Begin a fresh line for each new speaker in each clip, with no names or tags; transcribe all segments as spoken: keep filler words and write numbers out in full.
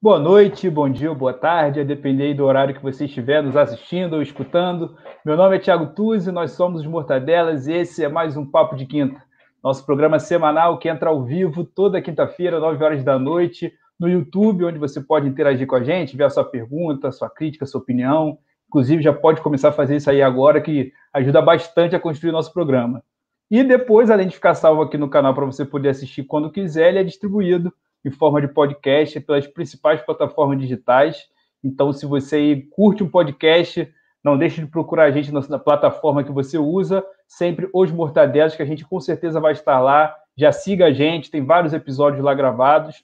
Boa noite, bom dia, boa tarde, a depender do horário que você estiver nos assistindo ou escutando. Meu nome é Thiago Tuzzi, nós somos os Mortadelas e esse é mais um Papo de Quinta, nosso programa semanal que entra ao vivo toda quinta-feira, nove horas da noite, no YouTube, onde você pode interagir com a gente, ver a sua pergunta, sua crítica, sua opinião. Inclusive, já pode começar a fazer isso aí agora, que ajuda bastante a construir o nosso programa. E depois, além de ficar salvo aqui no canal para você poder assistir quando quiser, ele é distribuído em forma de podcast pelas principais plataformas digitais. Então, se você curte um podcast, não deixe de procurar a gente na plataforma que você usa, sempre Os Mortadelas, que a gente com certeza vai estar lá. Já siga a gente, tem vários episódios lá gravados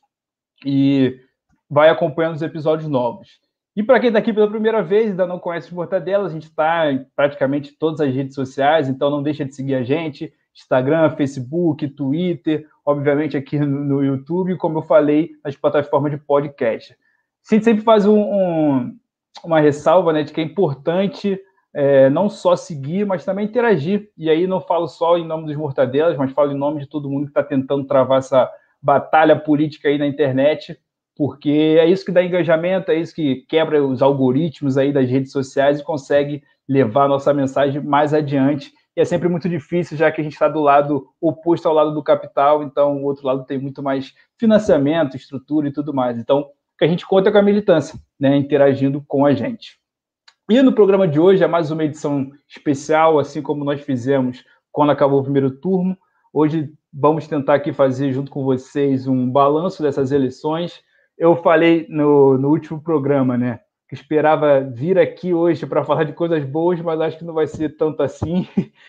e vai acompanhando os episódios novos. E para quem está aqui pela primeira vez e ainda não conhece os Mortadelas, a gente está em praticamente todas as redes sociais, então não deixa de seguir a gente, Instagram, Facebook, Twitter, obviamente aqui no YouTube, como eu falei, nas plataformas de podcast. A gente sempre faz um, um, uma ressalva, né, de que é importante é, não só seguir, mas também interagir. E aí não falo só em nome dos Mortadelas, mas falo em nome de todo mundo que está tentando travar essa batalha política aí na internet, porque é isso que dá engajamento, é isso que quebra os algoritmos aí das redes sociais e consegue levar a nossa mensagem mais adiante. E é sempre muito difícil, já que a gente está do lado oposto ao lado do capital, então o outro lado tem muito mais financiamento, estrutura e tudo mais. Então, que a gente conta com a militância, né, interagindo com a gente. E no programa de hoje é mais uma edição especial, assim como nós fizemos quando acabou o primeiro turno. Hoje vamos tentar aqui fazer junto com vocês um balanço dessas eleições. Eu falei no, no último programa, né, que esperava vir aqui hoje para falar de coisas boas, mas acho que não vai ser tanto assim,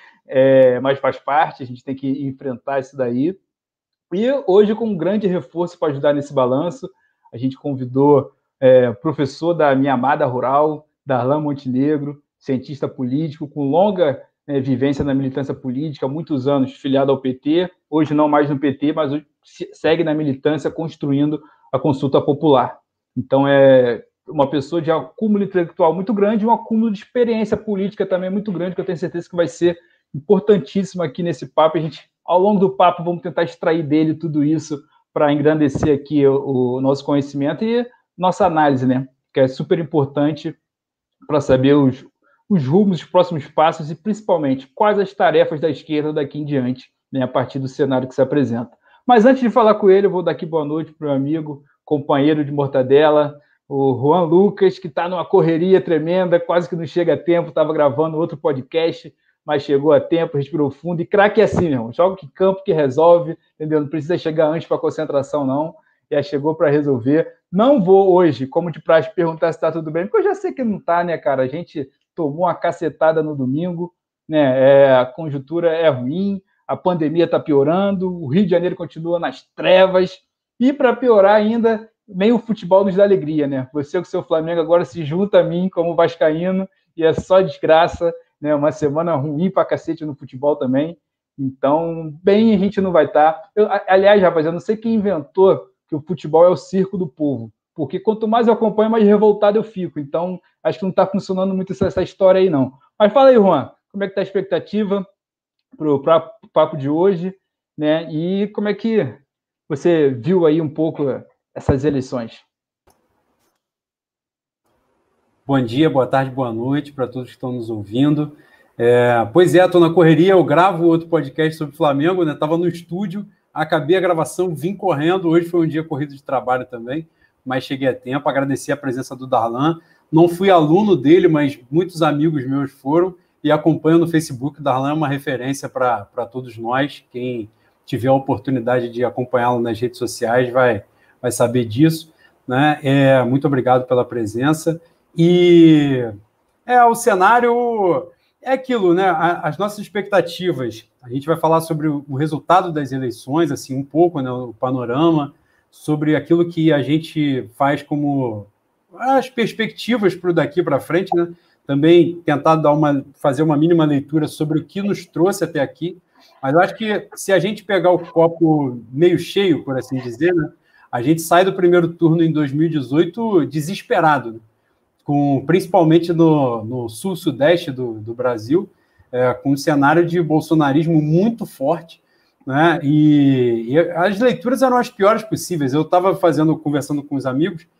é, mas faz parte, a gente tem que enfrentar isso daí. E hoje, com um grande reforço para ajudar nesse balanço, a gente convidou é, o professor da minha amada rural, Darlan Montenegro, cientista político, com longa é, vivência na militância política, há muitos anos filiado ao P T, hoje não mais no P T, mas hoje segue na militância construindo a consulta popular. Então, é uma pessoa de acúmulo intelectual muito grande e um acúmulo de experiência política também muito grande, que eu tenho certeza que vai ser importantíssimo aqui nesse papo. A gente, ao longo do papo, vamos tentar extrair dele tudo isso para engrandecer aqui o, o nosso conhecimento e nossa análise, né? Que é super importante para saber os, os rumos, os próximos passos e, principalmente, quais as tarefas da esquerda daqui em diante, né, a partir do cenário que se apresenta. Mas antes de falar com ele, eu vou dar aqui boa noite para o meu amigo, companheiro de Mortadela, o Juan Lucas, que está numa correria tremenda, quase que não chega a tempo, estava gravando outro podcast, mas chegou a tempo, respirou fundo, e craque é assim, meu irmão, joga que campo que resolve, entendeu? Não precisa chegar antes para a concentração, não, já chegou para resolver. Não vou hoje, como de praxe, perguntar se está tudo bem, porque eu já sei que não está, né, cara? A gente tomou uma cacetada no domingo, né? É, a conjuntura é ruim, a pandemia está piorando, o Rio de Janeiro continua nas trevas, e para piorar ainda, nem o futebol nos dá alegria, né? Você com o seu Flamengo agora se junta a mim como vascaíno, e é só desgraça, né? Uma semana ruim para cacete no futebol também, então, bem, a gente não vai estar. Tá. Aliás, rapaz, eu não sei quem inventou que o futebol é o circo do povo, porque quanto mais eu acompanho, mais revoltado eu fico, então acho que não está funcionando muito essa história aí, não. Mas fala aí, Juan, como é que está a expectativa para o papo de hoje, né? E como é que você viu aí um pouco essas eleições?
Bom dia, boa tarde, boa noite para todos que estão nos ouvindo. É, pois é, estou na correria, eu gravo outro podcast sobre o Flamengo, né? Estava no estúdio, acabei a gravação, vim correndo. Hoje foi um dia corrido de trabalho também, mas cheguei a tempo. Agradecer a presença do Darlan. Não fui aluno dele, mas muitos amigos meus foram e acompanham no Facebook. O Darlan é uma referência para todos nós. Quem tiver a oportunidade de acompanhá-lo nas redes sociais vai, vai saber disso, né? É, muito obrigado pela presença. E é, o cenário é aquilo, né? As nossas expectativas. A gente vai falar sobre o resultado das eleições, assim, um pouco, né, o panorama, sobre aquilo que a gente faz como as perspectivas para o daqui para frente, né? Também tentar dar uma, fazer uma mínima leitura sobre o que nos trouxe até aqui. Mas eu acho que se a gente pegar o copo meio cheio, por assim dizer, né, a gente sai do primeiro turno em dois mil e dezoito desesperado, né? Com, principalmente no, no sul-sudeste do, do Brasil, é, com um cenário de bolsonarismo muito forte, né? E, e as leituras eram as piores possíveis. Eu estava fazendo, conversando com os amigos,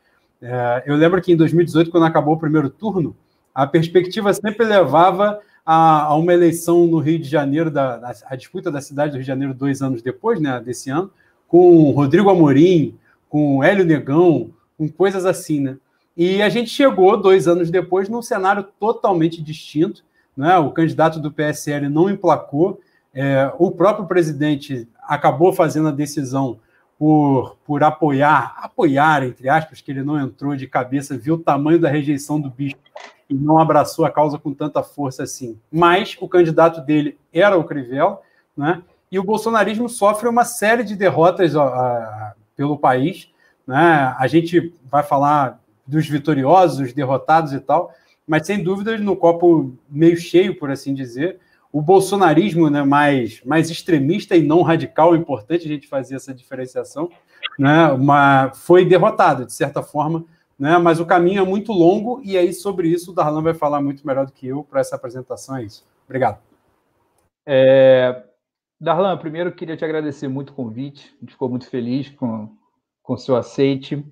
É, eu lembro que em dois mil e dezoito, quando acabou o primeiro turno, a perspectiva sempre levava a, a uma eleição no Rio de Janeiro, da, da, a disputa da cidade do Rio de Janeiro dois anos depois, né, desse ano, com Rodrigo Amorim, com Hélio Negão, com coisas assim, né? E a gente chegou, dois anos depois, num cenário totalmente distinto, né? O candidato do P S L não emplacou, é, o próprio presidente acabou fazendo a decisão por, por apoiar, apoiar, entre aspas, que ele não entrou de cabeça, viu o tamanho da rejeição do bicho e não abraçou a causa com tanta força assim. Mas o candidato dele era o Crivella, né? E o bolsonarismo sofre uma série de derrotas ó, a, pelo país, né? A gente vai falar dos vitoriosos, os derrotados e tal, mas sem dúvida no copo meio cheio, por assim dizer, o bolsonarismo, né, mais, mais extremista e não radical, é importante a gente fazer essa diferenciação, né, uma, foi derrotado, de certa forma, né, mas o caminho é muito longo, e aí sobre isso o Darlan vai falar muito melhor do que eu para essa apresentação, é isso. Obrigado.
É, Darlan, primeiro eu queria te agradecer muito o convite, a gente ficou muito feliz com, com o seu aceite.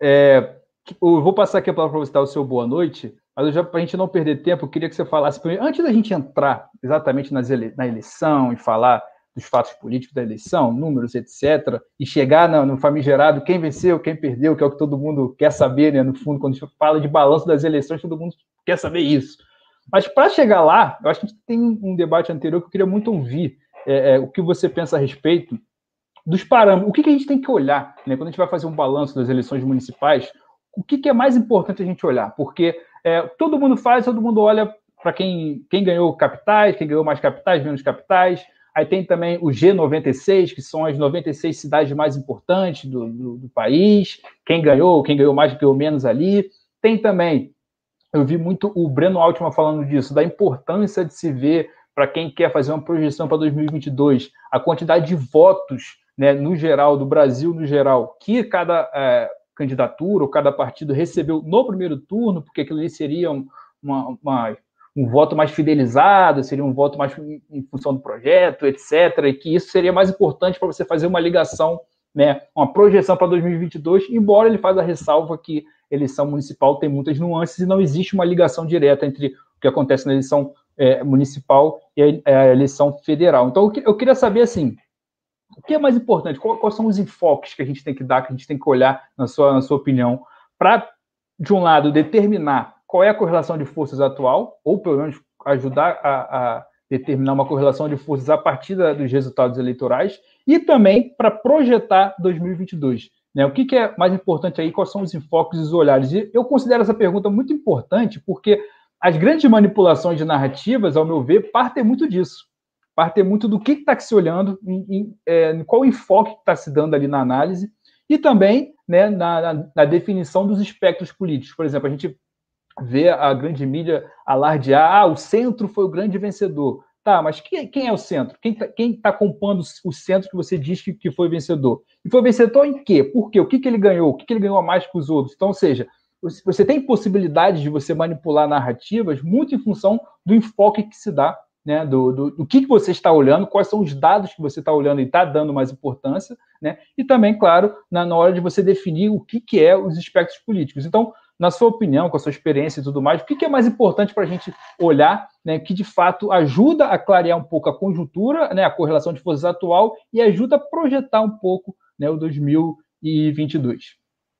É, eu vou passar aqui a palavra para você dar o seu boa noite, mas para a gente não perder tempo, eu queria que você falasse, antes da gente entrar exatamente nas ele, na eleição e falar dos fatos políticos da eleição, números, etcétera, e chegar no, no famigerado quem venceu, quem perdeu, que é o que todo mundo quer saber, né? No fundo, quando a gente fala de balanço das eleições, todo mundo quer saber isso. Mas para chegar lá, eu acho que a gente tem um debate anterior que eu queria muito ouvir é, é, o que você pensa a respeito dos parâmetros. O que, que a gente tem que olhar, né? Quando a gente vai fazer um balanço das eleições municipais, o que, que é mais importante a gente olhar? Porque é, todo mundo faz, todo mundo olha para quem, quem ganhou capitais, quem ganhou mais capitais, menos capitais. Aí tem também o G noventa e seis, que são as noventa e seis cidades mais importantes do, do, do país. Quem ganhou, quem ganhou mais, ganhou menos ali. Tem também, eu vi muito o Breno Altman falando disso, da importância de se ver, para quem quer fazer uma projeção para dois mil e vinte e dois, a quantidade de votos, né, no geral, do Brasil no geral, que cada é, candidatura ou cada partido recebeu no primeiro turno, porque aquilo ali seria uma, uma, um voto mais fidelizado, seria um voto mais em, em função do projeto, etcétera, e que isso seria mais importante para você fazer uma ligação, né, uma projeção para dois mil e vinte e dois, embora ele faça a ressalva que eleição municipal tem muitas nuances e não existe uma ligação direta entre o que acontece na eleição é, municipal e a, a eleição federal. Então, eu, eu queria saber, assim, o que é mais importante? Qual, quais são os enfoques que a gente tem que dar, que a gente tem que olhar, na sua, na sua opinião, para, de um lado, determinar qual é a correlação de forças atual, ou pelo menos ajudar a, a determinar uma correlação de forças a partir da, dos resultados eleitorais, e também para projetar dois mil e vinte e dois. Né? O que, que é mais importante aí? Quais são os enfoques e os olhares? E eu considero essa pergunta muito importante, porque as grandes manipulações de narrativas, ao meu ver, partem muito disso. Partem muito do que está se olhando, em, em, é, em qual enfoque está se dando ali na análise, e também, né, na, na, na definição dos espectros políticos. Por exemplo, a gente vê a grande mídia alardear, ah, o centro foi o grande vencedor. Tá, mas quem, quem é o centro? Quem está quem tá compondo o centro que você diz que, que foi vencedor? E foi vencedor em quê? Por quê? O que, que ele ganhou? O que, que ele ganhou a mais que os outros? Então, ou seja, você tem possibilidade de você manipular narrativas muito em função do enfoque que se dá, né, do, do, do que, que você está olhando, quais são os dados que você está olhando e está dando mais importância, né, e também, claro, na, na hora de você definir o que, que é os espectros políticos. Então, na sua opinião, com a sua experiência e tudo mais, o que, que é mais importante para a gente olhar, né, que de fato ajuda a clarear um pouco a conjuntura, né, a correlação de forças atual e ajuda a projetar um pouco, né, o dois mil e vinte e dois?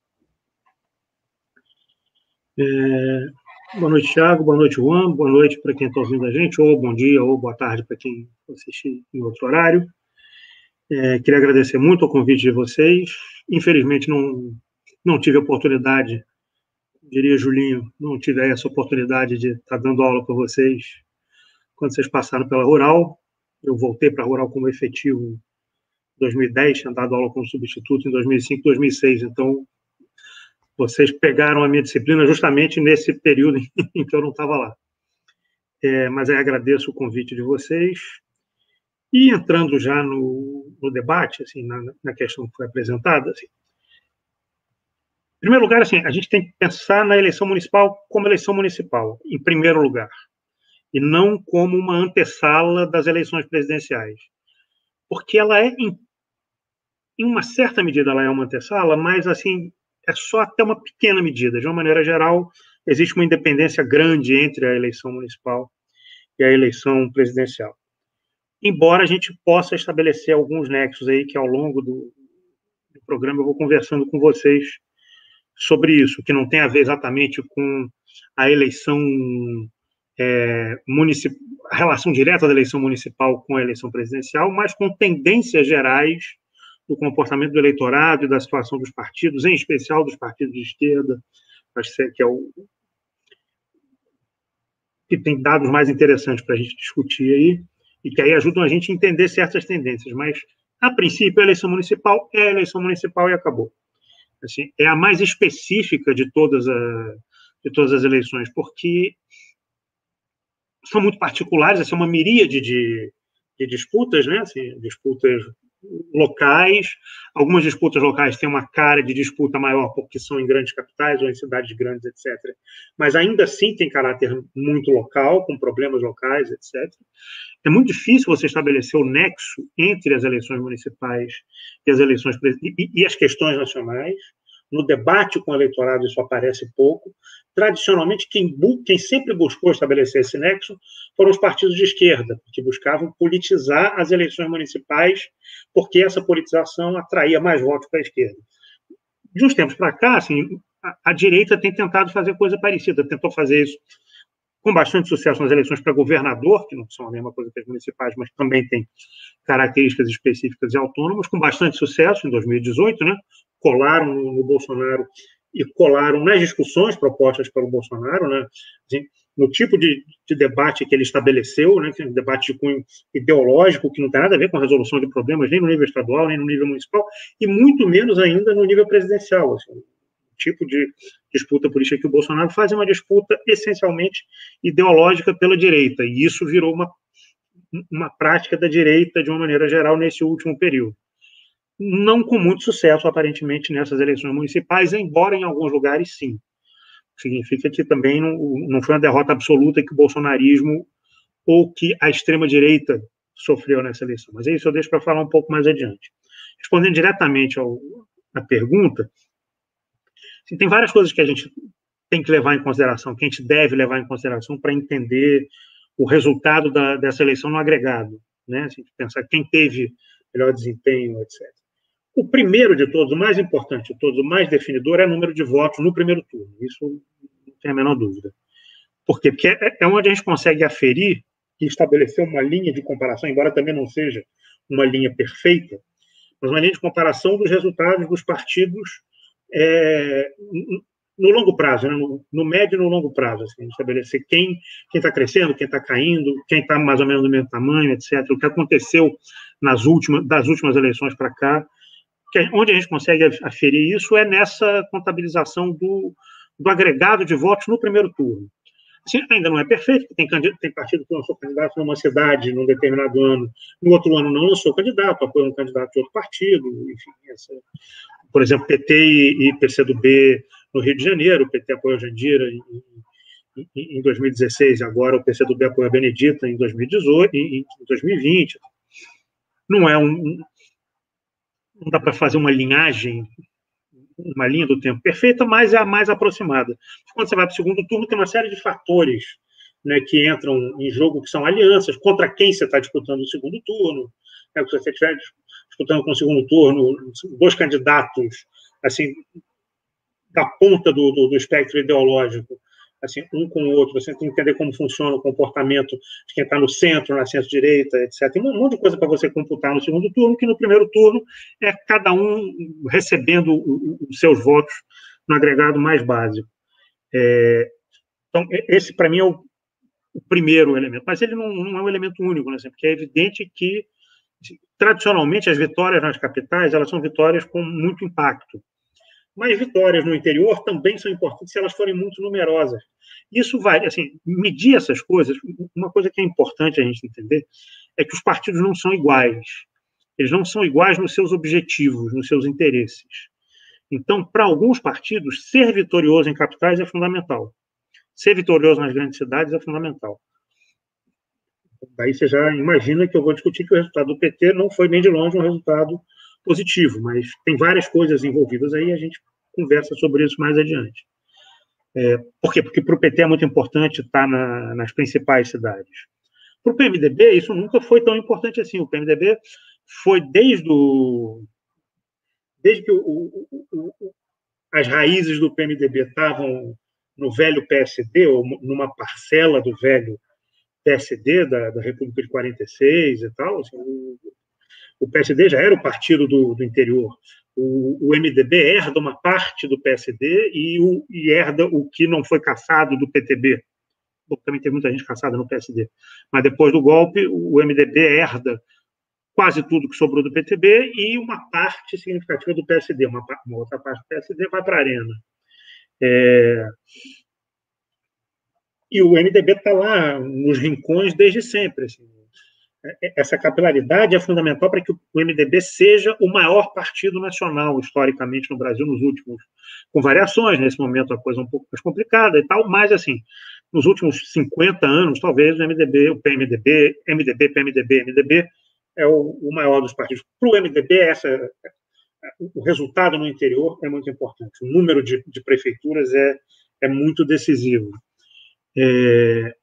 É... Boa noite, Thiago. Boa noite, Juan. Boa noite para quem está ouvindo a gente, ou bom dia, ou boa tarde para quem assistir em outro horário. É, queria agradecer muito o convite de vocês. Infelizmente, não, não tive a oportunidade, diria Julinho, não tive essa oportunidade de estar dando aula com vocês quando vocês passaram pela Rural. Eu voltei para a Rural como efetivo em dois mil e dez, tinha dado aula como substituto em dois mil e cinco, dois mil e seis, então vocês pegaram a minha disciplina justamente nesse período em que eu não estava lá. É, mas eu agradeço o convite de vocês. E entrando já no, no debate, assim, na, na questão que foi apresentada, assim, em primeiro lugar, assim, a gente tem que pensar na eleição municipal como eleição municipal, em primeiro lugar, e não como uma antessala das eleições presidenciais. Porque ela é, em, em uma certa medida, ela é uma antessala, mas, assim, é só até uma pequena medida. De uma maneira geral, existe uma independência grande entre a eleição municipal e a eleição presidencial. Embora a gente possa estabelecer alguns nexos aí que, ao longo do, do programa, eu vou conversando com vocês sobre isso, que não tem a ver exatamente com a eleição é, municipal, a relação direta da eleição municipal com a eleição presidencial, mas com tendências gerais do comportamento do eleitorado e da situação dos partidos, em especial dos partidos de esquerda, acho que é o que tem dados mais interessantes para a gente discutir aí, e que aí ajudam a gente a entender certas tendências. Mas, a princípio, a eleição municipal é a eleição municipal e acabou. Assim, é a mais específica de todas, a, de todas as eleições, porque são muito particulares, assim, uma miríade de, de disputas, né? Assim, disputas locais. Algumas disputas locais têm uma cara de disputa maior porque são em grandes capitais ou em cidades grandes, etcétera. Mas ainda assim tem caráter muito local, com problemas locais, etcétera. É muito difícil você estabelecer o nexo entre as eleições municipais e as eleições e, e as questões nacionais. No debate com o eleitorado isso aparece pouco. Tradicionalmente, quem, quem sempre buscou estabelecer esse nexo foram os partidos de esquerda, que buscavam politizar as eleições municipais, porque essa politização atraía mais votos para a esquerda. De uns tempos para cá, assim, a, a direita tem tentado fazer coisa parecida, tentou fazer isso com bastante sucesso nas eleições para governador, que não são a mesma coisa que as municipais, mas também tem características específicas e autônomas, com bastante sucesso em dois mil e dezoito, né? Colaram no, no Bolsonaro e colaram nas discussões propostas pelo Bolsonaro, né? Assim, no tipo de, de debate que ele estabeleceu, né? Que é um debate de cunho ideológico, que não tem nada a ver com a resolução de problemas nem no nível estadual, nem no nível municipal, e muito menos ainda no nível presidencial. Assim, o tipo de disputa política que o Bolsonaro faz é uma disputa essencialmente ideológica pela direita, e isso virou uma, uma prática da direita de uma maneira geral nesse último período. Não com muito sucesso, aparentemente, nessas eleições municipais, embora em alguns lugares sim. Significa que também não, não foi uma derrota absoluta que o bolsonarismo ou que a extrema-direita sofreu nessa eleição. Mas é isso eu deixo para falar um pouco mais adiante. Respondendo diretamente ao, à pergunta, assim, tem várias coisas que a gente tem que levar em consideração, que a gente deve levar em consideração para entender o resultado da, dessa eleição no agregado, né? Assim, pensar quem teve melhor desempenho, etcétera. O primeiro de todos, o mais importante de todos, o mais definidor é o número de votos no primeiro turno. Isso não tem a menor dúvida. Por quê? Porque é, é onde a gente consegue aferir e estabelecer uma linha de comparação, embora também não seja uma linha perfeita, mas uma linha de comparação dos resultados dos partidos é, no longo prazo, né? no, no médio e no longo prazo. Assim, estabelecer quem está crescendo, quem está caindo, quem está mais ou menos do mesmo tamanho, etcétera. O que aconteceu nas últimas, das últimas eleições para cá. Que, onde a gente consegue aferir isso é nessa contabilização do, do agregado de votos no primeiro turno. Assim, ainda não é perfeito, tem, tem partido que lançou candidato numa cidade num determinado ano, no outro ano não lançou candidato, apoia um candidato de outro partido, enfim, essa, por exemplo, P T e, e P C do B no Rio de Janeiro, o P T apoia a Jandira em, em, em dois mil e dezesseis, agora o P C do B apoia a Benedita em dois mil e dezoito, em, em dois mil e vinte. Não é um... Não dá para fazer uma linhagem, uma linha do tempo perfeita, mas é a mais aproximada. Quando você vai para o segundo turno, tem uma série de fatores, né, que entram em jogo, que são alianças, contra quem você está disputando o segundo turno. Né, se você estiver disputando com o segundo turno, dois candidatos assim, da ponta do, do, do espectro ideológico, assim, um com o outro, você tem que entender como funciona o comportamento de quem está no centro, na centro-direita, etcétera. Tem um monte de coisa para você computar no segundo turno, que no primeiro turno é cada um recebendo os seus votos no agregado mais básico. É, então, esse, para mim, é o, o primeiro elemento. Mas ele não, não é um elemento único, né? Porque é evidente que, assim, tradicionalmente, as vitórias nas capitais, elas são vitórias com muito impacto. Mas vitórias no interior também são importantes se elas forem muito numerosas. Isso vai, assim, medir essas coisas, uma coisa que é importante a gente entender é que os partidos não são iguais. Eles não são iguais nos seus objetivos, nos seus interesses. Então, para alguns partidos, ser vitorioso em capitais é fundamental. Ser vitorioso nas grandes cidades é fundamental. Daí você já imagina que eu vou discutir que o resultado do P T não foi nem de longe um resultado positivo, mas tem várias coisas envolvidas aí, a gente conversa sobre isso mais adiante. É, por quê? Porque para o P T é muito importante estar na, nas principais cidades. Para o P M D B, isso nunca foi tão importante assim. O P M D B foi desde, o, desde que o, o, o, as raízes do P M D B estavam no velho P S D, ou numa parcela do velho P S D, da, da República de quarenta e seis e tal. Assim, o, o P S D já era o partido do, do interior. O, o M D B herda uma parte do P S D e, o, e herda o que não foi caçado do P T B. Também tem muita gente caçada no P S D. Mas depois do golpe, o M D B herda quase tudo que sobrou do P T B e uma parte significativa do P S D. Uma, uma outra parte do P S D vai para a Arena. É... E o M D B está lá nos rincões desde sempre. Assim. Essa capilaridade é fundamental para que o M D B seja o maior partido nacional, historicamente, no Brasil, nos últimos, com variações. Nesse momento, a coisa é um pouco mais complicada e tal, mas, assim, nos últimos cinquenta anos, talvez o M D B, o P M D B, M D B, P M D B, M D B é o, o maior dos partidos. Para o M D B, essa, o resultado no interior é muito importante. O número de, de prefeituras é, é muito decisivo. É,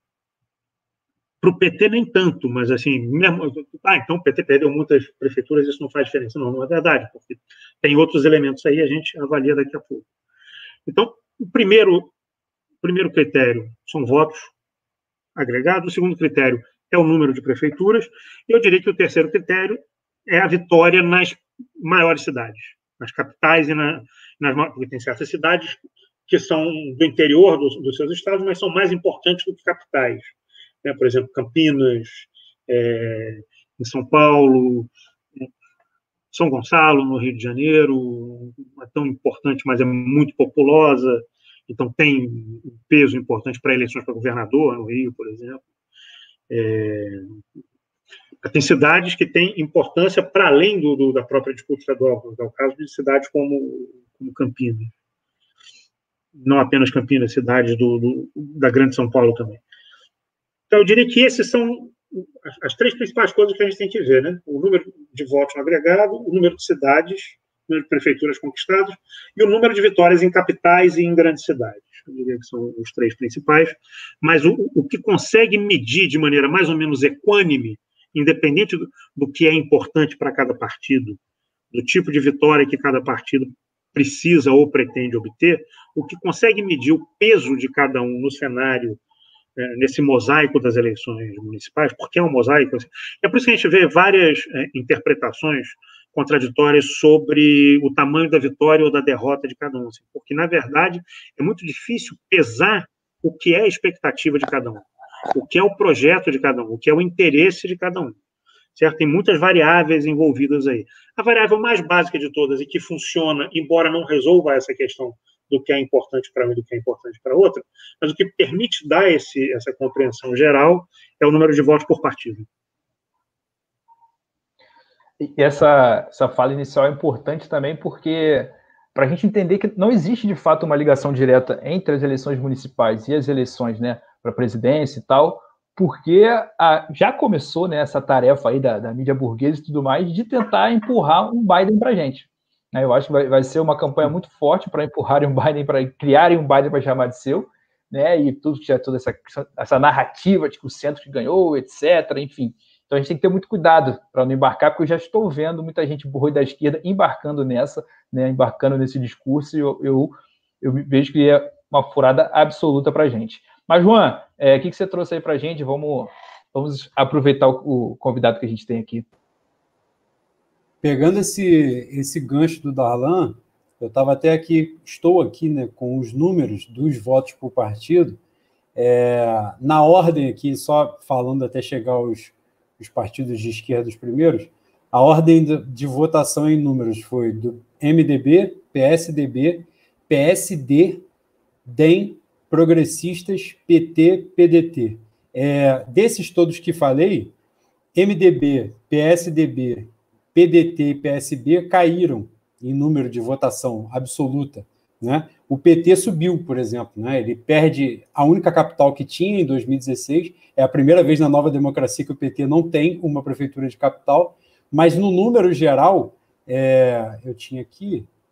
para o P T, nem tanto, mas, assim, mesmo, ah, então o P T perdeu muitas prefeituras, isso não faz diferença. Não, não é verdade, porque tem outros elementos aí, a gente avalia daqui a pouco. Então, o primeiro... O primeiro critério são votos agregados, o segundo critério é o número de prefeituras, e eu diria que o terceiro critério é a vitória nas maiores cidades, nas capitais e na, nas maiores, porque tem certas cidades que são do interior dos, dos seus estados, mas são mais importantes do que capitais. Né? Por exemplo, Campinas, é, em São Paulo, São Gonçalo, no Rio de Janeiro, não é tão importante, mas é muito populosa. Então, tem um peso importante para eleições para governador, no Rio, por exemplo. É... Tem cidades que têm importância para além do, do, da própria disputa estadual. É o caso de cidades como, como Campinas. Não apenas Campinas, cidades do, do, da Grande São Paulo também. Então, eu diria que esses são as, as três principais coisas que a gente tem que ver, né? O número de votos no agregado, o número de cidades, número de prefeituras conquistadas e o número de vitórias em capitais e em grandes cidades. Eu diria que são os três principais. Mas o, o que consegue medir de maneira mais ou menos equânime, independente do, do que é importante para cada partido, do tipo de vitória que cada partido precisa ou pretende obter, o que consegue medir o peso de cada um no cenário, é, nesse mosaico das eleições municipais, porque é um mosaico. Assim, é por isso que a gente vê várias é, interpretações contraditórias sobre o tamanho da vitória ou da derrota de cada um, assim, porque, na verdade, é muito difícil pesar o que é a expectativa de cada um, o que é o projeto de cada um, o que é o interesse de cada um, certo? Tem muitas variáveis envolvidas aí. A variável mais básica de todas e que funciona, embora não resolva essa questão do que é importante para um e do que é importante para outro, mas o que permite dar esse, essa compreensão geral é o número de votos por partido.
E essa, essa fala inicial é importante também porque, para a gente entender que não existe, de fato, uma ligação direta entre as eleições municipais e as eleições, né, para a presidência e tal, porque a, já começou, né, essa tarefa aí da, da mídia burguesa e tudo mais de tentar empurrar um Biden para a gente. Né, eu acho que vai, vai ser uma campanha muito forte para empurrarem um Biden, para criarem um Biden para chamar de seu, né, e tudo, toda essa, essa narrativa de que o centro que ganhou, etcétera, enfim. Então, a gente tem que ter muito cuidado para não embarcar, porque eu já estou vendo muita gente burra da esquerda embarcando nessa, né, embarcando nesse discurso, e eu, eu, eu vejo que é uma furada absoluta para a gente. Mas, Juan, é, o que, que você trouxe aí para a gente? Vamos, vamos aproveitar o, o convidado que a gente tem aqui.
Pegando esse, esse gancho do Darlan, eu estava até aqui, estou aqui, né, com os números dos votos por partido, é, na ordem aqui, só falando até chegar aos os partidos de esquerda os primeiros, a ordem de, de votação em números foi do M D B, P S D B, P S D, D E M, Progressistas, P T, P D T. É, desses todos que falei, M D B, P S D B, P D T e P S B caíram em número de votação absoluta. Né? O P T subiu, por exemplo, né? Ele perde a única capital que tinha em dois mil e dezesseis, é a primeira vez na nova democracia que o P T não tem uma prefeitura de capital, mas no número geral, é, eu tinha aqui,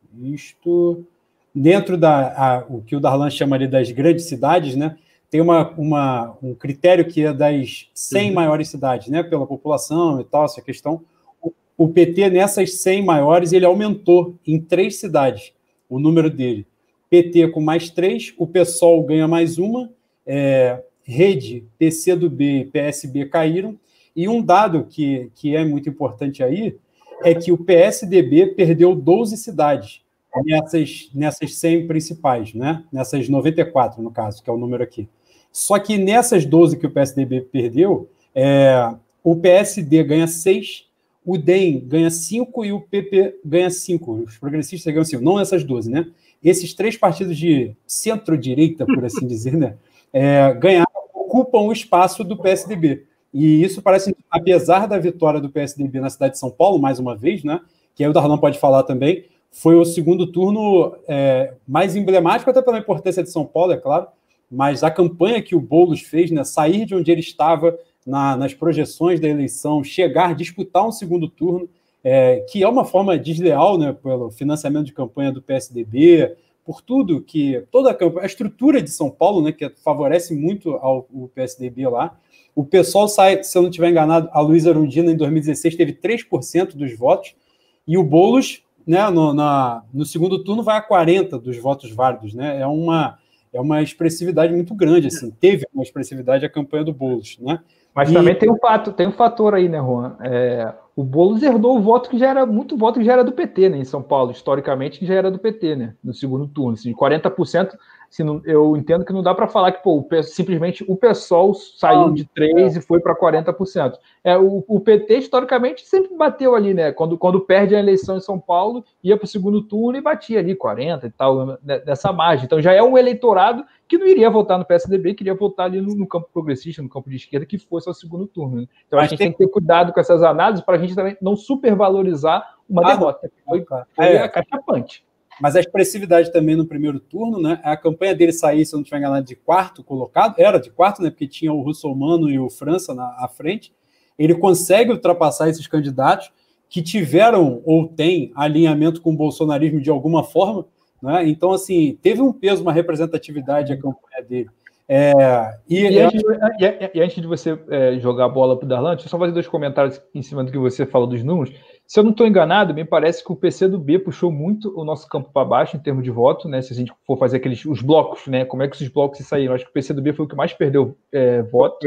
Isto dentro da a, o que o Darlan chama ali das grandes cidades, né? Tem uma, uma, um critério que é das cem uhum. maiores cidades, né? Pela população e tal, essa questão. O, o P T, nessas cem maiores, ele aumentou em três cidades o número dele. P T com mais três, o PSOL ganha mais uma, é, Rede, P C do B e P S B caíram. E um dado que, que é muito importante aí é que o P S D B perdeu doze cidades nessas, nessas cem principais, né? Nessas noventa e quatro, no caso, que é o número aqui. Só que nessas doze que o P S D B perdeu, é, o P S D ganha seis, o D E M ganha cinco e o P P ganha cinco. Os progressistas ganham cinco, não nessas doze, né? Esses três partidos de centro-direita, por assim dizer, né? É, ganharam, ocupam o espaço do P S D B. E isso parece, apesar da vitória do P S D B na cidade de São Paulo, mais uma vez, né? Que aí o Darlan pode falar também, foi o segundo turno é, mais emblemático, até pela importância de São Paulo, é claro, mas a campanha que o Boulos fez, né, sair de onde ele estava na, nas projeções da eleição, chegar, disputar um segundo turno, é, que é uma forma desleal, né, pelo financiamento de campanha do P S D B, por tudo que... toda a, campanha, a estrutura de São Paulo, né, que favorece muito ao, ao P S D B lá. O pessoal sai, se eu não estiver enganado, a Luísa Erundina, em dois mil e dezesseis, teve três por cento dos votos, e o Boulos, né, no, na, no segundo turno, vai a quarenta por cento dos votos válidos. Né? É, uma, é uma expressividade muito grande. Assim. Teve uma expressividade a campanha do Boulos. Né?
Mas e... também tem um, fato, tem um fator aí, né, Juan? É, o Boulos herdou o voto que já era, muito voto que já era do P T, né, em São Paulo, historicamente, que já era do P T, né, no segundo turno. Assim, quarenta por cento, assim, não, eu entendo que não dá para falar que pô, o, simplesmente o PSOL saiu de três e foi para quarenta por cento. É, o, o P T, historicamente, sempre bateu ali, né? Quando, quando perde a eleição em São Paulo, ia para o segundo turno e batia ali quarenta e tal, nessa margem. Então já é um eleitorado que não iria votar no P S D B, queria votar ali no, no campo progressista, no campo de esquerda, que fosse ao segundo turno. Né? Então a gente tem que ter cuidado com essas análises para a gente também não supervalorizar uma ah, derrota, que foi, foi é. acachapante.
Mas a expressividade também no primeiro turno, né? A campanha dele sair, se eu não estiver enganado, de quarto colocado, era de quarto, né? Porque tinha o Russomano e o França na à frente. Ele consegue ultrapassar esses candidatos que tiveram ou têm alinhamento com o bolsonarismo de alguma forma, né? Então, assim, teve um peso, uma representatividade a campanha dele. É,
e, e, antes, e, e antes de você é, jogar a bola para o Darlan, deixa eu só fazer dois comentários em cima do que você falou dos números. Se eu não estou enganado, me parece que o P C do B puxou muito o nosso campo para baixo em termos de voto, né? Se a gente for fazer aqueles os blocos, né? Como é que esses blocos se saíram? Acho que o P C do B foi o que mais perdeu é, voto.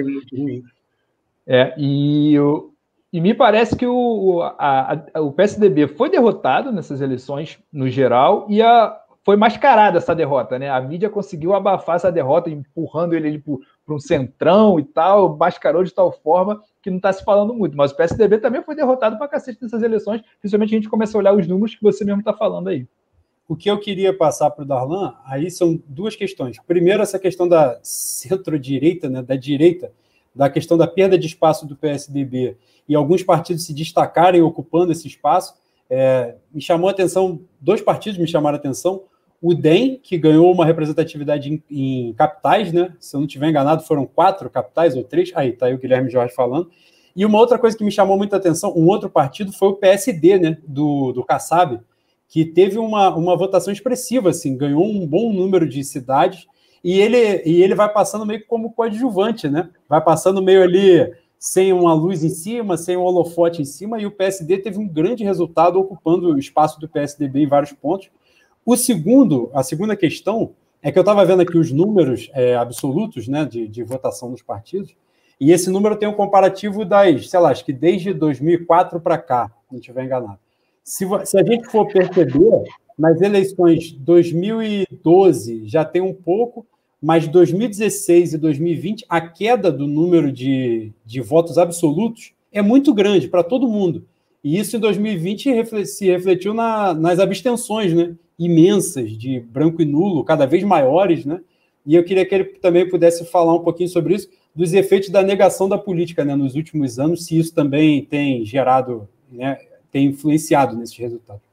É, e, e me parece que o, a, a, o P S D B foi derrotado nessas eleições no geral e a, foi mascarada essa derrota, né? A mídia conseguiu abafar essa derrota, empurrando ele, ele para um centrão e tal, mascarou de tal forma que não está se falando muito. Mas o P S D B também foi derrotado para cacete nessas eleições, principalmente a gente começa a olhar os números que você mesmo está falando aí.
O que eu queria passar para o Darlan, aí são duas questões. Primeiro, essa questão da centro-direita, né, da direita, da questão da perda de espaço do P S D B e alguns partidos se destacarem ocupando esse espaço. É, me chamou a atenção, dois partidos me chamaram a atenção. O D E M, que ganhou uma representatividade em, em capitais, né? Se eu não estiver enganado, foram quatro capitais ou três. Aí, tá aí o Guilherme Jorge falando. E uma outra coisa que me chamou muita atenção, um outro partido, foi o P S D, né? Do, do Kassab, que teve uma, uma votação expressiva, assim, ganhou um bom número de cidades, e ele, e ele vai passando meio como coadjuvante, né? Vai passando meio ali sem uma luz em cima, sem um holofote em cima, e o P S D teve um grande resultado ocupando o espaço do P S D B em vários pontos. O segundo, a segunda questão é que eu estava vendo aqui os números é, absolutos, né, de, de votação nos partidos, e esse número tem um comparativo das, sei lá, acho que desde dois mil e quatro para cá, se não estiver enganado. Se, se a gente for perceber, nas eleições dois mil e doze já tem um pouco, mas dois mil e dezesseis e dois mil e vinte, a queda do número de, de votos absolutos é muito grande para todo mundo. E isso em dois mil e vinte se refletiu na, nas abstenções, né? Imensas, de branco e nulo, cada vez maiores, né? E eu queria que ele também pudesse falar um pouquinho sobre isso, dos efeitos da negação da política, né, nos últimos anos, se isso também tem gerado, né, tem influenciado nesses resultados.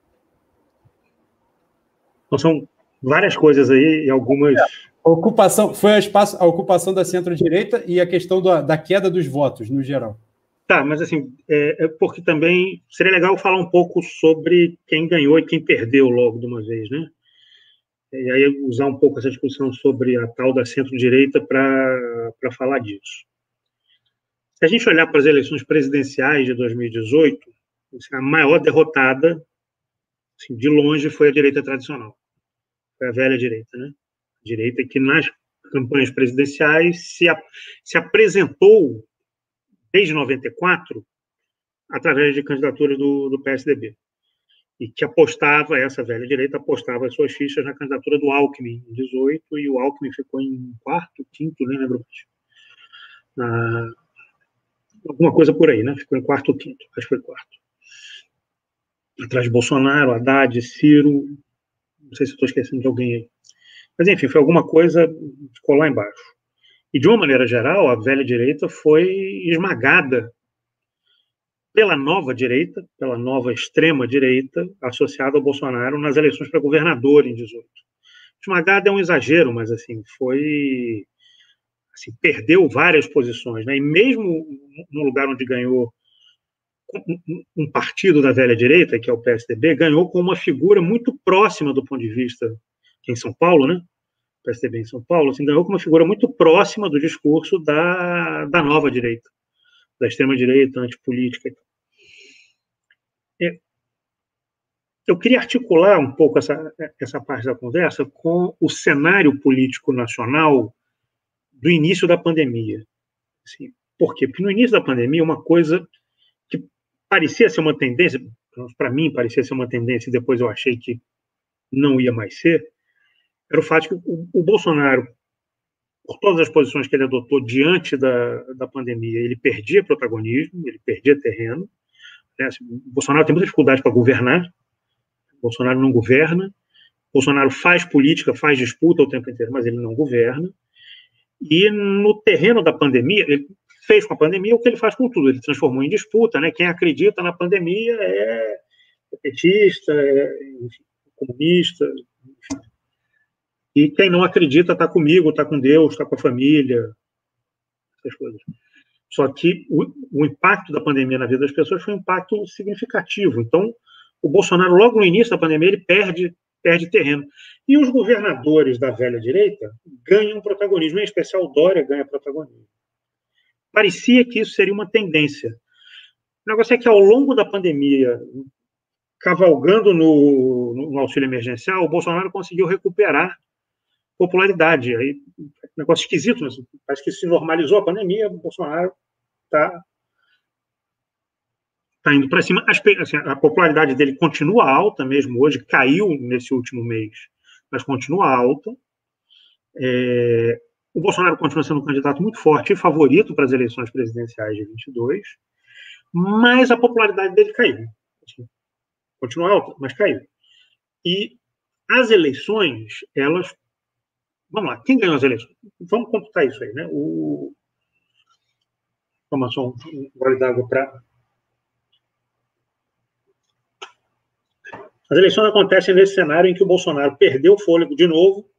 Então, são várias coisas aí e algumas...
É, a ocupação, foi a, espaço, a ocupação da centro-direita e a questão da, da queda dos votos, no geral.
Tá, mas assim, é, é porque também seria legal falar um pouco sobre quem ganhou e quem perdeu logo de uma vez, né? E aí usar um pouco essa discussão sobre a tal da centro-direita para falar disso. Se a gente olhar para as eleições presidenciais de dois mil e dezoito, a maior derrotada, assim, de longe, foi a direita tradicional. Foi a velha direita, né? A direita que nas campanhas presidenciais se, se apresentou desde noventa e quatro através de candidaturas do, do P S D B. E que apostava, essa velha direita apostava as suas fichas na candidatura do Alckmin em dezoito, e o Alckmin ficou em quarto, quinto, nem lembro mais. Na, alguma coisa por aí, né? Ficou em quarto ou quinto, acho que foi quarto. Atrás de Bolsonaro, Haddad, Ciro, não sei se estou esquecendo de alguém aí. Mas, enfim, foi alguma coisa, ficou lá embaixo. E, de uma maneira geral, a velha direita foi esmagada pela nova direita, pela nova extrema direita, associada ao Bolsonaro nas eleições para governador em dezoito. Esmagada é um exagero, mas assim, foi... Assim, perdeu várias posições, né? E mesmo no lugar onde ganhou um partido da velha direita, que é o P S D B, ganhou com uma figura muito próxima do ponto de vista, em São Paulo, né? O P S D B em São Paulo, assim, ganhou com uma figura muito próxima do discurso da, da nova direita, da extrema-direita, antipolítica. Eu queria articular um pouco essa, essa parte da conversa com o cenário político nacional do início da pandemia. Assim, por quê? Porque no início da pandemia, uma coisa que parecia ser uma tendência, para mim parecia ser uma tendência, e depois eu achei que não ia mais ser, era o fato de que o, o Bolsonaro, por todas as posições que ele adotou diante da, da pandemia, ele perdia protagonismo, ele perdia terreno. Né? Assim, o Bolsonaro tem muita dificuldade para governar, o Bolsonaro não governa, o Bolsonaro faz política, faz disputa o tempo inteiro, mas ele não governa. E no terreno da pandemia, ele fez com a pandemia o que ele faz com tudo, ele transformou em disputa, né? Quem acredita na pandemia é petista, é enfim, comunista, enfim. E quem não acredita está comigo, está com Deus, está com a família, essas coisas. Só que o, o impacto da pandemia na vida das pessoas foi um impacto significativo. Então, o Bolsonaro, logo no início da pandemia, ele perde, perde terreno. E os governadores da velha direita ganham protagonismo, em especial o Dória ganha protagonismo. Parecia que isso seria uma tendência. O negócio é que, ao longo da pandemia, cavalgando no, no auxílio emergencial, o Bolsonaro conseguiu recuperar popularidade. Aí, um negócio esquisito, mas parece que se normalizou a pandemia, o Bolsonaro está tá indo para cima. Assim, a popularidade dele continua alta mesmo hoje, caiu nesse último mês, mas continua alta. É, o Bolsonaro continua sendo um candidato muito forte e favorito para as eleições presidenciais de vinte e dois, mas a popularidade dele caiu. Assim, continua alta, mas caiu. E as eleições, elas... Vamos lá, quem ganhou as eleições? Vamos computar isso aí, né? O... Toma só um gole d'água para... As eleições acontecem nesse cenário em que o Bolsonaro perdeu o fôlego de novo,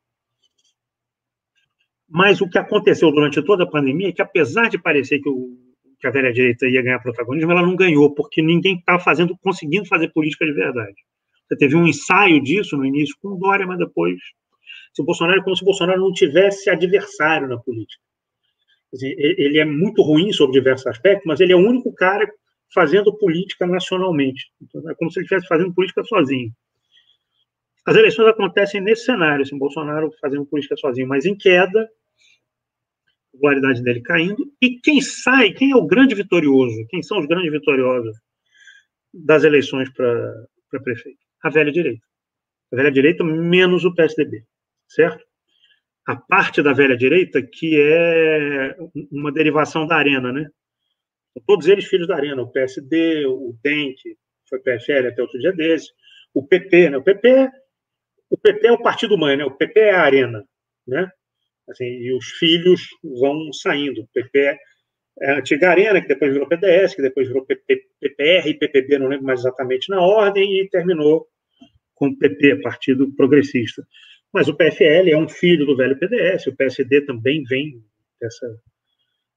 mas o que aconteceu durante toda a pandemia é que, apesar de parecer que, o, que a velha direita ia ganhar protagonismo, ela não ganhou, porque ninguém está fazendo, conseguindo fazer política de verdade. Você teve um ensaio disso no início com o Dória, mas depois... Se o Bolsonaro é como se o Bolsonaro não tivesse adversário na política. Assim, ele é muito ruim sob diversos aspectos, mas ele é o único cara fazendo política nacionalmente. Então, é como se ele estivesse fazendo política sozinho. As eleições acontecem nesse cenário, assim, o Bolsonaro fazendo política sozinho, mas em queda, a popularidade dele caindo, e quem sai, quem é o grande vitorioso, quem são os grandes vitoriosos das eleições para prefeito? A velha direita. A velha direita menos o P S D B. Certo? A parte da velha direita que é uma derivação da Arena, né? Todos eles filhos da Arena, o P S D, o D E M, que foi P F L até outro dia desse, o P P, né? O P P, o P P é o partido mãe, né? O P P é a Arena, né? Assim, e os filhos vão saindo. O P P é a antiga Arena, que depois virou P D S, que depois virou P P, P P R e P P B, não lembro mais exatamente na ordem, e terminou com o P P, Partido Progressista. Mas o P F L é um filho do velho P D S, o P S D também vem dessa,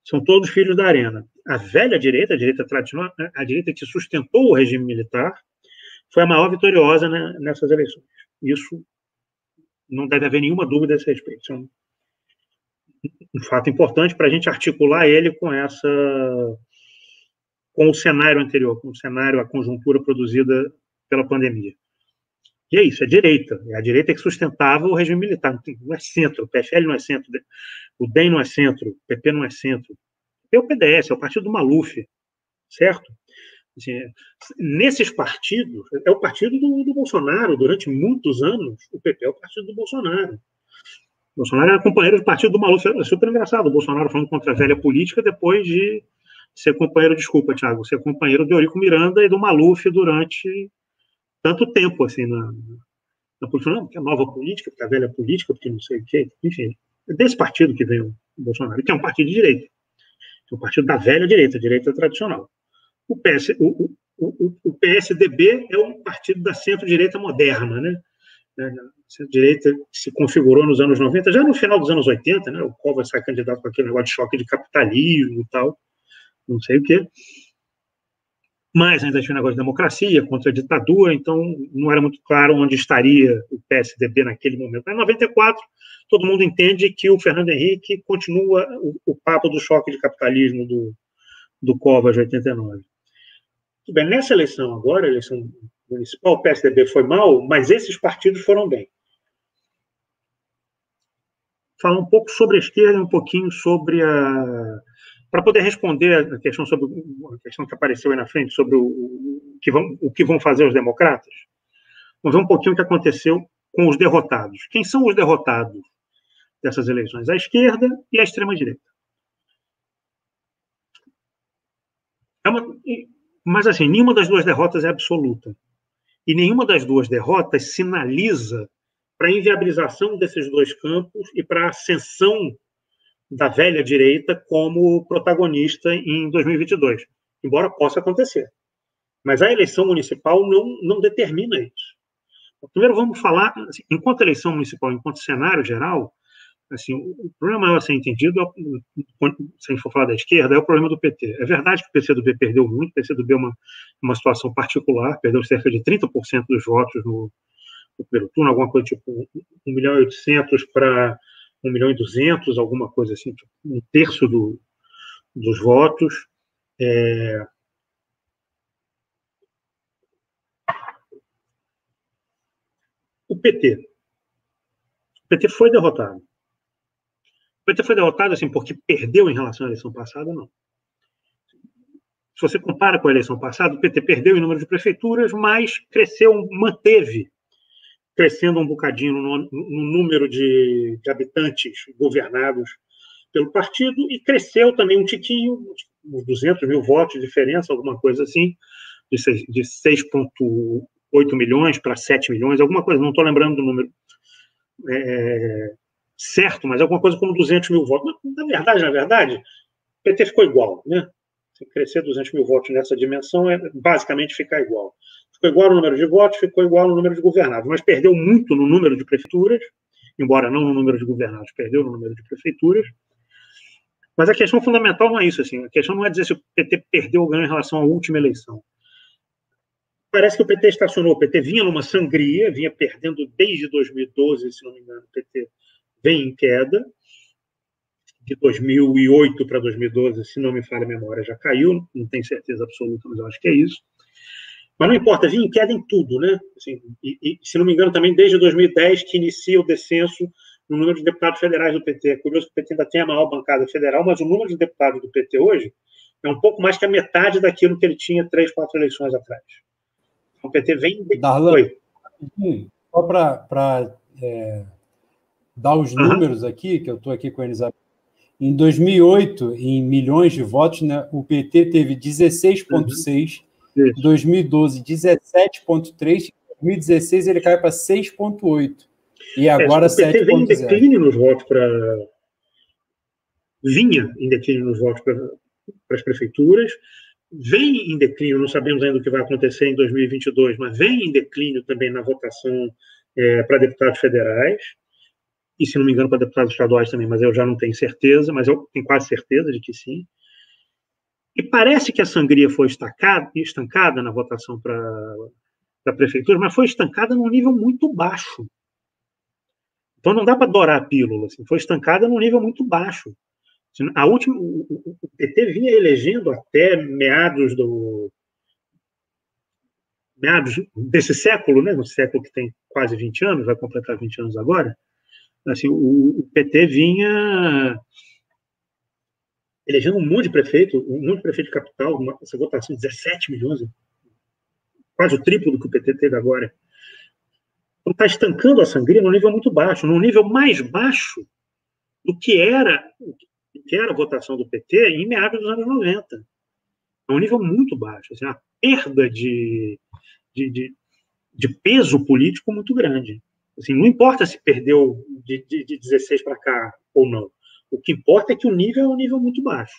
são todos filhos da Arena. A velha direita, a direita tradicional, a direita que sustentou o regime militar, foi a maior vitoriosa, né, nessas eleições. Isso não deve haver nenhuma dúvida a esse respeito. Isso é um, um fato importante para a gente articular ele com essa, com o cenário anterior, com o cenário, a conjuntura produzida pela pandemia. E é isso, é direita. É a direita que sustentava o regime militar. Não é centro, o P F L não é centro, o D E M não é centro, o P P não é centro. É o P D S, é o partido do Maluf, certo? Assim, nesses partidos, é o partido do, do Bolsonaro. Durante muitos anos, o P P é o partido do Bolsonaro. O Bolsonaro era companheiro do partido do Maluf. É super engraçado, o Bolsonaro falando contra a velha política depois de ser companheiro, desculpa, Thiago, ser companheiro do Eurico Miranda e do Maluf durante tanto tempo, assim, na, na política. Não, porque a nova política, porque a velha política, porque não sei o quê. Enfim, é desse partido que vem o Bolsonaro, que é um partido de direita. É um partido da velha direita, direita tradicional. O, P S, o, o, o P S D B é um partido da centro-direita moderna, né? A centro-direita se configurou nos anos noventa, já no final dos anos oitenta, né? O Covas sai candidato com aquele negócio de choque de capitalismo e tal, não sei o quê. Mas ainda tinha um negócio de democracia, contra a ditadura, então não era muito claro onde estaria o P S D B naquele momento. Mas em noventa e quatro, todo mundo entende que o Fernando Henrique continua o, o papo do choque de capitalismo do, do Covas de oitenta e nove. Tudo bem, nessa eleição agora, eleição municipal, o P S D B foi mal, mas esses partidos foram bem. Falar um pouco sobre a esquerda e um pouquinho sobre a... Para poder responder a questão, sobre, a questão que apareceu aí na frente, sobre o, o, que vão, o que vão fazer os democratas, vamos ver um pouquinho o que aconteceu com os derrotados. Quem são os derrotados dessas eleições? A esquerda e a extrema-direita. É uma... Mas, assim, nenhuma das duas derrotas é absoluta. E nenhuma das duas derrotas sinaliza para a inviabilização desses dois campos e para a ascensão da velha direita como protagonista em dois mil e vinte e dois. Embora possa acontecer. Mas a eleição municipal não, não determina isso. Primeiro vamos falar, assim, enquanto eleição municipal, enquanto cenário geral, assim, o problema maior a ser entendido, se a gente for falar da esquerda, é o problema do P T. É verdade que o P C do B perdeu muito, o P C do B é uma, uma situação particular, perdeu cerca de trinta por cento dos votos no, no primeiro turno, alguma coisa tipo um milhão e oitocentos para um milhão e duzentos, alguma coisa assim, tipo, um terço do, dos votos. É... O P T. O P T foi derrotado. O P T foi derrotado, assim, porque perdeu em relação à eleição passada, não. Se você compara com a eleição passada, o P T perdeu em número de prefeituras, mas cresceu, manteve, crescendo um bocadinho no, no número de, de habitantes governados pelo partido, e cresceu também um tiquinho, uns duzentos mil votos de diferença, alguma coisa assim, de seis vírgula oito milhões para sete milhões, alguma coisa, não estou lembrando do número é, certo, mas alguma coisa como duzentos mil votos. Na verdade, na verdade, o P T ficou igual, né? Se crescer duzentos mil votos nessa dimensão, é basicamente ficar igual. Ficou igual no número de votos, ficou igual no número de governados, mas perdeu muito no número de prefeituras, embora não no número de governados, perdeu no número de prefeituras. Mas a questão fundamental não é isso, assim. A questão não é dizer se o P T perdeu ou ganhou em relação à última eleição. Parece que o P T estacionou. O P T vinha numa sangria, vinha perdendo desde dois mil e doze, se não me engano. O P T vem em queda. De dois mil e oito para dois mil e doze, se não me falha a memória, já caiu. Não tenho certeza absoluta, mas eu acho que é isso. Mas não importa, vinha em queda em tudo, né? Assim, e, e, se não me engano, também desde dois mil e dez que inicia o descenso no número de deputados federais do P T. É curioso que o P T ainda tem a maior bancada federal, mas o número de deputados do P T hoje é um pouco mais que a metade daquilo que ele tinha três, quatro eleições atrás. O P T vem...
Darlan, só para é, dar os uhum. números aqui, que eu estou aqui com a Elizabeth. Em dois mil e oito, em milhões de votos, né, o P T teve dezesseis vírgula seis, uhum. em dois mil e doze, dezessete vírgula três, em dois mil e dezesseis ele cai para seis vírgula oito. E agora
é, sete vírgula zero. O P T vem em declínio nos votos para... Vinha em declínio nos votos para as prefeituras, vem em declínio, não sabemos ainda o que vai acontecer em dois mil e vinte e dois, mas vem em declínio também na votação é, para deputados federais, e, se não me engano, para deputados estaduais também, mas eu já não tenho certeza, mas eu tenho quase certeza de que sim. E parece que a sangria foi estancada, estancada na votação para a prefeitura, mas foi estancada num nível muito baixo. Então não dá para dourar a pílula, assim, foi estancada num nível muito baixo. A última, o, o P T vinha elegendo até meados do meados desse século, né, no século que tem quase vinte anos, vai completar vinte anos agora, assim, o, o P T vinha elegendo um monte de prefeito, um monte de prefeito de capital, uma, essa votação de dezessete milhões, quase o triplo do que o P T teve agora. Então está estancando a sangria num nível muito baixo, num nível mais baixo do que era, do que era a votação do P T em meados dos anos noventa. É um nível muito baixo, assim, uma perda de, de, de, de peso político muito grande. Assim, não importa se perdeu de, de, de dezesseis para cá ou não. O que importa é que o nível é um nível muito baixo.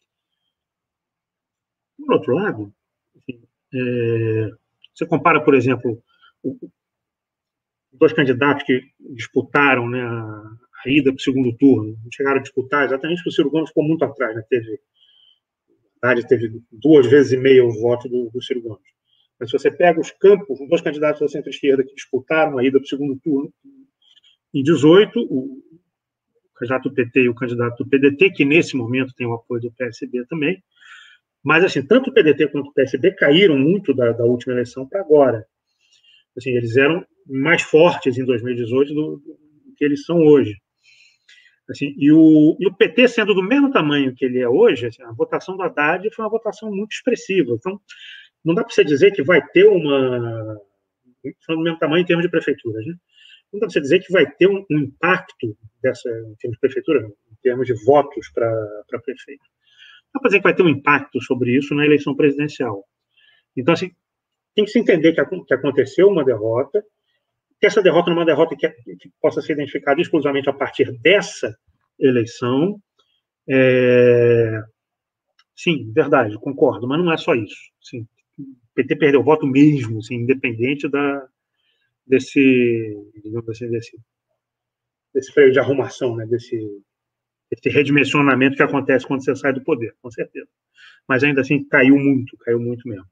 Por outro lado, enfim, é, você compara, por exemplo, o, dois candidatos que disputaram, né, a, a ida para o segundo turno, chegaram a disputar exatamente porque o Ciro Gomes ficou muito atrás, né, teve, na verdade, teve duas vezes e meia o voto do, do Ciro Gomes. Mas se você pega os campos, os dois candidatos da centro-esquerda que disputaram a ida para o segundo turno, em dezoito, o candidato do P T e o candidato do P D T, que nesse momento tem o apoio do P S B também, mas assim, tanto o P D T quanto o P S B caíram muito da, da última eleição para agora. Assim, eles eram mais fortes em dois mil e dezoito do, do que eles são hoje. Assim, e, o, e o P T sendo do mesmo tamanho que ele é hoje, assim, a votação do Haddad foi uma votação muito expressiva. Então, não dá para você dizer que vai ter uma... São do mesmo tamanho em termos de prefeituras, né? Não dá para você dizer que vai ter um, um impacto dessa, em termos de prefeitura, em termos de votos para prefeito. Não dá para dizer que vai ter um impacto sobre isso na eleição presidencial. Então, assim, tem que se entender que, que aconteceu uma derrota, que essa derrota não é uma derrota que, que possa ser identificada exclusivamente a partir dessa eleição. É... Sim, verdade, concordo, mas não é só isso. Assim, o P T perdeu o voto mesmo, assim, independente da, desse, digamos assim, desse, desse freio de arrumação, né, desse, desse redimensionamento que acontece quando você sai do poder, com certeza. Mas ainda assim caiu muito, caiu muito mesmo.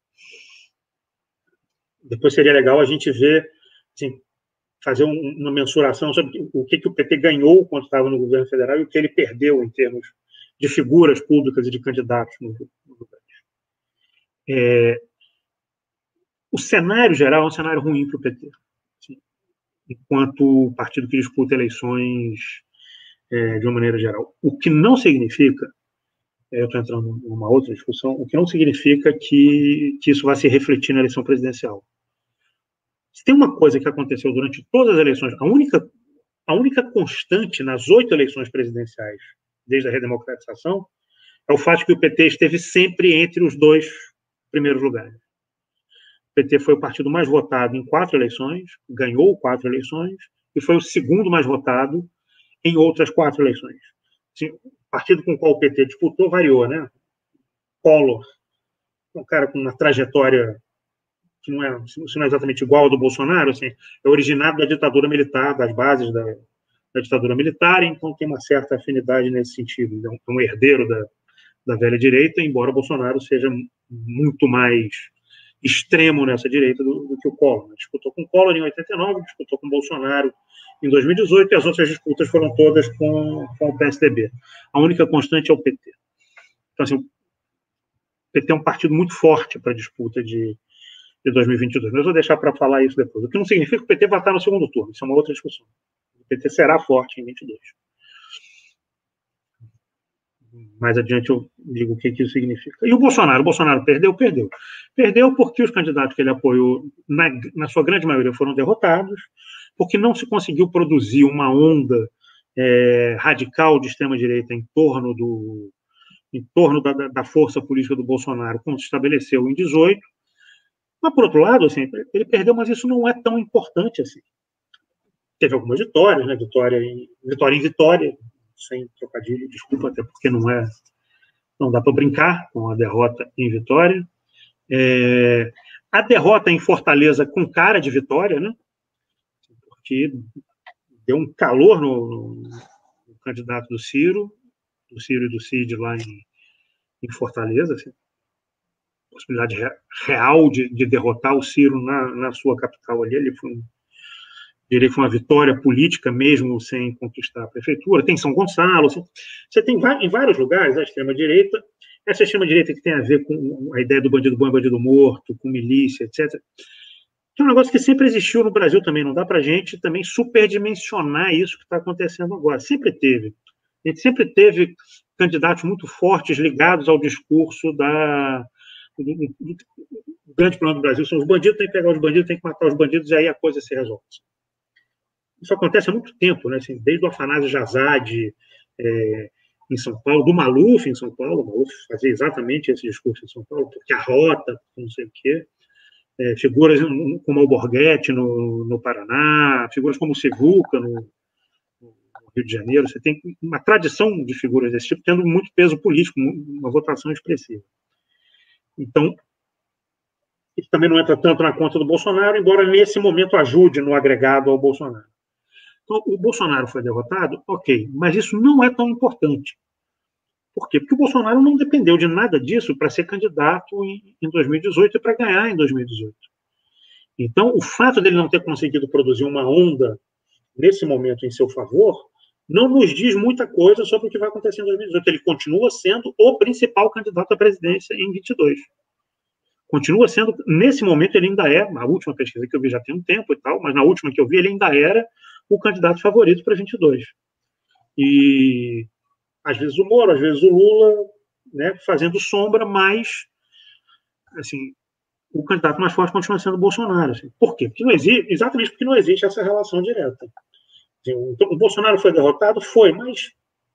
Depois seria legal a gente ver, assim, fazer um, uma mensuração sobre o que, que o P T ganhou quando estava no governo federal e o que ele perdeu em termos de figuras públicas e de candidatos no, no governo. É, o cenário geral é um cenário ruim para o P T, assim, enquanto partido que disputa eleições é, de uma maneira geral. O que não significa, é, eu estou entrando numa outra discussão, o que não significa que, que isso vai se refletir na eleição presidencial. Se tem uma coisa que aconteceu durante todas as eleições, a única, a única constante nas oito eleições presidenciais, desde a redemocratização, é o fato de que o P T esteve sempre entre os dois primeiros lugares. O P T foi o partido mais votado em quatro eleições, ganhou quatro eleições, e foi o segundo mais votado em outras quatro eleições. Assim, o partido com o qual o P T disputou variou, né? Collor, um cara com uma trajetória que não é, se não é exatamente igual ao do Bolsonaro, assim, é originado da ditadura militar, das bases da, da ditadura militar, então tem uma certa afinidade nesse sentido. É um, é um herdeiro da, da velha direita, embora o Bolsonaro seja muito mais extremo nessa direita do, do que o Collor. Disputou com o Collor em oitenta e nove, disputou com o Bolsonaro em dois mil e dezoito, e as outras disputas foram todas com, com o P S D B. A única constante é o P T. Então, assim, o P T é um partido muito forte para a disputa de de dois mil e vinte e dois, mas eu vou deixar para falar isso depois. O que não significa que o P T vai estar no segundo turno, isso é uma outra discussão. O P T será forte em vinte e dois. Mais adiante eu digo o que, que isso significa. E o Bolsonaro? O Bolsonaro perdeu? Perdeu. Perdeu porque os candidatos que ele apoiou, na, na sua grande maioria, foram derrotados, porque não se conseguiu produzir uma onda é, radical de extrema-direita em torno, do, em torno da, da força política do Bolsonaro, como se estabeleceu em dezoito. Mas, por outro lado, assim, ele perdeu, mas isso não é tão importante assim. Teve algumas vitórias, né? Vitória em vitória, em vitória, sem trocadilho, desculpa, até porque não é, não dá para brincar com a derrota em Vitória. É, a derrota em Fortaleza com cara de vitória, né? Porque deu um calor no, no, no candidato do Ciro, do Ciro e do Cid lá em, em Fortaleza, assim, possibilidade real de, de derrotar o Ciro na, na sua capital ali. Ele foi, um, diria que foi uma vitória política mesmo sem conquistar a prefeitura. Tem São Gonçalo, assim, você tem em vários lugares a extrema-direita, essa extrema-direita que tem a ver com a ideia do bandido bom e bandido morto, com milícia, etcétera, que é um negócio que sempre existiu no Brasil também, não dá para a gente também superdimensionar isso que está acontecendo agora. Sempre teve. A gente sempre teve candidatos muito fortes ligados ao discurso da... O grande problema do Brasil são os bandidos, tem que pegar os bandidos, tem que matar os bandidos, e aí a coisa se resolve. Isso acontece há muito tempo, né? Assim, desde o Afanásio Jazade, é, em São Paulo, do Maluf em São Paulo. O Maluf fazia exatamente esse discurso em São Paulo, porque a rota, não sei o quê. É, figuras como o Borghetti no, no Paraná, figuras como o Sevuca no, no Rio de Janeiro. Você tem uma tradição de figuras desse tipo, tendo muito peso político, uma votação expressiva. Então, isso também não entra tanto na conta do Bolsonaro, embora nesse momento ajude no agregado ao Bolsonaro. Então, o Bolsonaro foi derrotado, ok, mas isso não é tão importante. Por quê? Porque o Bolsonaro não dependeu de nada disso para ser candidato em, em dois mil e dezoito e para ganhar em dois mil e dezoito. Então, o fato dele não ter conseguido produzir uma onda nesse momento em seu favor não nos diz muita coisa sobre o que vai acontecer em dois mil e dezoito. Ele continua sendo o principal candidato à presidência em vinte e dois. Continua sendo, nesse momento ele ainda é, a última pesquisa que eu vi já tem um tempo e tal, mas na última que eu vi ele ainda era o candidato favorito para vinte e dois. E às vezes o Moro, às vezes o Lula, né, fazendo sombra, mas assim, o candidato mais forte continua sendo o Bolsonaro. Assim. Por quê? Porque não existe, exatamente porque não existe essa relação direta. Então, o Bolsonaro foi derrotado? Foi, mas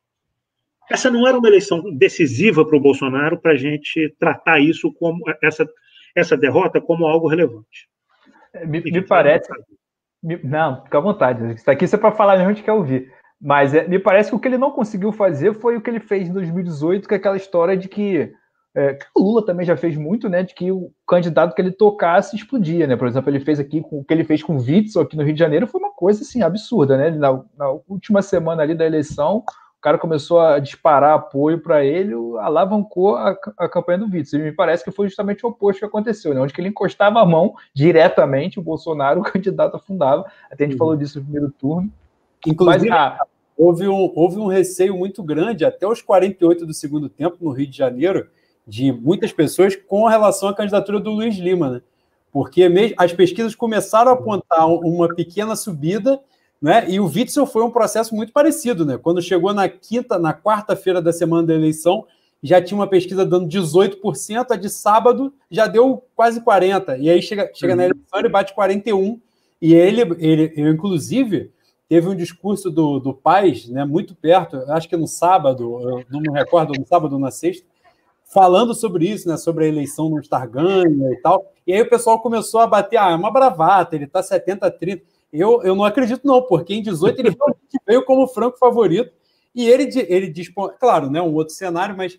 essa não era uma eleição decisiva para o Bolsonaro para a gente tratar isso como essa, essa derrota como algo relevante.
Me, me parece... Me, não, fica à vontade. Isso aqui é para falar mesmo, a gente quer ouvir. Mas é, me parece que o que ele não conseguiu fazer foi o que ele fez em dois mil e dezoito, que é aquela história de que, é, que o Lula também já fez muito, né, de que o candidato que ele tocasse explodia, né? Por exemplo, ele fez aqui, com, o que ele fez com o Witzel aqui no Rio de Janeiro foi uma coisa, assim, absurda, né? Na, na última semana ali da eleição, o cara começou a disparar apoio para ele, alavancou a, a campanha do Witzel. E me parece que foi justamente o oposto que aconteceu, né? Onde que ele encostava a mão diretamente, o Bolsonaro, o candidato afundava. Até a gente uhum. falou disso no primeiro turno.
Inclusive, Mas, ah, houve, um, houve um receio muito grande, até os quarenta e oito do segundo tempo, no Rio de Janeiro, de muitas pessoas com relação à candidatura do Luiz Lima, né? Porque mesmo, as pesquisas começaram a apontar uma pequena subida, né? E o Witzel foi um processo muito parecido, né? Quando chegou na quinta, na quarta-feira da semana da eleição, já tinha uma pesquisa dando dezoito por cento, a de sábado já deu quase quarenta por cento, e aí chega, chega uhum. na eleição ele bate quarenta e um por cento, e ele, ele eu, inclusive, teve um discurso do, do Paes, né, muito perto, acho que no sábado, eu não me recordo, no sábado ou na sexta, falando sobre isso, né, sobre a eleição não estar ganha e tal, e aí o pessoal começou a bater, ah, é uma bravata, ele está setenta a trinta, eu, eu não acredito não, porque em dezoito ele realmente veio como franco favorito, e ele, ele diz, claro, né, um outro cenário, mas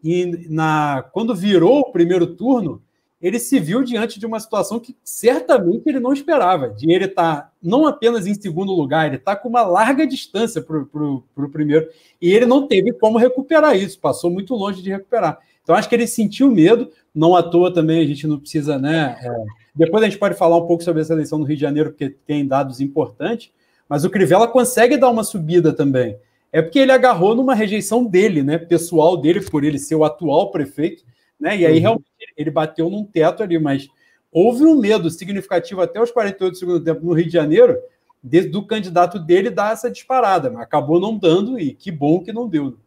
e na, quando virou o primeiro turno, ele se viu diante de uma situação que certamente ele não esperava, de ele estar não apenas em segundo lugar, ele está com uma larga distância para o primeiro, e ele não teve como recuperar isso, passou muito longe de recuperar. Então, acho que ele sentiu medo, não à toa também, a gente não precisa, né? É, depois a gente pode falar um pouco sobre essa eleição no Rio de Janeiro, porque tem dados importantes, mas o Crivella consegue dar uma subida também. É porque ele agarrou numa rejeição dele, né? Pessoal dele, por ele ser o atual prefeito, né? E aí, uhum. realmente, ele bateu num teto ali, mas houve um medo significativo até os quarenta e oito do segundo tempo no Rio de Janeiro, de, do candidato dele dar essa disparada, mas acabou não dando, e que bom que não deu.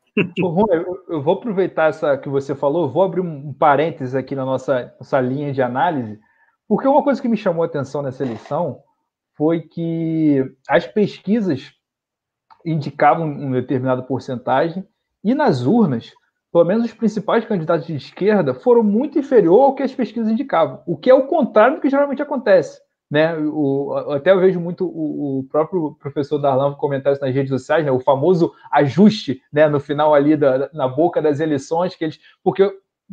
Eu, eu vou aproveitar essa que você falou, vou abrir um parênteses aqui na nossa, nossa linha de análise, porque uma coisa que me chamou a atenção nessa eleição foi que as pesquisas indicavam uma determinada porcentagem, e nas urnas, pelo menos os principais candidatos de esquerda foram muito inferior ao que as pesquisas indicavam, o que é o contrário do que geralmente acontece. Né? O, até eu vejo muito o, o próprio professor Darlan comentar isso nas redes sociais, né? O famoso ajuste, né? No final ali da, na boca das eleições, que eles, porque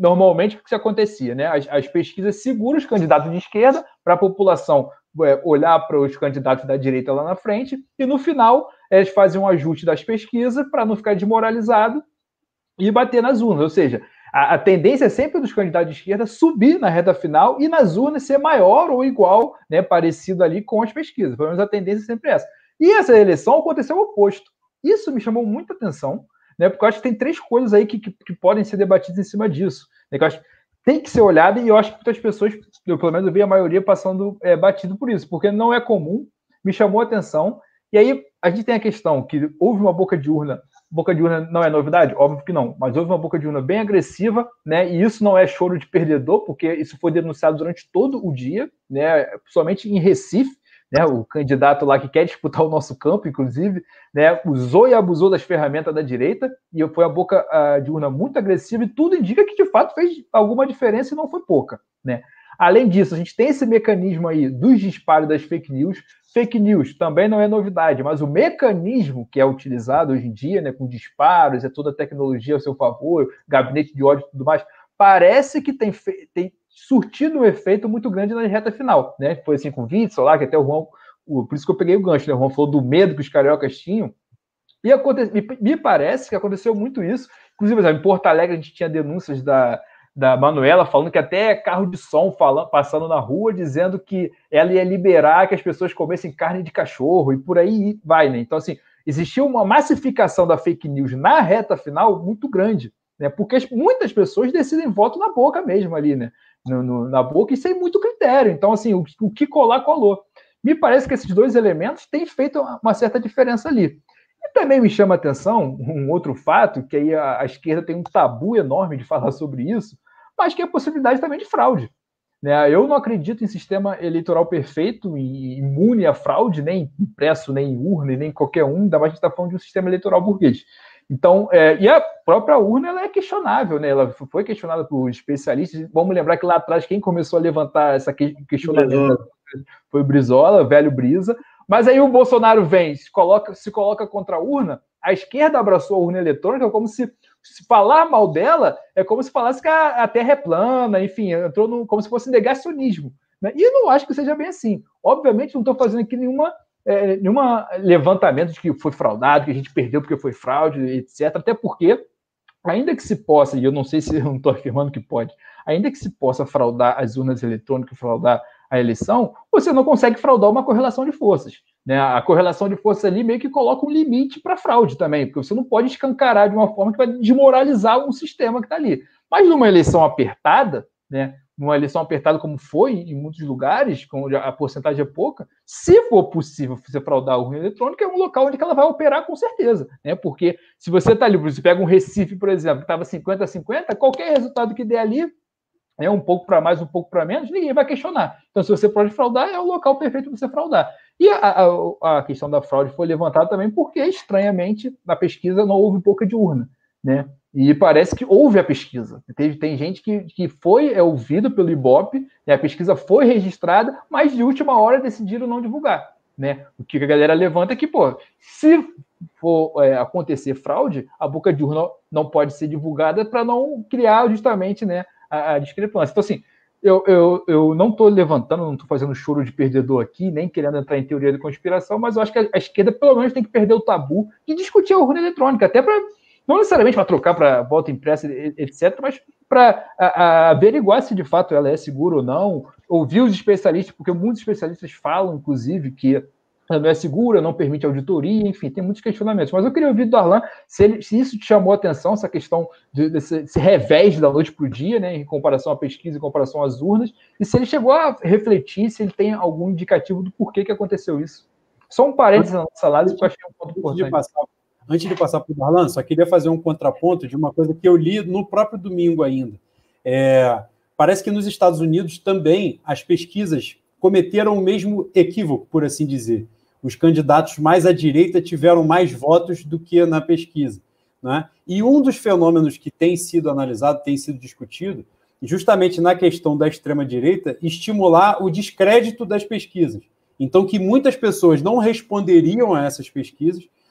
normalmente, o que acontecia? Né? As, as pesquisas seguram os candidatos de esquerda para a população é, olhar para os candidatos da direita lá na frente, e no final eles faziam um ajuste das pesquisas para não ficar desmoralizado e bater nas urnas. Ou seja, a, a tendência é sempre dos candidatos de esquerda subir na reta final e nas urnas ser maior ou igual, né, parecido ali com as pesquisas. Pelo menos a tendência é sempre essa. E essa eleição aconteceu o oposto. Isso me chamou muita atenção, né, porque eu acho que tem três coisas aí que, que, que podem ser debatidas em cima disso, né, que eu acho que tem que ser olhada, e eu acho que muitas pessoas, eu pelo menos eu vi a maioria passando é, batido por isso, porque não é comum, me chamou a atenção. E aí a gente tem a questão que houve uma boca de urna, boca de urna não é novidade? Óbvio que não, mas houve uma boca de urna bem agressiva, né, e isso não é choro de perdedor, porque isso foi denunciado durante todo o dia, né, somente em Recife, né, o candidato lá que quer disputar o nosso campo, inclusive, né, usou e abusou das ferramentas da direita, e foi a boca uh, de urna muito agressiva, e tudo indica que, de fato, fez alguma diferença e não foi pouca, né. Além disso, a gente tem esse mecanismo aí dos disparos das fake news. Fake news também não é novidade, mas o mecanismo que é utilizado hoje em dia, né, com disparos, é toda a tecnologia ao seu favor, gabinete de ódio e tudo mais, parece que tem, tem surtido um efeito muito grande na reta final, né? Foi assim com o Witzel lá, que até o Juan, o, por isso que eu peguei o gancho, né? O Juan falou do medo que os cariocas tinham, e aconte, me, me parece que aconteceu muito isso. Inclusive, em Porto Alegre a gente tinha denúncias da, da Manuela falando que até carro de som falando, passando na rua, dizendo que ela ia liberar que as pessoas comessem carne de cachorro, e por aí vai, né? Então, assim, existiu uma massificação da fake news na reta final muito grande, né? Porque muitas pessoas decidem voto na boca mesmo ali, né? No, no, na boca, e sem muito critério. Então, assim, o, o que colar, colou. Me parece que esses dois elementos têm feito uma certa diferença ali. E também me chama a atenção um outro fato, que aí a, a esquerda tem um tabu enorme de falar sobre isso, mas que é a possibilidade também de fraude, né? Eu não acredito em sistema eleitoral perfeito e imune à fraude, nem impresso, nem em urna, nem em qualquer um, ainda mais a gente está falando de um sistema eleitoral burguês. Então, é, e a própria urna ela é questionável, né? Ela foi questionada por especialistas. Vamos lembrar que lá atrás quem começou a levantar essa questionamento foi o Brizola, velho Brisa. Mas aí o Bolsonaro vem, se coloca, se coloca contra a urna, a esquerda abraçou a urna eletrônica como se, se falar mal dela é como se falasse que a, a Terra é plana, enfim, entrou no, como se fosse negacionismo, né? E eu não acho que seja bem assim. Obviamente não estou fazendo aqui nenhuma É, nenhuma levantamento de que foi fraudado, que a gente perdeu porque foi fraude, etcétera. Até porque, ainda que se possa, e eu não sei se eu não estou afirmando que pode, ainda que se possa fraudar as urnas eletrônicas, fraudar a eleição, você não consegue fraudar uma correlação de forças, né? A correlação de forças ali meio que coloca um limite para fraude também, porque você não pode escancarar de uma forma que vai desmoralizar um sistema que está ali. Mas numa eleição apertada, né? Numa eleição apertada como foi em muitos lugares, onde a porcentagem é pouca, se for possível você fraudar a urna eletrônica, é um local onde ela vai operar com certeza, né? Porque se você está ali, você pega um Recife, por exemplo, que estava cinquenta a cinquenta, qualquer resultado que der ali, é um pouco para mais, um pouco para menos, ninguém vai questionar. Então, se você pode fraudar, é o local perfeito para você fraudar. E a, a, a questão da fraude foi levantada também porque, estranhamente, na pesquisa não houve boca de urna, né? E parece que houve a pesquisa. Tem, tem gente que, que foi é, ouvido pelo Ibope, né, a pesquisa foi registrada, mas de última hora decidiram não divulgar, né? O que a galera levanta é que, pô, se for é, acontecer fraude, a boca de urna não pode ser divulgada para não criar justamente, né, a, a discrepância. Então, assim, eu, eu, eu não estou levantando, não estou fazendo choro de perdedor aqui, nem querendo entrar em teoria de conspiração, mas eu acho que a, a esquerda, pelo menos, tem que perder o tabu de discutir a urna eletrônica, até para não necessariamente para trocar para voto impresso, etcétera, mas para averiguar se de fato ela é segura ou não, ouvir os especialistas, porque muitos especialistas falam, inclusive, que ela não é segura, não permite auditoria, enfim, tem muitos questionamentos. Mas eu queria ouvir do Darlan se, ele, se isso te chamou a atenção, essa questão de, desse, desse revés da noite para o dia, né, em comparação à pesquisa, em comparação às urnas, e se ele chegou a refletir, se ele tem algum indicativo do porquê que aconteceu isso. Só um parênteses na nossa live, que eu achei um ponto importante.
Antes de passar para o Darlan, só queria fazer um contraponto de uma coisa que eu li no próprio domingo ainda. É, parece que nos Estados Unidos também as pesquisas cometeram o mesmo equívoco, por assim dizer. Os candidatos mais à direita tiveram mais votos do que na pesquisa, né? E um dos fenômenos que tem sido analisado, tem sido discutido, justamente na questão da extrema-direita, estimular o descrédito das pesquisas. Então, que muitas pessoas não responderiam a essas pesquisas,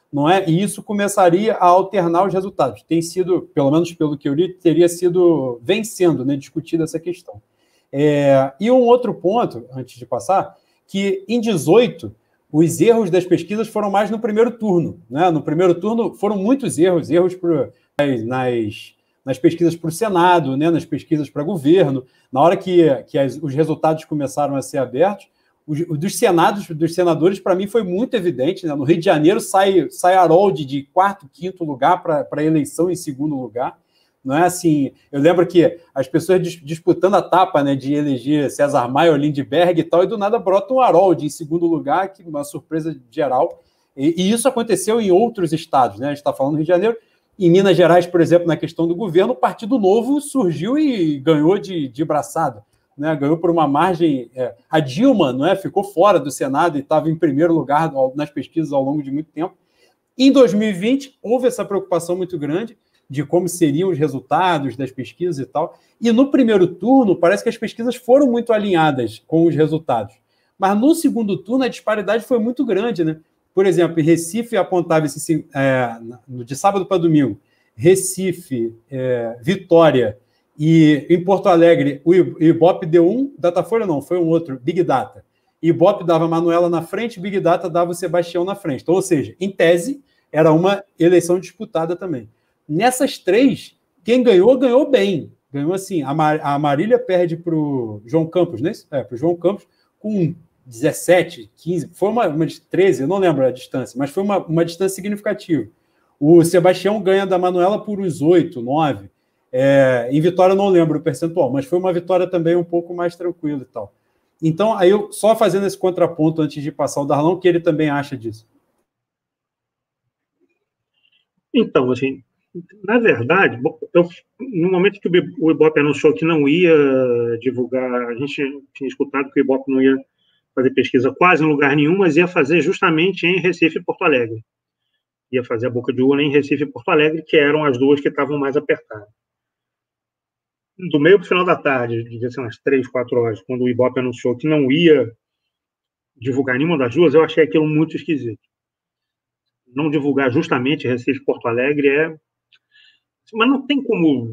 não é? E isso começaria a alternar os resultados. Tem sido, pelo menos pelo que eu li, teria sido vencendo, né, discutida essa questão. É, e um outro ponto, antes de passar, que em dezoito, os erros das pesquisas foram mais no primeiro turno, né? No primeiro turno foram muitos erros, erros por, nas, nas pesquisas para o Senado, né? Nas pesquisas para governo. Na hora que, que as, os resultados começaram a ser abertos, os, dos senados, dos senadores, para mim foi muito evidente, né? No Rio de Janeiro sai, sai Harold de quarto, quinto lugar para a eleição em segundo lugar. Não é assim, eu lembro que as pessoas dis, disputando a tapa, né, de eleger César Maia ou Lindbergh e tal, e do nada brota um Harold em segundo lugar, que uma surpresa geral. E, e isso aconteceu em outros estados, né? A gente está falando do Rio de Janeiro. Em Minas Gerais, por exemplo, na questão do governo, o Partido Novo surgiu e ganhou de, de braçada, né? Ganhou por uma margem. É, a Dilma, não é, ficou fora do Senado e estava em primeiro lugar nas pesquisas ao longo de muito tempo. Em dois mil e vinte, houve essa preocupação muito grande de como seriam os resultados das pesquisas e tal. E no primeiro turno, parece que as pesquisas foram muito alinhadas com os resultados. Mas no segundo turno, a disparidade foi muito grande, né? Por exemplo, em Recife apontava esse, é, de sábado para domingo, Recife, é, Vitória, e em Porto Alegre, o Ibope deu um, Datafolha não, foi um outro, Big Data. Ibope dava a Manuela na frente, Big Data dava o Sebastião na frente. Então, ou seja, em tese, era uma eleição disputada também. Nessas três, quem ganhou, ganhou bem. Ganhou assim, a, Mar, a Marília perde para o João Campos, né? É, para o João Campos, com dezessete, quinze, foi uma, uma de treze, eu não lembro a distância, mas foi uma, uma distância significativa. O Sebastião ganha da Manuela por uns oito, nove. É, em Vitória eu não lembro o percentual, mas foi uma vitória também um pouco mais tranquila e tal. Então, aí eu só fazendo esse contraponto antes de passar o Darlão, que ele também acha disso.
Então, assim, na verdade, eu, no momento que o Ibope anunciou que não ia divulgar, a gente tinha escutado que o Ibope não ia fazer pesquisa quase em lugar nenhum, mas ia fazer justamente em Recife e Porto Alegre. Ia fazer a boca de urna em Recife e Porto Alegre, que eram as duas que estavam mais apertadas. Do meio para o final da tarde, devia ser umas três, quatro horas, quando o Ibope anunciou que não ia divulgar nenhuma das duas, eu achei aquilo muito esquisito. Não divulgar justamente Recife e Porto Alegre é... Mas não tem como...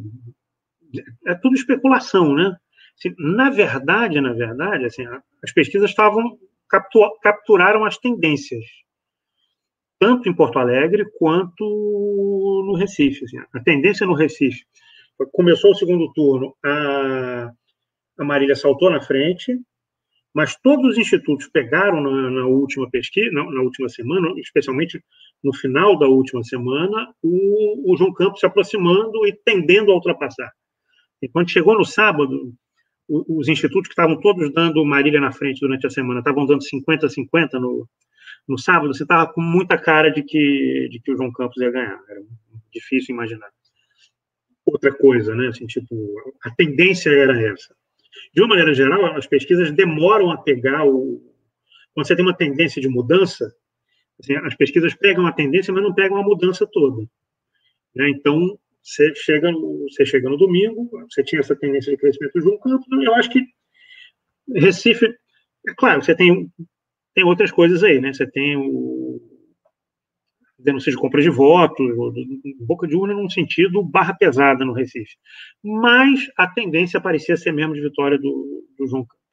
É tudo especulação, né? Assim, na verdade, na verdade, assim, as pesquisas estavam... capturaram as tendências, tanto em Porto Alegre quanto no Recife. Assim, a tendência no Recife... Começou o segundo turno, a, a Marília saltou na frente, mas todos os institutos pegaram na, na última pesquisa, na, na última semana, especialmente no final da última semana, o, o João Campos se aproximando e tendendo a ultrapassar. E quando chegou no sábado, o, os institutos que estavam todos dando Marília na frente durante a semana, estavam dando cinquenta a cinquenta no, no sábado, você estava com muita cara de que, de que o João Campos ia ganhar. Era difícil imaginar outra coisa, né? Assim, tipo, a tendência era essa. De uma maneira geral, as pesquisas demoram a pegar o... Quando você tem uma tendência de mudança, assim, as pesquisas pegam a tendência, mas não pegam a mudança toda. Né? Então, você chega, no... você chega no domingo, você tinha essa tendência de crescimento do João Campos, eu acho que Recife... É claro, você tem, tem outras coisas aí, né? Você tem o denúncia de compra de votos, boca de urna num sentido barra pesada no Recife. Mas a tendência parecia ser mesmo de vitória do, do João Campos.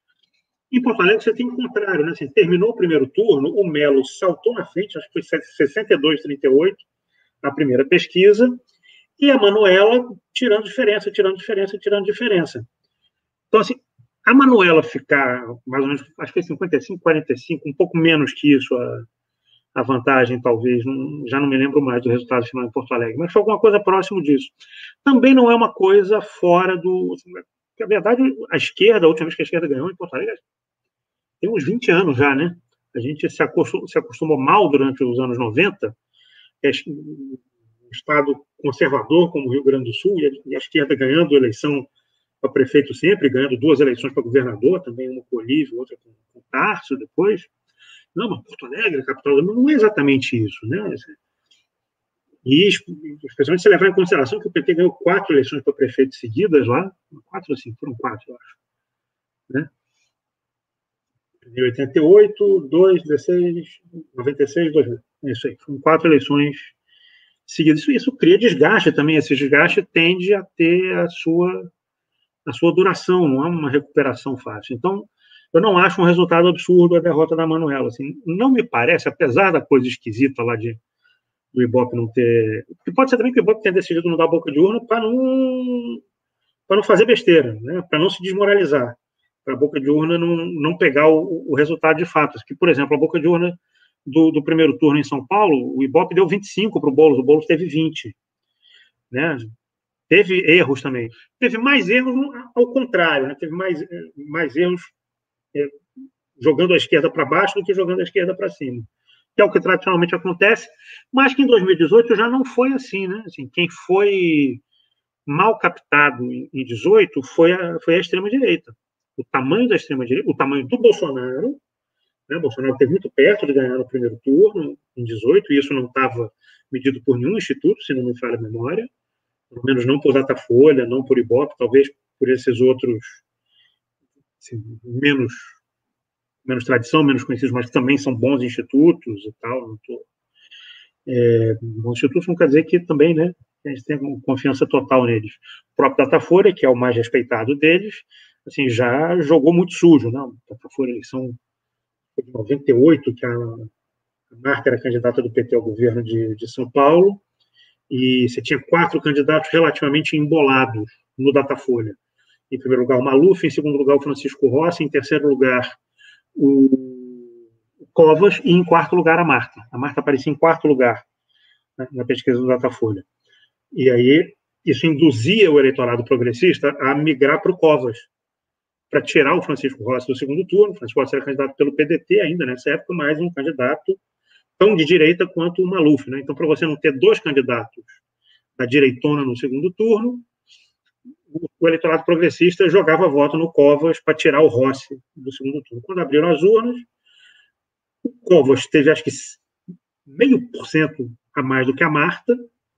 Em Porto Alegre você tem o contrário, né? Assim, terminou o primeiro turno, o Melo saltou na frente, acho que foi sessenta e dois a trinta e oito na primeira pesquisa, e a Manuela tirando diferença, tirando diferença, tirando diferença. Então, assim, a Manuela ficar mais ou menos, acho que foi cinquenta e cinco, quarenta e cinco, um pouco menos que isso, a a vantagem, talvez, não, já não me lembro mais do resultado final em Porto Alegre, mas foi alguma coisa próximo disso. Também não é uma coisa fora do... Na verdade, a esquerda, a última vez que a esquerda ganhou em Porto Alegre, tem uns vinte anos já, né? A gente se acostumou, se acostumou mal durante os anos noventa, é, um estado conservador como o Rio Grande do Sul, e a esquerda ganhando eleição para prefeito sempre, ganhando duas eleições para governador, também uma com o Olívio, outra com o Tarso depois. Não, mas Porto Alegre, capital, não é exatamente isso, né? E, especialmente se levar em consideração que o P T ganhou quatro eleições para prefeito seguidas lá, quatro ou cinco, foram quatro, eu acho. Né? Em oitenta e oito, dois, dezesseis, noventa e seis, dois mil. É isso aí, foram quatro eleições seguidas. Isso, isso cria desgaste também, esse desgaste tende a ter a sua, a sua duração, não é uma recuperação fácil. Então, eu não acho um resultado absurdo a derrota da Manuela. Assim, não me parece, apesar da coisa esquisita lá de, do Ibope não ter... Que pode ser também que o Ibope tenha decidido não dar boca de urna para não, para não fazer besteira, né? Para não se desmoralizar, para a boca de urna não, não pegar o, o resultado de fato. Que, por exemplo, a boca de urna do, do primeiro turno em São Paulo, o Ibope deu vinte e cinco para o Boulos, o Boulos teve vinte. Né? Teve erros também. Teve mais erros ao contrário, né? Teve mais, mais erros é, jogando a esquerda para baixo do que jogando a esquerda para cima. Que é o que tradicionalmente acontece, mas que em dois mil e dezoito já não foi assim, né? Assim, quem foi mal captado em dezoito foi a, foi a extrema-direita. O tamanho da extrema-direita, o tamanho do Bolsonaro, né? O Bolsonaro esteve muito perto de ganhar no primeiro turno, em dezoito, e isso não estava medido por nenhum instituto, se não me falha a memória, pelo menos não por Datafolha, não por Ibope, talvez por esses outros assim, menos, menos tradição, menos conhecidos, mas que também são bons institutos e tal. Não tô, é, bons institutos não quer dizer que também, né, a gente tem confiança total neles. O próprio Datafolha, que é o mais respeitado deles, assim, já jogou muito sujo. Não? O Datafolha, eles são de noventa e oito, que a, a Marta era candidata do P T ao governo de, de São Paulo, e você tinha quatro candidatos relativamente embolados no Datafolha. Em primeiro lugar, o Maluf, em segundo lugar, o Francisco Rossi, em terceiro lugar, o Covas, e em quarto lugar, a Marta. A Marta aparecia em quarto lugar, né, na pesquisa do Datafolha. E aí, isso induzia o eleitorado progressista a migrar para o Covas, para tirar o Francisco Rossi do segundo turno. O Francisco Rossi era candidato pelo P D T ainda nessa época, mais um candidato tão de direita quanto o Maluf. Né? Então, para você não ter dois candidatos da direitona no segundo turno, o eleitorado progressista jogava voto no Covas para tirar o Rossi do segundo turno. Quando abriram as urnas, o Covas teve, acho que, meio por cento a mais do que a Marta,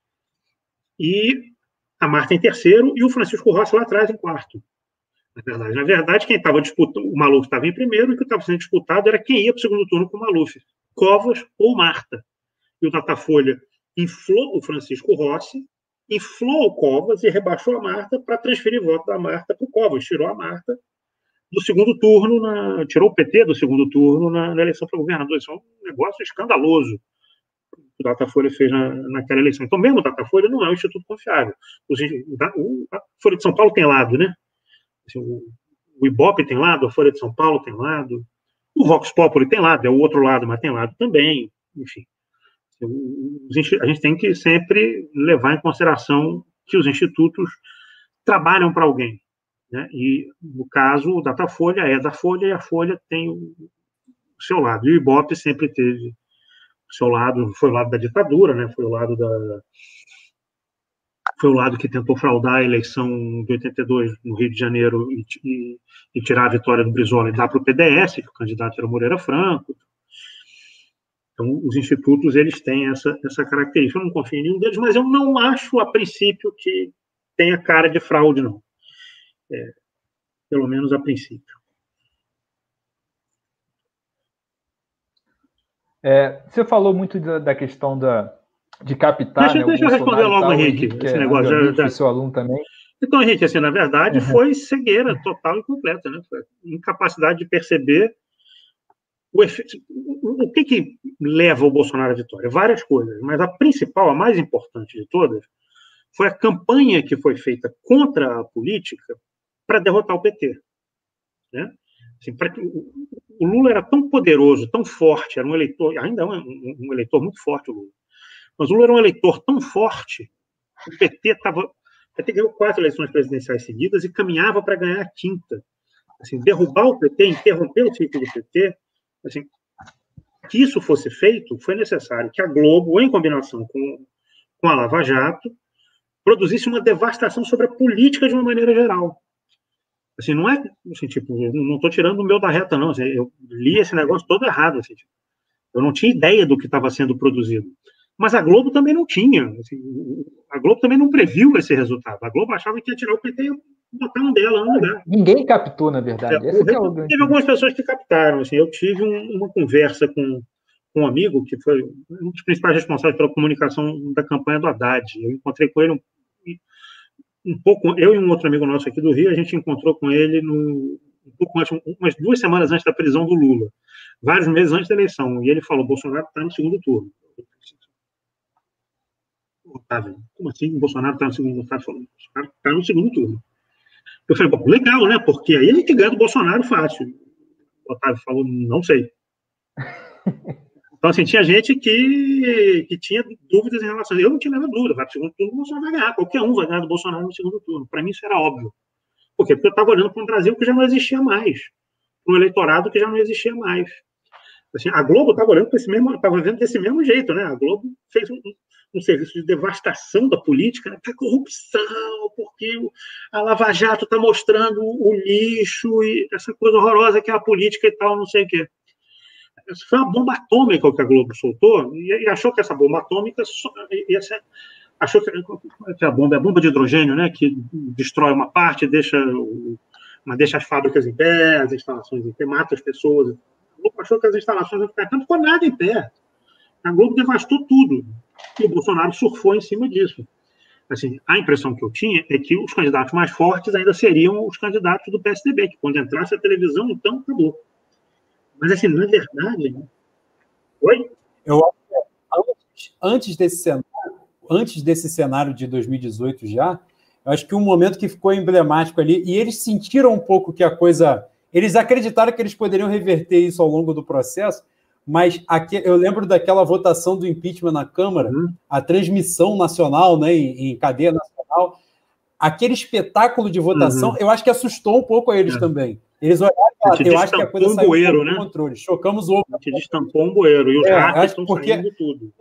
e a Marta em terceiro, e o Francisco Rossi lá atrás em quarto. Na verdade, na verdade quem estava disputando, o Maluf estava em primeiro, e o que estava sendo disputado era quem ia para o segundo turno com o Maluf, Covas ou Marta. E o Datafolha inflou o Francisco Rossi, inflou o Covas e rebaixou a Marta para transferir voto da Marta para o Covas. Tirou a Marta do segundo turno, na, tirou o P T do segundo turno na, na eleição para governador. Isso é um negócio escandaloso que o Datafolha fez na, naquela eleição. Então, mesmo o Datafolha não é um instituto confiável. Os, o, a Folha de São Paulo tem lado, né? Assim, o, o Ibope tem lado, a Folha de São Paulo tem lado, o Vox Populi tem lado, é o outro lado, mas tem lado também, enfim. A gente tem que sempre levar em consideração que os institutos trabalham para alguém, né? E, no caso, o Datafolha é da Folha e a Folha tem o seu lado. E o Ibope sempre teve o seu lado, foi o lado da ditadura, né? Foi o lado da... Foi o lado que tentou fraudar a eleição de oitenta e dois no Rio de Janeiro e, e, e tirar a vitória do Brizola e dar para o P D S, que o candidato era Moreira Franco. Então, os institutos, eles têm essa, essa característica. Eu não confio em nenhum deles, mas eu não acho, a princípio, que tenha cara de fraude, não. É, pelo menos a princípio.
É, você falou muito da, da questão da, de captar,
deixa,
né,
deixa eu responder logo, tal, Henrique, Henrique, esse é, negócio. Já, já...
seu aluno também.
Então, Henrique, assim, na verdade, uhum. foi cegueira total e completa, né? Foi incapacidade de perceber o efeito. O que, que leva o Bolsonaro à vitória? Várias coisas, mas a principal, a mais importante de todas, foi a campanha que foi feita contra a política para derrotar o P T. Né? Assim, pra, o, o Lula era tão poderoso, tão forte, era um eleitor, ainda é um, um, um eleitor muito forte, o Lula. Mas o Lula era um eleitor tão forte, o P T estava. O P T ganhou quatro eleições presidenciais seguidas e caminhava para ganhar a quinta. Assim, derrubar o P T, interromper o ciclo do P T, assim, que isso fosse feito, foi necessário que a Globo, em combinação com, com a Lava Jato, produzisse uma devastação sobre a política de uma maneira geral. Assim, não é, assim, tipo, eu não estou tirando o meu da reta, não. Assim, eu li esse negócio todo errado. Assim, tipo, eu não tinha ideia do que estava sendo produzido. Mas a Globo também não tinha. Assim, a Globo também não previu esse resultado. A Globo achava que ia tirar o P T e botar um dela no lugar.
Ninguém captou, na verdade.
É, Esse é o teve algumas pessoas que captaram. Assim, eu tive um, uma conversa com, com um amigo que foi um dos principais responsáveis pela comunicação da campanha do Haddad. Eu encontrei com ele um, um pouco, eu e um outro amigo nosso aqui do Rio, a gente encontrou com ele no, um pouco antes, umas duas semanas antes da prisão do Lula, vários meses antes da eleição, e ele falou: Bolsonaro está no segundo turno. Otávio, como assim? O Bolsonaro está no segundo turno? Otávio falou: Bolsonaro está no segundo turno. Eu falei: bom, legal, né? Porque aí a gente ganha do Bolsonaro fácil. O Otávio falou: não sei. Então, assim, tinha gente que, que tinha dúvidas em relação a isso. Eu não tinha nada dúvida. Vai para o segundo turno, o Bolsonaro vai ganhar. Qualquer um vai ganhar do Bolsonaro no segundo turno. Para mim, isso era óbvio. Por quê? Porque eu estava olhando para um Brasil que já não existia mais. Para um eleitorado que já não existia mais. Assim, a Globo estava olhando para esse mesmo, estava vendo desse mesmo jeito, né? A Globo fez um, um serviço de devastação da política, né? A corrupção, porque a Lava Jato está mostrando o lixo e essa coisa horrorosa que é a política e tal, não sei o quê. Isso foi uma bomba atômica que a Globo soltou, e, e achou que essa bomba atômica ia ser, achou que, que a bomba é a bomba de hidrogênio, né? Que destrói uma parte, deixa, uma, deixa as fábricas em pé, as instalações em pé, mata as pessoas. A Globo achou que as instalações iam ficar, não ficou nada em pé. A Globo devastou tudo. E o Bolsonaro surfou em cima disso. Assim, a impressão que eu tinha é que os candidatos mais fortes ainda seriam os candidatos do P S D B, que quando entrasse a televisão, então acabou. Mas, assim, na verdade... Né? Oi?
Eu acho que antes, antes, desse cenário, antes desse cenário de dois mil e dezoito já, eu acho que um momento que ficou emblemático ali, e eles sentiram um pouco que a coisa... Eles acreditaram que eles poderiam reverter isso ao longo do processo, mas aqui, eu lembro daquela votação do impeachment na Câmara, uhum. a transmissão nacional, né, em, em cadeia nacional, aquele espetáculo de votação, uhum. eu acho que assustou um pouco a eles é. também. Eles olharam e eu acho que a coisa
um
saiu
bueiro,
do
né?
controle. Chocamos o ovo.
A gente destampou um bueiro, e os
é,
ratos estão
porque...
saindo tudo.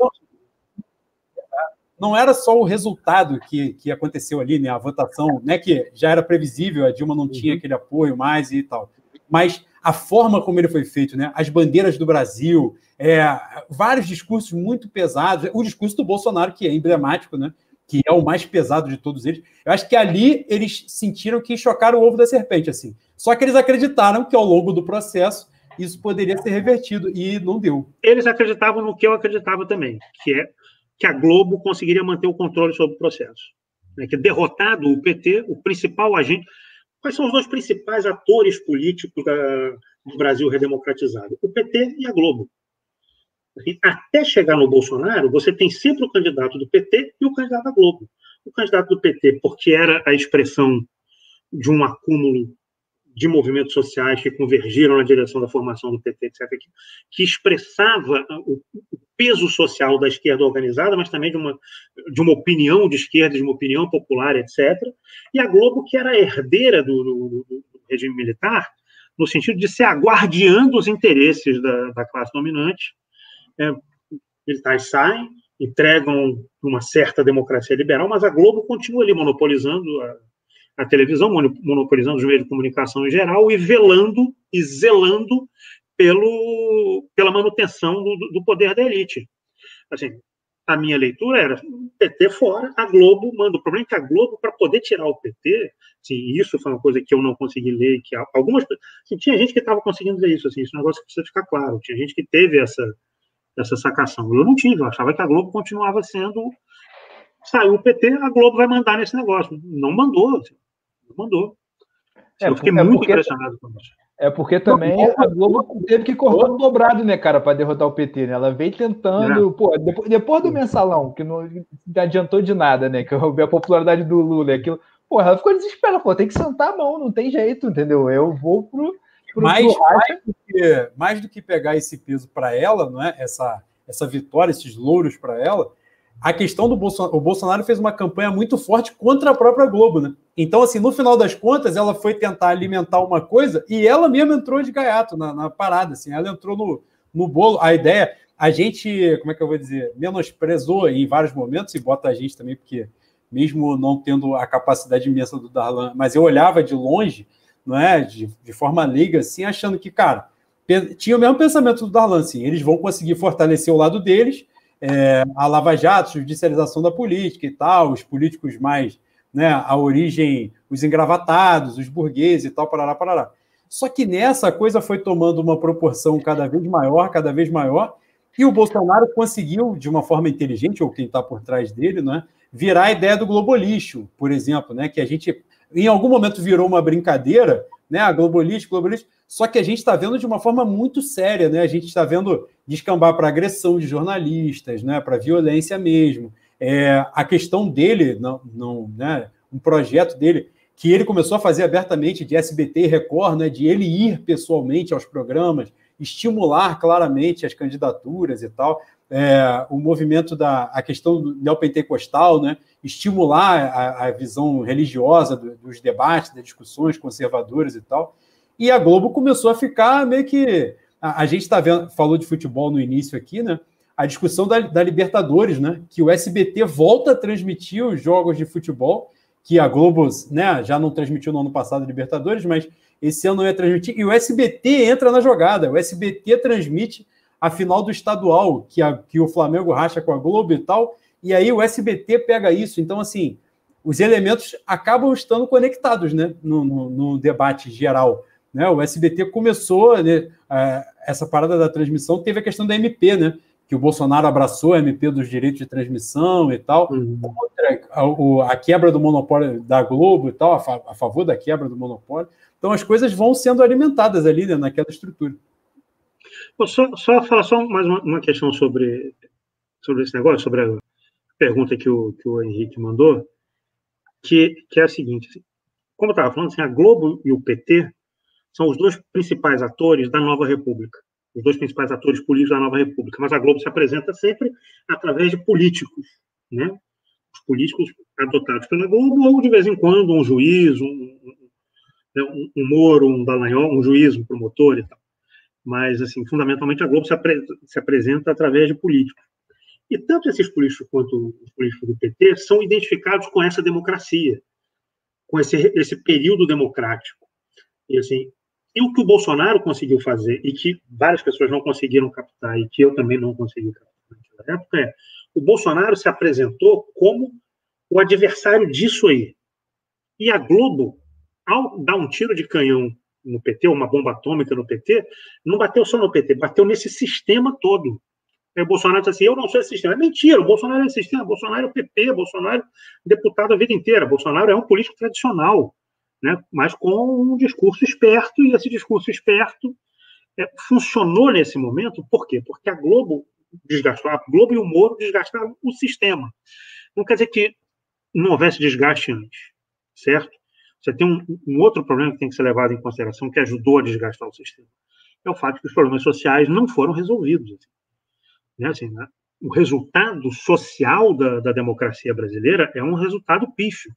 Não era só o resultado que, que aconteceu ali, né? A votação, né? Que já era previsível, a Dilma não tinha uhum. aquele apoio mais e tal. Mas a forma como ele foi feito, né? As bandeiras do Brasil, é, vários discursos muito pesados. O discurso do Bolsonaro, que é emblemático, né? Que é o mais pesado de todos eles. Eu acho que ali eles sentiram que chocaram o ovo da serpente, assim. Só que eles acreditaram que ao longo do processo isso poderia ser revertido e não deu.
Eles acreditavam no que eu acreditava também, que é que a Globo conseguiria manter o controle sobre o processo. Né? Que derrotado o P T, o principal agente... Quais são os dois principais atores políticos da, do Brasil redemocratizado? O P T e a Globo. Assim, até chegar no Bolsonaro, você tem sempre o candidato do P T e o candidato da Globo. O candidato do P T, porque era a expressão de um acúmulo de movimentos sociais que convergiram na direção da formação do P T, etcétera, que, que expressava o, o peso social da esquerda organizada, mas também de uma, de uma opinião de esquerda, de uma opinião popular, etcétera. E a Globo, que era a herdeira do, do, do regime militar, no sentido de ser a guardiã dos interesses da, da classe dominante. É, militares saem, entregam uma certa democracia liberal, mas a Globo continua ali monopolizando a a televisão, monopolizando os meios de comunicação em geral e velando e zelando pelo, pela manutenção do, do poder da elite. Assim, a minha leitura era P T fora, a Globo manda. O problema é que a Globo, para poder tirar o P T, assim, isso foi uma coisa que eu não consegui ler, que algumas, assim, tinha gente que estava conseguindo ver isso, assim, esse negócio precisa ficar claro, tinha gente que teve essa, essa sacação. Eu não tive, eu achava que a Globo continuava sendo... Saiu o P T, a Globo vai mandar nesse negócio. Não mandou, assim, não mandou.
É,
eu fiquei
é
muito
porque,
impressionado com isso.
É porque também a Globo teve que cortar um dobrado, né, cara, para derrotar o P T, né? Ela veio tentando, é. pô, depois, depois do mensalão, que não adiantou de nada, né? Que eu vi a popularidade do Lula, aquilo. Pô, ela ficou desesperada, pô, tem que sentar a mão, não tem jeito, entendeu? Eu vou pro. pro
mais, pro mais, do que, mais do que pegar esse peso para ela, não é? Essa, essa vitória, esses louros para ela. A questão do Bolsonaro, o Bolsonaro fez uma campanha muito forte contra a própria Globo, né? Então, assim, no final das contas, ela foi tentar alimentar uma coisa e ela mesma entrou de gaiato na, na parada, assim, ela entrou no, no bolo. A ideia, a gente, como é que eu vou dizer, menosprezou em vários momentos, e bota a gente também, porque mesmo não tendo a capacidade imensa do Darlan, mas eu olhava de longe, não é, de, de forma leiga, assim, achando que, cara, tinha o mesmo pensamento do Darlan, assim, eles vão conseguir fortalecer o lado deles. É, a Lava Jato, judicialização da política e tal, os políticos mais, né, a origem, os engravatados, os burgueses e tal, parará, parará. Só que nessa a coisa foi tomando uma proporção cada vez maior, cada vez maior, E o Bolsonaro conseguiu, de uma forma inteligente, ou quem está por trás dele, né, virar a ideia do globolixo, por exemplo, né, que a gente, em algum momento, virou uma brincadeira, né, a globolixo, globolixo, só que a gente está vendo de uma forma muito séria, né, a gente está vendo descambar para agressão de jornalistas, né, para violência mesmo. É, a questão dele, não, não, né, um projeto dele, que ele começou a fazer abertamente de S B T e Record, né, de ele ir pessoalmente aos programas, estimular claramente as candidaturas e tal, é, o movimento da a questão do neopentecostal, né, estimular a, a visão religiosa do, dos debates, das discussões conservadoras e tal. E a Globo começou a ficar meio que... A, a gente tá vendo, falou de futebol no início aqui, né? A discussão da, da Libertadores, né? Que o S B T volta a transmitir os jogos de futebol, que a Globo, né, já não transmitiu no ano passado Libertadores, mas esse ano não ia transmitir, e o S B T entra na jogada. O S B T transmite a final do estadual, que, a, que o Flamengo racha com a Globo e tal, e aí o S B T pega isso. Então, assim, os elementos acabam estando conectados, né, no, no, no debate geral. Né? O S B T começou, né, essa parada da transmissão, teve a questão da M P, né, que o Bolsonaro abraçou a M P dos direitos de transmissão e tal, uhum. a, a quebra do monopólio da Globo e tal, a, fa, a favor da quebra do monopólio. Então, as coisas vão sendo alimentadas ali, né, naquela estrutura.
Vou só, só falar só mais uma, uma questão sobre, sobre esse negócio, sobre a pergunta que o, que o Henrique mandou, que, que é a seguinte, assim, como eu estava falando, assim, a Globo e o P T são os dois principais atores da Nova República, os dois principais atores políticos da Nova República, mas a Globo se apresenta sempre através de políticos, né? Os políticos adotados pela Globo, ou de vez em quando um juiz, um, um, um Moro, um Dallagnol, um juiz, um promotor e tal. Mas, assim, fundamentalmente a Globo se, apre se apresenta através de políticos. E tanto esses políticos quanto os políticos do P T são identificados com essa democracia, com esse, esse período democrático. E, assim, e o que o Bolsonaro conseguiu fazer, e que várias pessoas não conseguiram captar, e que eu também não consegui captar naquela época, é o Bolsonaro se apresentou como o adversário disso aí. E a Globo, ao dar um tiro de canhão no P T, uma bomba atômica no P T, não bateu só no P T, bateu nesse sistema todo. Aí o Bolsonaro disse assim, eu não sou esse sistema. É mentira, o Bolsonaro é esse sistema, o Bolsonaro é o P P, o Bolsonaro é deputado a vida inteira, o Bolsonaro é um político tradicional, né? Mas com um discurso esperto, e esse discurso esperto é, funcionou nesse momento, por quê? Porque a Globo desgastou, a Globo e o Moro desgastaram o sistema. Não quer dizer que não houvesse desgaste antes, certo? Você tem um, um outro problema que tem que ser levado em consideração, que ajudou a desgastar o sistema. É o fato que os problemas sociais não foram resolvidos. Assim. Né? Assim, né? O resultado social da, da democracia brasileira é um resultado pífio.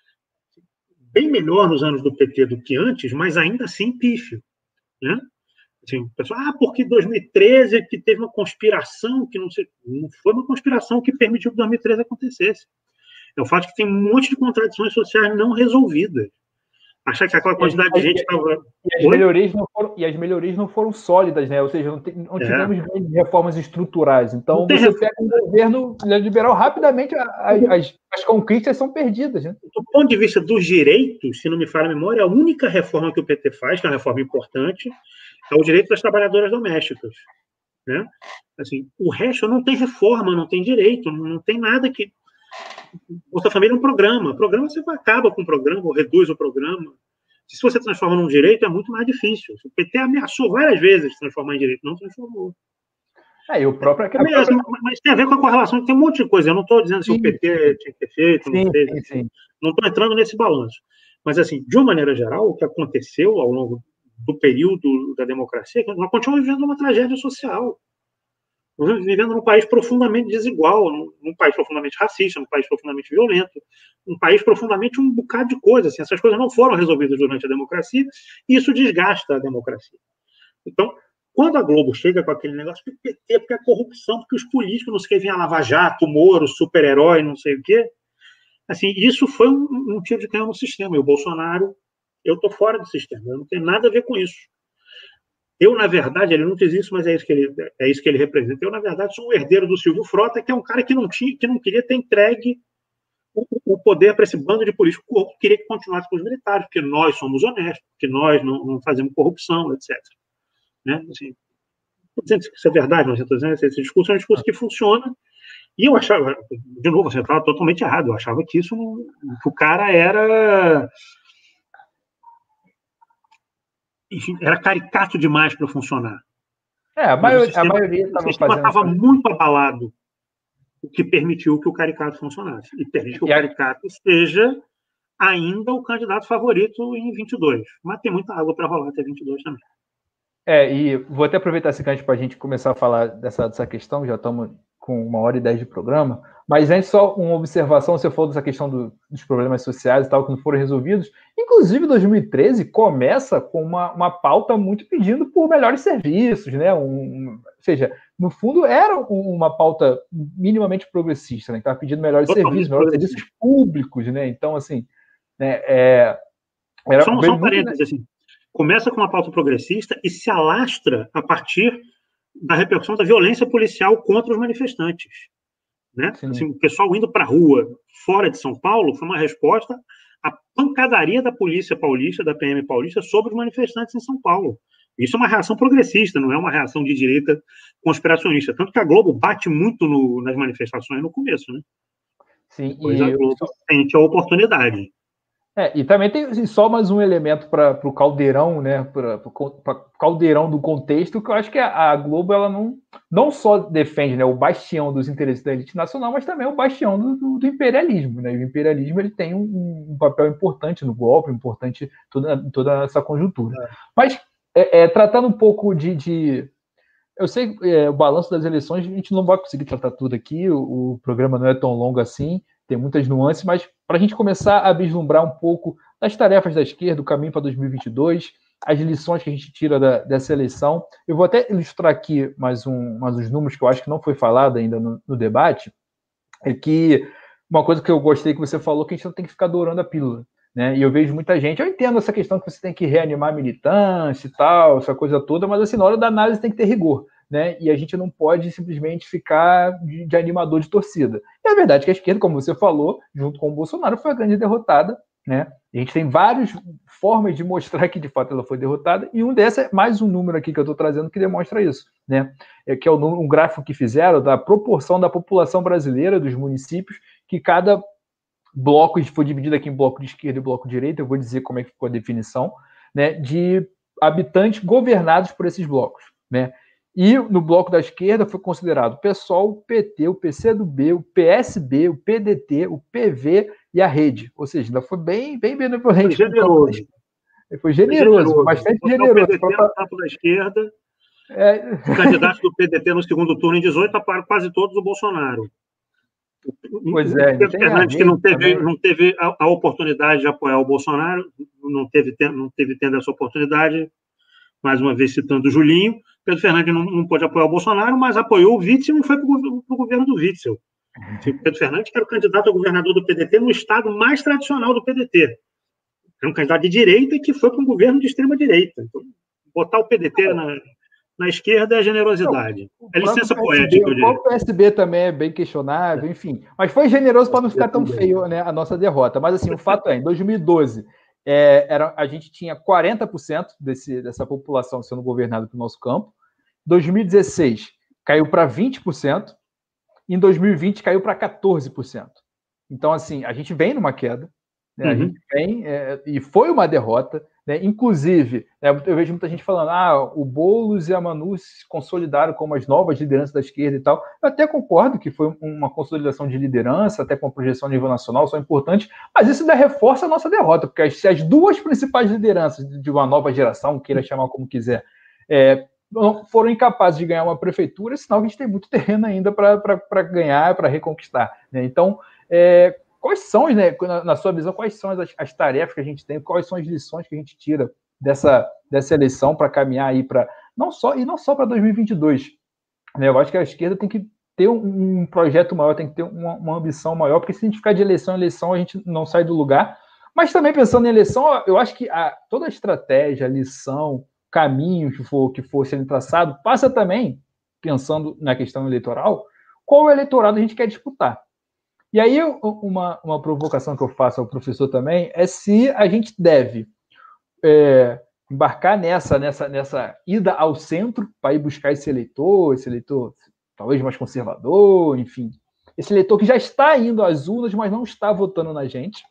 Bem melhor nos anos do P T do que antes, mas ainda assim pífio. Né? Assim, o pessoal, ah, porque dois mil e treze que teve uma conspiração, que não sei, não foi uma conspiração que permitiu que dois mil e treze acontecesse. É o fato que tem um monte de contradições sociais não resolvidas. Achar que aquela quantidade de gente estava...
E as melhorias não foram, e as melhorias não foram sólidas, né? Ou seja, não, te, não tivemos é. grandes reformas estruturais. Então, você reforma. pega um governo liberal, rapidamente as, as, as conquistas são perdidas. Né?
Do ponto de vista dos direitos, se não me falha a memória, a única reforma que o P T faz, que é uma reforma importante, é o direito das trabalhadoras domésticas. Né? Assim, o resto não tem reforma, não tem direito, não tem nada que... Bolsa Família é um programa. O programa você acaba com o programa, ou reduz o programa. Se você transforma num direito, é muito mais difícil. O P T ameaçou várias vezes transformar em direito, não transformou.
É, e o próprio...
É, própria... Mas tem a ver com a correlação, tem um monte de coisa. Eu não estou dizendo se sim. o P T tinha que ter feito, não sim, fez. Sim, sim. Não estou entrando nesse balanço. Mas, assim, de uma maneira geral, o que aconteceu ao longo do período da democracia é que nós continuamos vivendo uma tragédia social. Nós estamos vivendo num país profundamente desigual, num, num país profundamente racista, num país profundamente violento, um país profundamente um bocado de coisas. Assim, essas coisas não foram resolvidas durante a democracia e isso desgasta a democracia. Então, quando a Globo chega com aquele negócio do P T, porque a corrupção, porque os políticos não se querem Lava Jato, Moro, super-herói, não sei o quê, assim, isso foi um, um tiro de canhão no sistema. E o Bolsonaro, eu estou fora do sistema, eu não tenho nada a ver com isso. Eu, na verdade, ele não diz isso, mas é isso que ele, é isso que ele representa. Eu, na verdade, sou um herdeiro do Silvio Frota, que é um cara que não, tinha, que não queria ter entregue o, o poder para esse bando de políticos corruptos, queria que continuasse com os militares, porque nós somos honestos, porque nós não, não fazemos corrupção, etcétera. Né? Assim, estou dizendo que isso é verdade, mas eu estou dizendo que esse discurso é um discurso que funciona. E eu achava, de novo, você estava totalmente errado. Eu achava que isso, que o cara era, enfim, era caricato demais para funcionar.
É, a,
Mas
maior,
o sistema,
a maioria estava fazendo.
O sistema estava muito abalado, o que permitiu que o caricato funcionasse. E permite que o caricato seja ainda o candidato favorito em vinte e dois. Mas tem muita água para rolar até vinte e dois também.
É, e vou até aproveitar esse gancho para a gente começar a falar dessa, dessa questão, já estamos com uma hora e dez de programa, mas antes só uma observação, você falou dessa questão do, dos problemas sociais e tal, que não foram resolvidos. Inclusive, dois mil e treze começa com uma, uma pauta muito pedindo por melhores serviços, né? Um, um, ou seja, no fundo, era uma pauta minimamente progressista, né? Que estava pedindo melhores Totalmente serviços, melhores serviços públicos, né? Então, assim, né, é,
era só, só um parênteses, né? Assim, começa com uma pauta progressista e se alastra a partir da repercussão da violência policial contra os manifestantes. Né? Assim, o pessoal indo para a rua fora de São Paulo foi uma resposta à pancadaria da polícia paulista, da P M paulista, sobre os manifestantes em São Paulo. Isso é uma reação progressista, não é uma reação de direita conspiracionista. Tanto que a Globo bate muito no, nas manifestações no começo. Né?
Sim,
Depois
e
a Globo sente a oportunidade.
É, e também tem só mais um elemento para o caldeirão, né? Para o caldeirão do contexto, que eu acho que a, a Globo ela não, não só defende, né, o bastião dos interesses da elite nacional, mas também o bastião do, do, do imperialismo. Né? E o imperialismo ele tem um, um papel importante no golpe, importante em toda, toda essa conjuntura. É. Mas, é, é, tratando um pouco de. de eu sei que é, o balanço das eleições, a gente não vai conseguir tratar tudo aqui, o, o programa não é tão longo assim. Tem muitas nuances, mas para a gente começar a vislumbrar um pouco das tarefas da esquerda, o caminho para dois mil e vinte e dois, as lições que a gente tira da, dessa eleição. Eu vou até ilustrar aqui mais, um, mais uns números que eu acho que não foi falado ainda no, no debate, é que uma coisa que eu gostei que você falou, que a gente não tem que ficar dourando a pílula. Né? E eu vejo muita gente, eu entendo essa questão que você tem que reanimar a militância e tal, essa coisa toda, mas assim, na hora da análise tem que ter rigor. Né? E a gente não pode simplesmente ficar de, de animador de torcida. E a verdade é que a esquerda, como você falou, junto com o Bolsonaro, foi a grande derrotada. Né? A gente tem várias formas de mostrar que, de fato, ela foi derrotada, e um desses é mais um número aqui que eu estou trazendo que demonstra isso. Né? É, que é o número, um gráfico que fizeram da proporção da população brasileira, dos municípios, que cada bloco, foi dividido aqui em bloco de esquerda e bloco de direita, eu vou dizer como é que ficou a definição, né, de habitantes governados por esses blocos. Né? E no bloco da esquerda foi considerado o PSOL, o P T, o P C do B, o P S B, o P D T, o P V e a Rede. Ou seja, ainda foi bem, bem benevolente.
Foi generoso.
Foi generoso, foi bastante generoso.
O P D T no campo da esquerda, é... os candidatos do P D T no segundo turno em dezoito apoiaram quase todos o Bolsonaro.
Pois é.
O Pedro Fernandes, que não teve, não teve a, a oportunidade de apoiar o Bolsonaro, não teve, não teve tendo essa oportunidade, mais uma vez citando o Julinho, Pedro Fernandes não, não pôde apoiar o Bolsonaro, mas apoiou o Witzel e não foi para o governo do Witzel. Pedro Fernandes era o candidato a governador do P D T no estado mais tradicional do P D T. Era um candidato de direita que foi para um governo de extrema-direita. Então, botar o P D T na, na esquerda é generosidade. Não, é licença poética, eu diria.
O P S B também é bem questionável, enfim. Mas foi generoso para não ficar tão feio, né, a nossa derrota. Mas, assim, o fato é, em dois mil e doze, é, era, a gente tinha quarenta por cento desse, dessa população sendo governada pelo nosso campo. Em dois mil e dezesseis, caiu para vinte por cento. Em dois mil e vinte, caiu para quatorze por cento. Então, assim, a gente vem numa queda. Né? Uhum. A gente vem, é, e foi uma derrota. Né? Inclusive, né, eu vejo muita gente falando, ah, o Boulos e a Manu se consolidaram como as novas lideranças da esquerda e tal. Eu até concordo que foi uma consolidação de liderança, até com a projeção a nível nacional, são importantes, mas isso ainda reforça a nossa derrota, porque se as duas principais lideranças de uma nova geração, queira chamar como quiser, é, foram incapazes de ganhar uma prefeitura, sinal que a gente tem muito terreno ainda para ganhar, para reconquistar. Né? Então, é, quais são, né, na, na sua visão, quais são as, as tarefas que a gente tem, quais são as lições que a gente tira dessa, dessa eleição para caminhar aí para, não só, e não só para dois mil e vinte e dois. Né? Eu acho que a esquerda tem que ter um, um projeto maior, tem que ter uma, uma ambição maior, porque se a gente ficar de eleição em eleição, a gente não sai do lugar. Mas também pensando em eleição, eu acho que a, toda a estratégia, a lição, caminho que for, que for sendo traçado, passa também, pensando na questão eleitoral, qual eleitorado a gente quer disputar. E aí, uma, uma provocação que eu faço ao professor também é se a gente deve é, embarcar nessa, nessa, nessa ida ao centro para ir buscar esse eleitor, esse eleitor talvez mais conservador, enfim, esse eleitor que já está indo às urnas, mas não está votando na gente,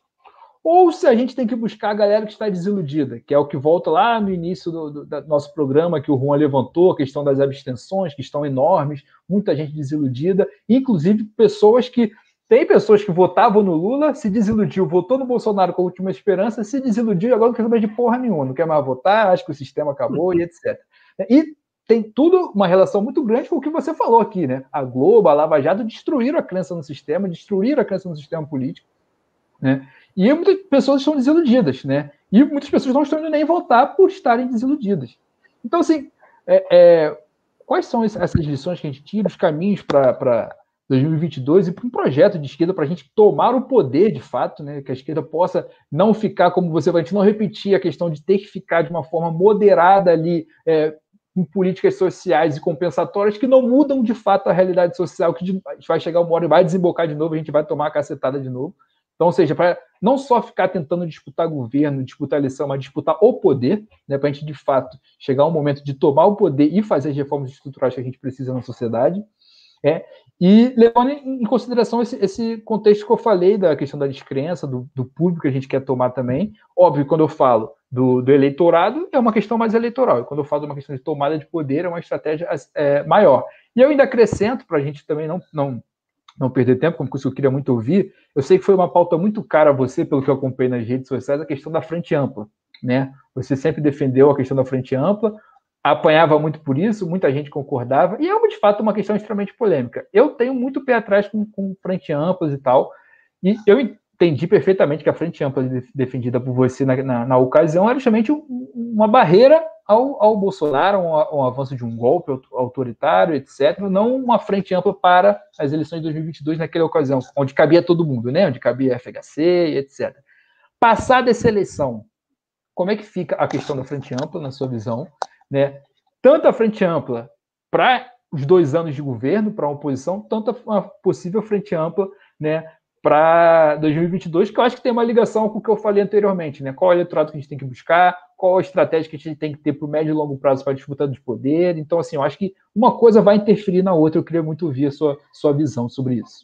ou se a gente tem que buscar a galera que está desiludida, que é o que volta lá no início do, do, do nosso programa, que o Juan levantou, a questão das abstenções, que estão enormes, muita gente desiludida, inclusive pessoas que... Tem pessoas que votavam no Lula, se desiludiu, votou no Bolsonaro com a última esperança, se desiludiu e agora não quer saber de porra nenhuma, não quer mais votar, acha que o sistema acabou e etcétera. E tem tudo uma relação muito grande com o que você falou aqui, né? A Globo, a Lava Jato destruíram a crença no sistema, destruíram a crença no sistema político, né? E muitas pessoas estão desiludidas, né? E muitas pessoas não estão indo nem votar por estarem desiludidas. Então, assim, é, é, quais são essas lições que a gente tira, os caminhos para dois mil e vinte e dois e para um projeto de esquerda para a gente tomar o poder, de fato, né? Que a esquerda possa não ficar, como você vai, a gente não repetir a questão de ter que ficar de uma forma moderada ali, é, com políticas sociais e compensatórias que não mudam de fato a realidade social, que a gente vai chegar uma hora e vai desembocar de novo, a gente vai tomar a cacetada de novo. Então, ou seja, para não só ficar tentando disputar governo, disputar eleição, mas disputar o poder, né, para a gente, de fato, chegar ao momento de tomar o poder e fazer as reformas estruturais que a gente precisa na sociedade. É, e levando em consideração esse, esse contexto que eu falei da questão da descrença, do, do público que a gente quer tomar também. Óbvio, quando eu falo do, do eleitorado, é uma questão mais eleitoral. E quando eu falo de uma questão de tomada de poder, é uma estratégia é, maior. E eu ainda acrescento, para a gente também não... não não perder tempo, como eu queria muito ouvir, eu sei que foi uma pauta muito cara a você, pelo que eu acompanhei nas redes sociais, a questão da frente ampla, né? Você sempre defendeu a questão da frente ampla, apanhava muito por isso, muita gente concordava, e é, de fato, uma questão extremamente polêmica. Eu tenho muito pé atrás com, com frente amplas e tal, e eu entendi perfeitamente que a frente ampla defendida por você na, na, na ocasião era justamente um, uma barreira ao, ao Bolsonaro, um, um avanço de um golpe autoritário, etcétera, não uma frente ampla para as eleições de dois mil e vinte e dois naquela ocasião, onde cabia todo mundo, né? Onde cabia F H C, etcétera. Passada essa eleição, como é que fica a questão da frente ampla, na sua visão, né? Tanto a frente ampla para os dois anos de governo, para a oposição, tanto a possível frente ampla, né, para dois mil e vinte e dois, que eu acho que tem uma ligação com o que eu falei anteriormente, né? Qual é o eleitorado que a gente tem que buscar, qual a estratégia que a gente tem que ter para o médio e longo prazo para a disputa de poder. Então, assim, eu acho que uma coisa vai interferir na outra. Eu queria muito ouvir a sua, sua visão sobre isso.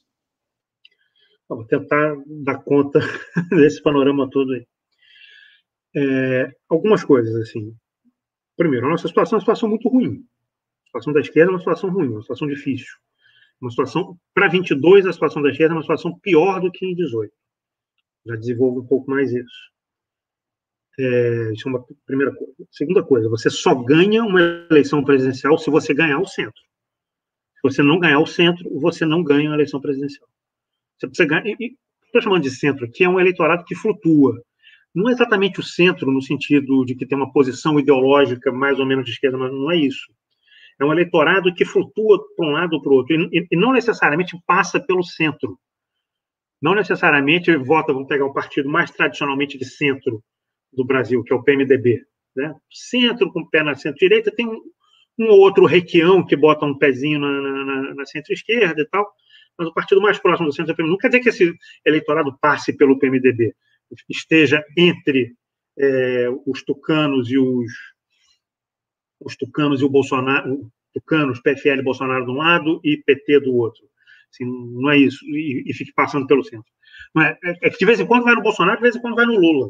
Vou tentar dar conta desse panorama todo aí. É, algumas coisas, assim. Primeiro, a nossa situação é uma situação muito ruim. A situação da esquerda é uma situação ruim, uma situação difícil. Uma situação, para vinte e dois, a situação da esquerda é uma situação pior do que em dezoito. Já desenvolvo um pouco mais isso. É, isso é uma primeira coisa. Segunda coisa, você só ganha uma eleição presidencial se você ganhar o centro. Se você não ganhar o centro, você não ganha uma eleição presidencial. Você precisa ganhar, e estou chamando de centro aqui, é um eleitorado que flutua. Não é exatamente o centro no sentido de que tem uma posição ideológica mais ou menos de esquerda, mas não é isso. É um eleitorado que flutua para um lado ou para o outro, e, e não necessariamente passa pelo centro. Não necessariamente vota, vamos pegar o partido mais tradicionalmente de centro do Brasil, que é o P M D B. Né? Centro com o pé na centro-direita, tem um, um ou outro requião que bota um pezinho na, na, na centro-esquerda e tal, mas o partido mais próximo do centro é o P M D B. Não quer dizer que esse eleitorado passe pelo P M D B, esteja entre é, os tucanos e os os tucanos e o Bolsonaro, tucanos, P F L, Bolsonaro de um lado e P T do outro. Assim, não é isso, e, e fique passando pelo centro. Não é, é, é que de vez em quando vai no Bolsonaro, de vez em quando vai no Lula.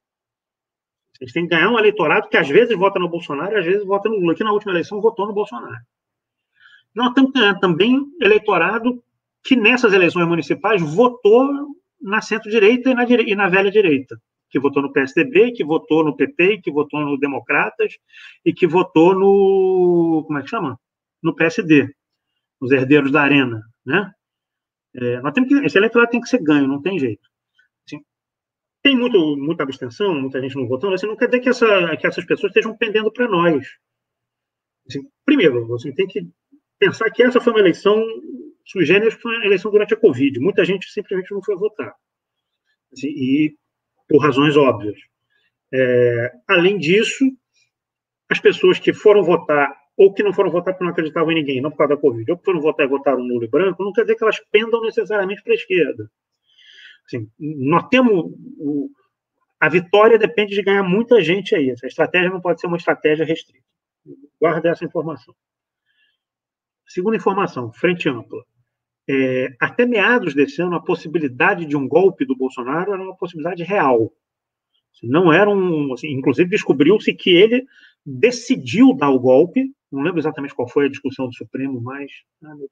A gente tem que ganhar um eleitorado que às vezes vota no Bolsonaro e às vezes vota no Lula. Aqui na última eleição votou no Bolsonaro. Nós temos que ganhar também eleitorado que nessas eleições municipais votou na centro-direita e na, e na velha direita. Que votou no P S D B, que votou no P P, que votou no Democratas e que votou no... como é que chama? No P S D, os herdeiros da Arena, né? É, nós temos que, esse eleitorado tem que ser ganho, não tem jeito. Assim, tem muito, muita abstenção, muita gente não votando, assim, não quer dizer que, essa, que essas pessoas estejam pendendo para nós. Assim, primeiro, você tem que pensar que essa foi uma eleição sui generis, foi uma eleição durante a Covid. Muita gente simplesmente não foi votar. Assim, e por razões óbvias. É, além disso, as pessoas que foram votar, ou que não foram votar porque não acreditavam em ninguém, não por causa da Covid, ou que foram votar e votaram no Lula e branco, não quer dizer que elas pendam necessariamente para a esquerda. Assim, nós temos o, a vitória depende de ganhar muita gente aí. Essa estratégia não pode ser uma estratégia restrita. Guarda essa informação. Segunda informação, frente ampla. É, até meados desse ano, a possibilidade de um golpe do Bolsonaro era uma possibilidade real. Não era um... Assim, inclusive, descobriu-se que ele decidiu dar o golpe. Não lembro exatamente qual foi a discussão do Supremo, mas... Ah, meu Deus.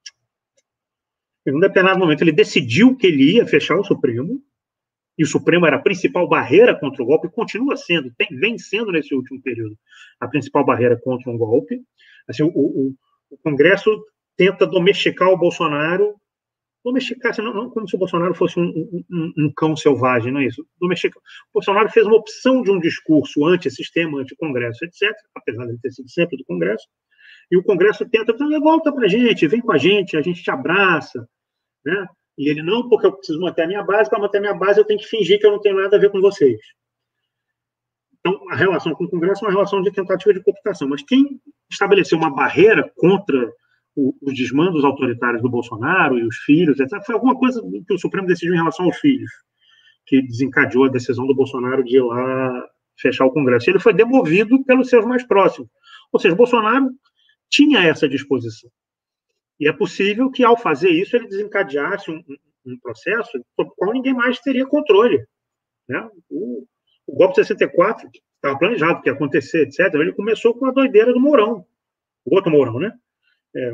Em um determinado momento, ele decidiu que ele ia fechar o Supremo, e o Supremo era a principal barreira contra o golpe, e continua sendo, tem, vem sendo nesse último período, a principal barreira contra um golpe. Assim, o, o, o Congresso tenta domesticar o Bolsonaro, domesticar, assim, não, não como se o Bolsonaro fosse um, um, um cão selvagem, não é isso. Domesticar. O Bolsonaro fez uma opção de um discurso anti-sistema, anti-Congresso, etcétera, apesar de ele ter sido sempre do Congresso, e o Congresso tenta, volta para a gente, vem com a gente, a gente te abraça, né? E ele, não, porque eu preciso manter a minha base, para manter a minha base eu tenho que fingir que eu não tenho nada a ver com vocês. Então, a relação com o Congresso é uma relação de tentativa de cooptação, mas quem estabeleceu uma barreira contra o, os desmandos autoritários do Bolsonaro e os filhos, etcétera, foi alguma coisa que o Supremo decidiu em relação aos filhos, que desencadeou a decisão do Bolsonaro de ir lá fechar o Congresso. Ele foi demovido pelos seus mais próximos. Ou seja, o Bolsonaro tinha essa disposição. E é possível que, ao fazer isso, ele desencadeasse um, um processo sobre o qual ninguém mais teria controle. Né? O, o golpe de sessenta e quatro, que estava planejado que ia acontecer, etcétera, ele começou com a doideira do Mourão. O outro Mourão, né? É,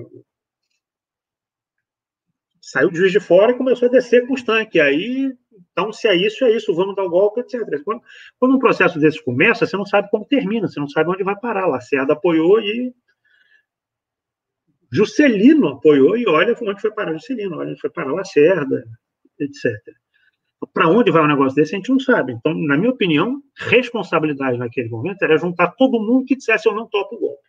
saiu de Juiz de Fora e começou a descer com os tanques. Aí, então, se é isso, é isso, vamos dar o golpe, etcétera. Quando, quando um processo desses começa, você não sabe como termina, você não sabe onde vai parar. Lacerda apoiou e Juscelino apoiou, e olha onde foi parar Juscelino, olha onde foi parar Lacerda, etcétera. Para onde vai um negócio desse, a gente não sabe. Então, na minha opinião, responsabilidade naquele momento era juntar todo mundo que dissesse eu não topo o golpe.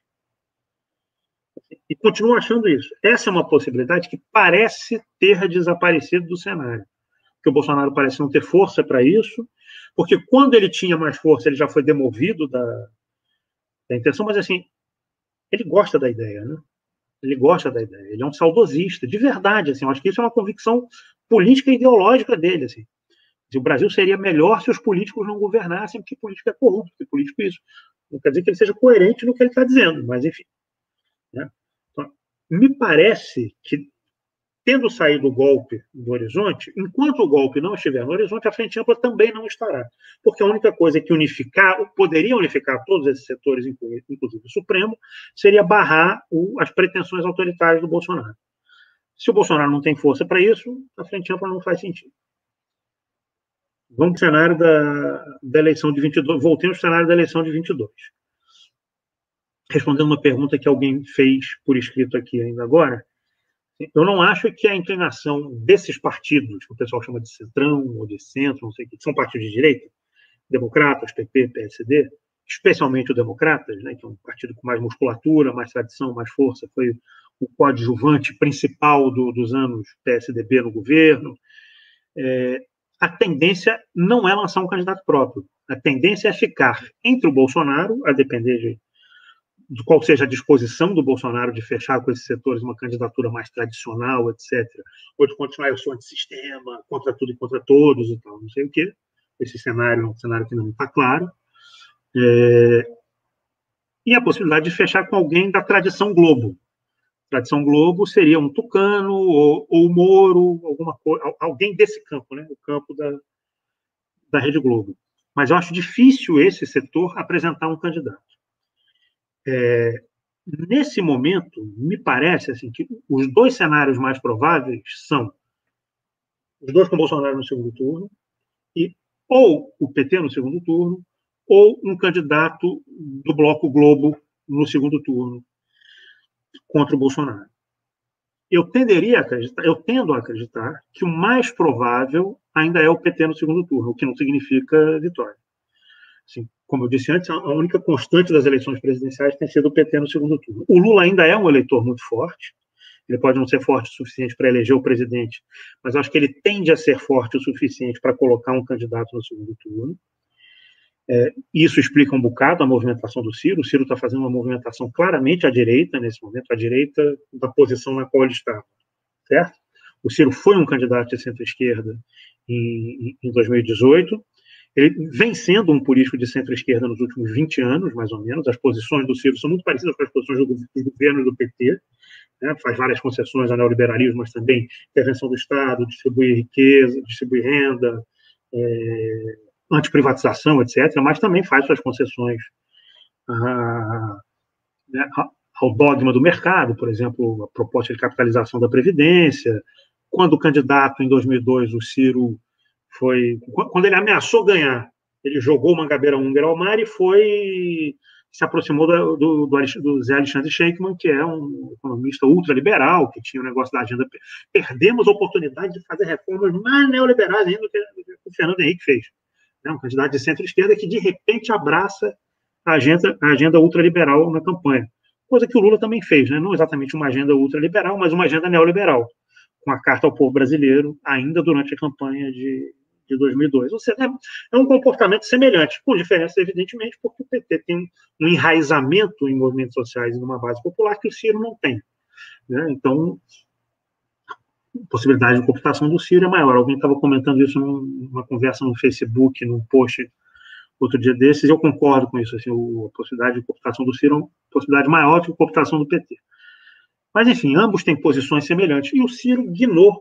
E continuo achando isso. Essa é uma possibilidade que parece ter desaparecido do cenário. Porque o Bolsonaro parece não ter força para isso, porque quando ele tinha mais força, ele já foi demovido da, da intenção, mas assim, ele gosta da ideia, né? Ele gosta da ideia, ele é um saudosista, de verdade, assim, eu acho que isso é uma convicção política e ideológica dele, assim. O Brasil seria melhor se os políticos não governassem, porque político é corrupto, porque político é isso. Não quer dizer que ele seja coerente no que ele está dizendo, mas enfim. Né? Então, me parece que, tendo saído o golpe do horizonte, enquanto o golpe não estiver no horizonte, a Frente Ampla também não estará. Porque a única coisa que unificar, poderia unificar todos esses setores, inclusive o Supremo, seria barrar o, as pretensões autoritárias do Bolsonaro. Se o Bolsonaro não tem força para isso, a Frente Ampla não faz sentido. Vamos para o cenário da, da eleição de vinte e dois. Voltemos para o cenário da eleição de vinte e dois. Respondendo uma pergunta que alguém fez por escrito aqui ainda agora, eu não acho que a inclinação desses partidos, que o pessoal chama de centrão ou de centro, não sei o que, que são partidos de direita, democratas, P P, P S D, especialmente o Democratas, né, que é um partido com mais musculatura, mais tradição, mais força, foi o coadjuvante principal do, dos anos P S D B no governo. É, a tendência não é lançar um candidato próprio. A tendência é ficar entre o Bolsonaro, a depender de de qual seja a disposição do Bolsonaro de fechar com esses setores uma candidatura mais tradicional, etcétera, ou de continuar eu sou antissistema, contra tudo e contra todos e tal, não sei o quê. Esse cenário é um cenário que não está claro. É... E a possibilidade de fechar com alguém da tradição Globo. Tradição Globo seria um Tucano, ou, ou Moro, alguma coisa, alguém desse campo, né? O campo da, da Rede Globo. Mas eu acho difícil esse setor apresentar um candidato. É, nesse momento, me parece assim, que os dois cenários mais prováveis são os dois com Bolsonaro no segundo turno, e ou o P T no segundo turno, ou um candidato do Bloco Globo no segundo turno contra o Bolsonaro. Eu tenderia a acreditar, eu tendo a acreditar que o mais provável ainda é o P T no segundo turno, o que não significa vitória. Assim, como eu disse antes, a única constante das eleições presidenciais tem sido o P T no segundo turno. O Lula ainda é um eleitor muito forte, ele pode não ser forte o suficiente para eleger o presidente, mas acho que ele tende a ser forte o suficiente para colocar um candidato no segundo turno. É, isso explica um bocado a movimentação do Ciro. O Ciro está fazendo uma movimentação claramente à direita nesse momento, à direita da posição na qual ele estava, certo? O Ciro foi um candidato de centro-esquerda em, em dois mil e dezoito, ele vem sendo um político de centro-esquerda nos últimos vinte anos, mais ou menos. As posições do Ciro são muito parecidas com as posições do, do governo do P T, né? Faz várias concessões ao neoliberalismo, mas também intervenção do Estado, distribuir riqueza, distribuir renda, é, antiprivatização, etcétera, mas também faz suas concessões a, né, ao dogma do mercado, por exemplo, a proposta de capitalização da Previdência. Quando o candidato, em dois mil e dois, o Ciro, foi... Quando ele ameaçou ganhar, ele jogou o Mangabeira húngara ao mar e foi... se aproximou do, do, do Zé Alexandre Sheikman, que é um economista ultraliberal, que tinha o um negócio da agenda. Perdemos a oportunidade de fazer reformas mais neoliberais ainda do que, do que o Fernando Henrique fez. É um candidato de centro-esquerda que, de repente, abraça a agenda, a agenda ultraliberal na campanha. Coisa que o Lula também fez, né? Não exatamente uma agenda ultraliberal, mas uma agenda neoliberal, com a carta ao povo brasileiro, ainda durante a campanha de, de dois mil e dois. Ou seja, é um comportamento semelhante, com diferença, evidentemente, porque o P T tem um enraizamento em movimentos sociais e numa base popular que o Ciro não tem, né? Então, a possibilidade de cooptação do Ciro é maior. Alguém estava comentando isso numa conversa no Facebook, num post outro dia desses, e eu concordo com isso. Assim, a possibilidade de cooptação do Ciro é uma possibilidade maior do que a cooptação do P T. Mas, enfim, ambos têm posições semelhantes. E o Ciro guinou,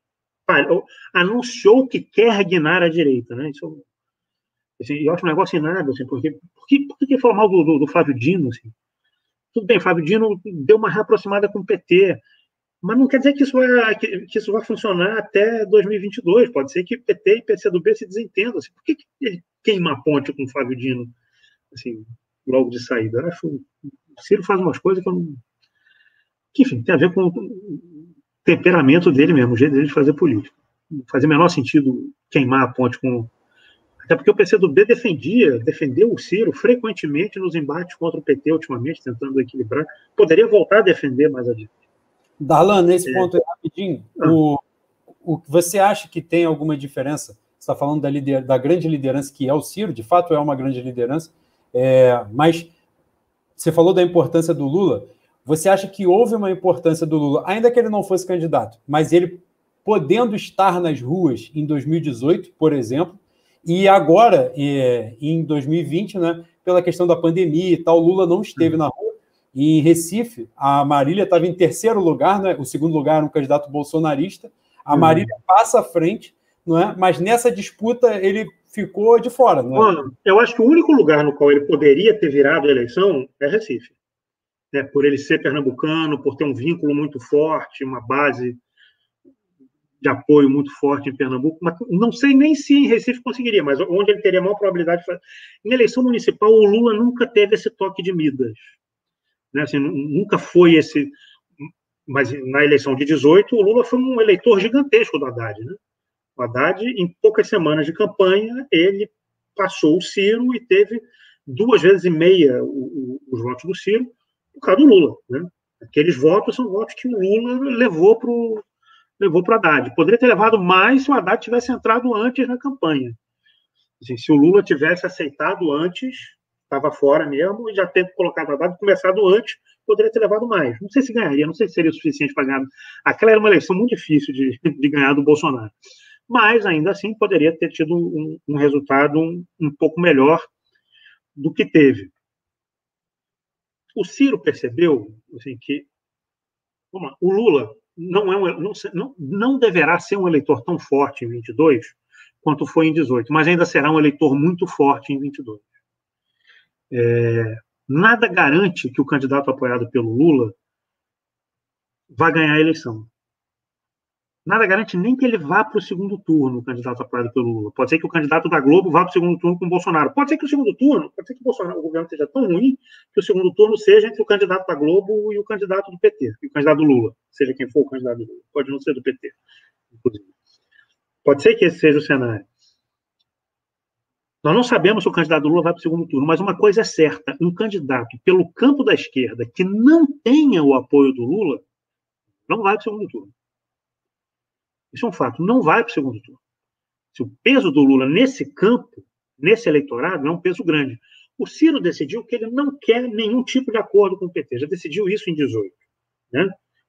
anunciou que quer guinar a direita, né? Isso, assim, eu acho um negócio inado, assim, porque por que, por que falar mal do, do, do Flávio Dino? Assim? Tudo bem, Flávio Dino deu uma reaproximada com o P T, mas não quer dizer que isso vai, que, que isso vai funcionar até dois mil e vinte e dois. Pode ser que P T e P C do B se desentendam. Assim, por que, que ele queima a ponte com o Flávio Dino, assim, logo de saída? Eu acho, o Ciro faz umas coisas que eu não... que, enfim, tem a ver com o temperamento dele mesmo, o jeito dele de fazer política. Não fazia o menor sentido queimar a ponte com... Até porque o P C do B defendia, defendeu o Ciro frequentemente nos embates contra o P T ultimamente, tentando equilibrar. Poderia voltar a defender mais adiante.
Darlan, nesse é. ponto aí, rapidinho, ah. o, o, você acha que tem alguma diferença? Você está falando da, lider, da grande liderança que é o Ciro, de fato é uma grande liderança, é, mas você falou da importância do Lula. Você acha que houve uma importância do Lula, ainda que ele não fosse candidato, mas ele podendo estar nas ruas em dois mil e dezoito, por exemplo, e agora, em dois mil e vinte, né, pela questão da pandemia e tal, o Lula não esteve na rua. E em Recife, a Marília estava em terceiro lugar, né? O segundo lugar era um candidato bolsonarista. A Marília uhum. passa à frente, não é? Mas nessa disputa ele ficou de fora. Não é?
Mano, eu acho que o único lugar no qual ele poderia ter virado a eleição é Recife. É, por ele ser pernambucano, por ter um vínculo muito forte, uma base de apoio muito forte em Pernambuco. Mas não sei nem se em Recife conseguiria, mas onde ele teria a maior probabilidade de fazer. Em eleição municipal, o Lula nunca teve esse toque de Midas. Né, assim, nunca foi esse, mas na eleição de dezoito o Lula foi um eleitor gigantesco do Haddad, né? O Haddad, em poucas semanas de campanha, ele passou o Ciro e teve duas vezes e meia o, o, os votos do Ciro por causa do Lula, né? Aqueles votos são votos que o Lula levou para o levou para o Haddad. Poderia ter levado mais se o Haddad tivesse entrado antes na campanha. Assim, se o Lula tivesse aceitado antes, estava fora mesmo, e já ter colocado a data, começado antes, poderia ter levado mais. Não sei se ganharia, não sei se seria o suficiente para ganhar. Aquela era uma eleição muito difícil de, de ganhar do Bolsonaro. Mas, ainda assim, poderia ter tido um, um resultado um, um pouco melhor do que teve. O Ciro percebeu assim, que vamos lá, o Lula não, é um, não, não, não deverá ser um eleitor tão forte em vinte e dois quanto foi em dezoito, mas ainda será um eleitor muito forte em vinte e dois. É, nada garante que o candidato apoiado pelo Lula vai ganhar a eleição. Nada garante nem que ele vá para o segundo turno, o candidato apoiado pelo Lula. Pode ser que o candidato da Globo vá para o segundo turno com o Bolsonaro. Pode ser que o segundo turno, pode ser que o, Bolsonaro, o governo seja tão ruim que o segundo turno seja entre o candidato da Globo e o candidato do P T, e o candidato do Lula, seja quem for o candidato do Lula. Pode não ser do P T, inclusive. Pode ser que esse seja o cenário. Nós não sabemos se o candidato do Lula vai para o segundo turno, mas uma coisa é certa, um candidato pelo campo da esquerda que não tenha o apoio do Lula não vai para o segundo turno. Isso é um fato, não vai para o segundo turno. Se o peso do Lula nesse campo, nesse eleitorado, é um peso grande. O Ciro decidiu que ele não quer nenhum tipo de acordo com o P T, já decidiu isso em dezoito. Né?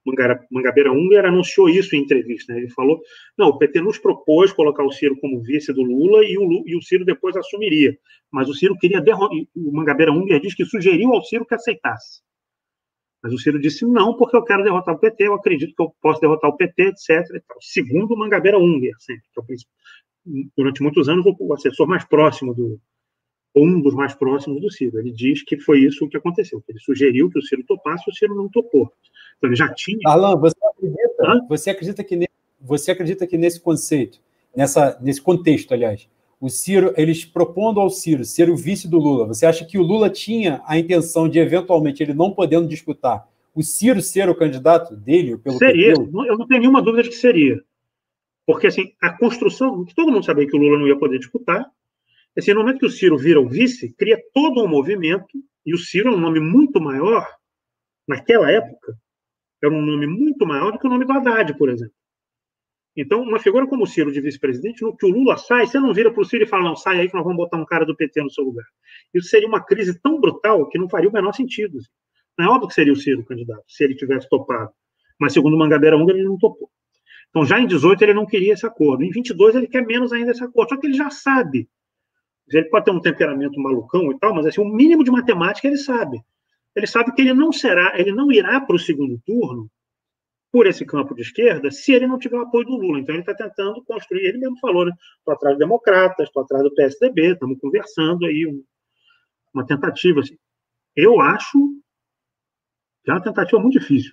Mangabeira Unger anunciou isso em entrevista. Né? Ele falou, não, o P T nos propôs colocar o Ciro como vice do Lula e o, e o Ciro depois assumiria. Mas o Ciro queria derrotar. O Mangabeira Unger diz que sugeriu ao Ciro que aceitasse. Mas o Ciro disse, não, porque eu quero derrotar o P T, eu acredito que eu posso derrotar o P T, etcétera. Segundo o Mangabeira Unger, sempre, que é o, durante muitos anos o assessor mais próximo do um dos mais próximos do Ciro. Ele diz que foi isso que aconteceu. Que ele sugeriu que o Ciro topasse e o Ciro não topou. Então ele já tinha...
Arlan, você acredita, você acredita, que, ne... você acredita que nesse conceito, nessa, nesse contexto, aliás, o Ciro, eles propondo ao Ciro ser o vice do Lula, você acha que o Lula tinha a intenção de, eventualmente, ele não podendo disputar, o Ciro ser o candidato dele? Pelo
seria.
P T?
Eu não tenho nenhuma dúvida de que seria. Porque, assim, a construção... que todo mundo sabia que o Lula não ia poder disputar. Assim, no momento que o Ciro vira o vice, cria todo um movimento, e o Ciro é um nome muito maior, naquela época, era um nome muito maior do que o nome do Haddad, por exemplo. Então, uma figura como o Ciro de vice-presidente, no que o Lula sai, você não vira para o Ciro e fala, não, sai aí que nós vamos botar um cara do P T no seu lugar. Isso seria uma crise tão brutal que não faria o menor sentido. Assim. Não é óbvio que seria o Ciro o candidato, se ele tivesse topado. Mas, segundo o Mangabeira Unger, ele não topou. Então, já em dezoito, ele não queria esse acordo. Em vinte e dois, ele quer menos ainda esse acordo. Só que ele já sabe. Ele pode ter um temperamento malucão e tal, mas assim, o mínimo de matemática ele sabe. Ele sabe que ele não será, ele não irá para o segundo turno por esse campo de esquerda se ele não tiver o apoio do Lula. Então ele está tentando construir, ele mesmo falou, né? Estou atrás do Democratas, estou atrás do P S D B, estamos conversando aí, um, uma tentativa. Assim. Eu acho que é uma tentativa muito difícil.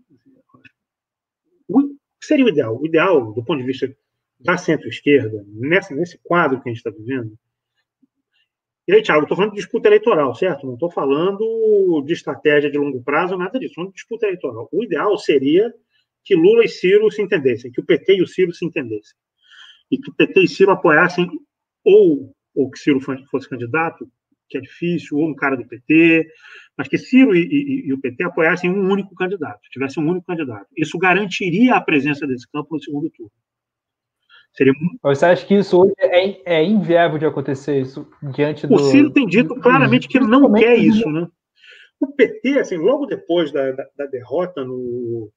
O que seria o ideal? O ideal, do ponto de vista da centro-esquerda, nesse, nesse quadro que a gente está vivendo. E aí, Thiago, estou falando de disputa eleitoral, certo? Não estou falando de estratégia de longo prazo, nada disso. Estou falando de disputa eleitoral. O ideal seria que Lula e Ciro se entendessem, que o P T e o Ciro se entendessem. E que o P T e Ciro apoiassem ou, ou que Ciro fosse candidato, que é difícil, ou um cara do P T, mas que Ciro e, e, e o P T apoiassem um único candidato, tivessem um único candidato. Isso garantiria a presença desse campo no segundo turno. Seria muito...
Você acha que isso hoje é, é inviável de acontecer isso diante do...
O Ciro tem dito claramente que não quer isso, né? O P T, assim, logo depois da, da, da derrota no,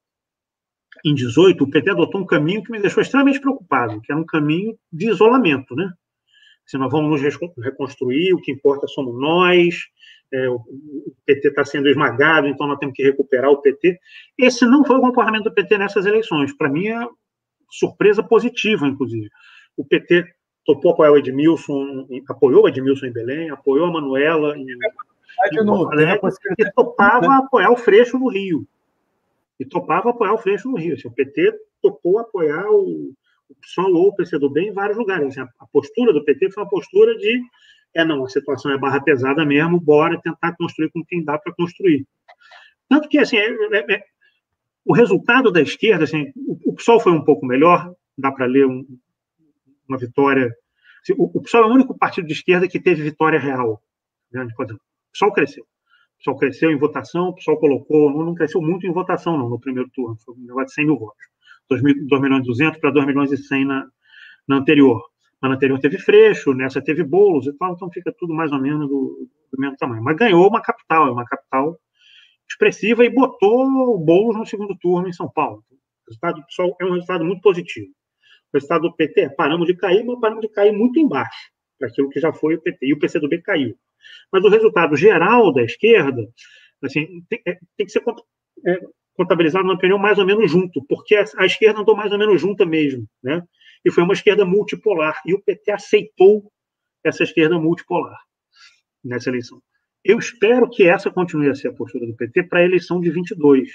em dezoito, o P T adotou um caminho que me deixou extremamente preocupado, que era um caminho de isolamento, né? Se nós vamos nos reconstruir, o que importa somos nós, é, o, o P T está sendo esmagado, então nós temos que recuperar o P T. Esse não foi o comportamento do P T nessas eleições. Para mim, é surpresa positiva, inclusive. O P T topou apoiar o Edmilson, apoiou o Edmilson em Belém, apoiou a Manuela em, em Porto Alegre, e topava apoiar o Freixo no Rio. E topava apoiar o Freixo no Rio. Assim, o P T topou apoiar o, o PSOL ou o P C do B em vários lugares. Assim, a, a postura do P T foi uma postura de é, não, a situação é barra pesada mesmo, bora tentar construir com quem dá para construir. Tanto que, assim, é, é, é, o resultado da esquerda, assim, o, o PSOL foi um pouco melhor, dá para ler um, uma vitória. Assim, o, o PSOL é o único partido de esquerda que teve vitória real. Né? O PSOL cresceu. O PSOL cresceu em votação, o PSOL colocou, não, não cresceu muito em votação, não, no primeiro turno, foi um negócio de cem mil votos. dois milhões e duzentos para dois milhões e cem na, na anterior. Mas na anterior teve Freixo, nessa teve Boulos e tal, então fica tudo mais ou menos do, do mesmo tamanho. Mas ganhou uma capital, é uma capital expressiva e botou o Boulos no segundo turno em São Paulo. O resultado do PSOL é um resultado muito positivo. O resultado do P T é paramos de cair, mas paramos de cair muito embaixo, para aquilo que já foi o P T. E o P C do B caiu. Mas o resultado geral da esquerda assim, tem, é, tem que ser é, contabilizado, na minha opinião, mais ou menos junto, porque a, a esquerda andou mais ou menos junta mesmo, né? E foi uma esquerda multipolar. E o P T aceitou essa esquerda multipolar nessa eleição. Eu espero que essa continue a ser a postura do P T para a eleição de vinte e dois.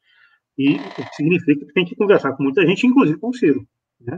E o que significa que tem que conversar com muita gente, inclusive com o Ciro. Né?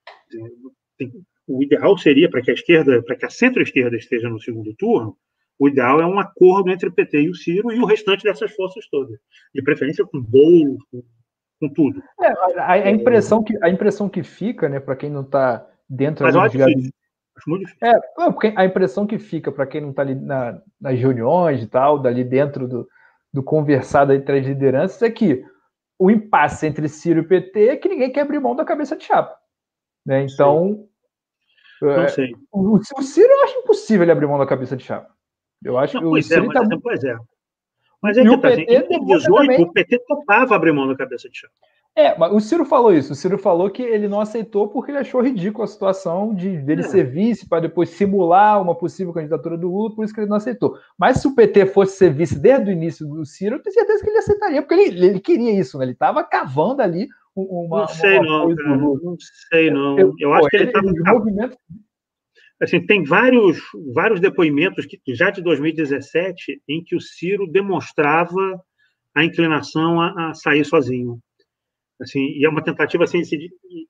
Tem, o ideal seria, para que a esquerda, para que a centro-esquerda esteja no segundo turno, o ideal é um acordo entre o P T e o Ciro e o restante dessas forças todas. De preferência com Boulos, com, com tudo.
É, a, a, impressão que, a impressão que fica, né, para quem não está dentro
Mas
ali
dos gabinetes. Acho muito difícil.
É, porque a impressão que fica para quem não está ali na, nas reuniões e tal, dali dentro do, do conversado entre as lideranças, é que o impasse entre Ciro e P T é que ninguém quer abrir mão da cabeça de chapa. Né? Então,
não sei.
É, o, o Ciro eu acho impossível ele abrir mão da cabeça de chapa. Eu acho
não, pois
que o Ciro
é, mas
tá...
pois é. Mas é que tá, assim, em dois mil e dezoito, o P T topava abrir mão da cabeça de chapa.
É, mas o Ciro falou isso. O Ciro falou que ele não aceitou porque ele achou ridículo a situação de dele é. ser vice para depois simular uma possível candidatura do Lula, por isso que ele não aceitou. Mas se o P T fosse ser vice desde o início do Ciro, eu tenho certeza que ele aceitaria, porque ele, ele queria isso, né? Ele estava cavando ali uma.
Não sei, uma não, cara, não sei, não. Eu, eu acho pô, que ele estava. Movimento... Assim, tem vários, vários depoimentos que, já de dois mil e dezessete em que o Ciro demonstrava a inclinação a, a sair sozinho. Assim, e é uma tentativa assim, de,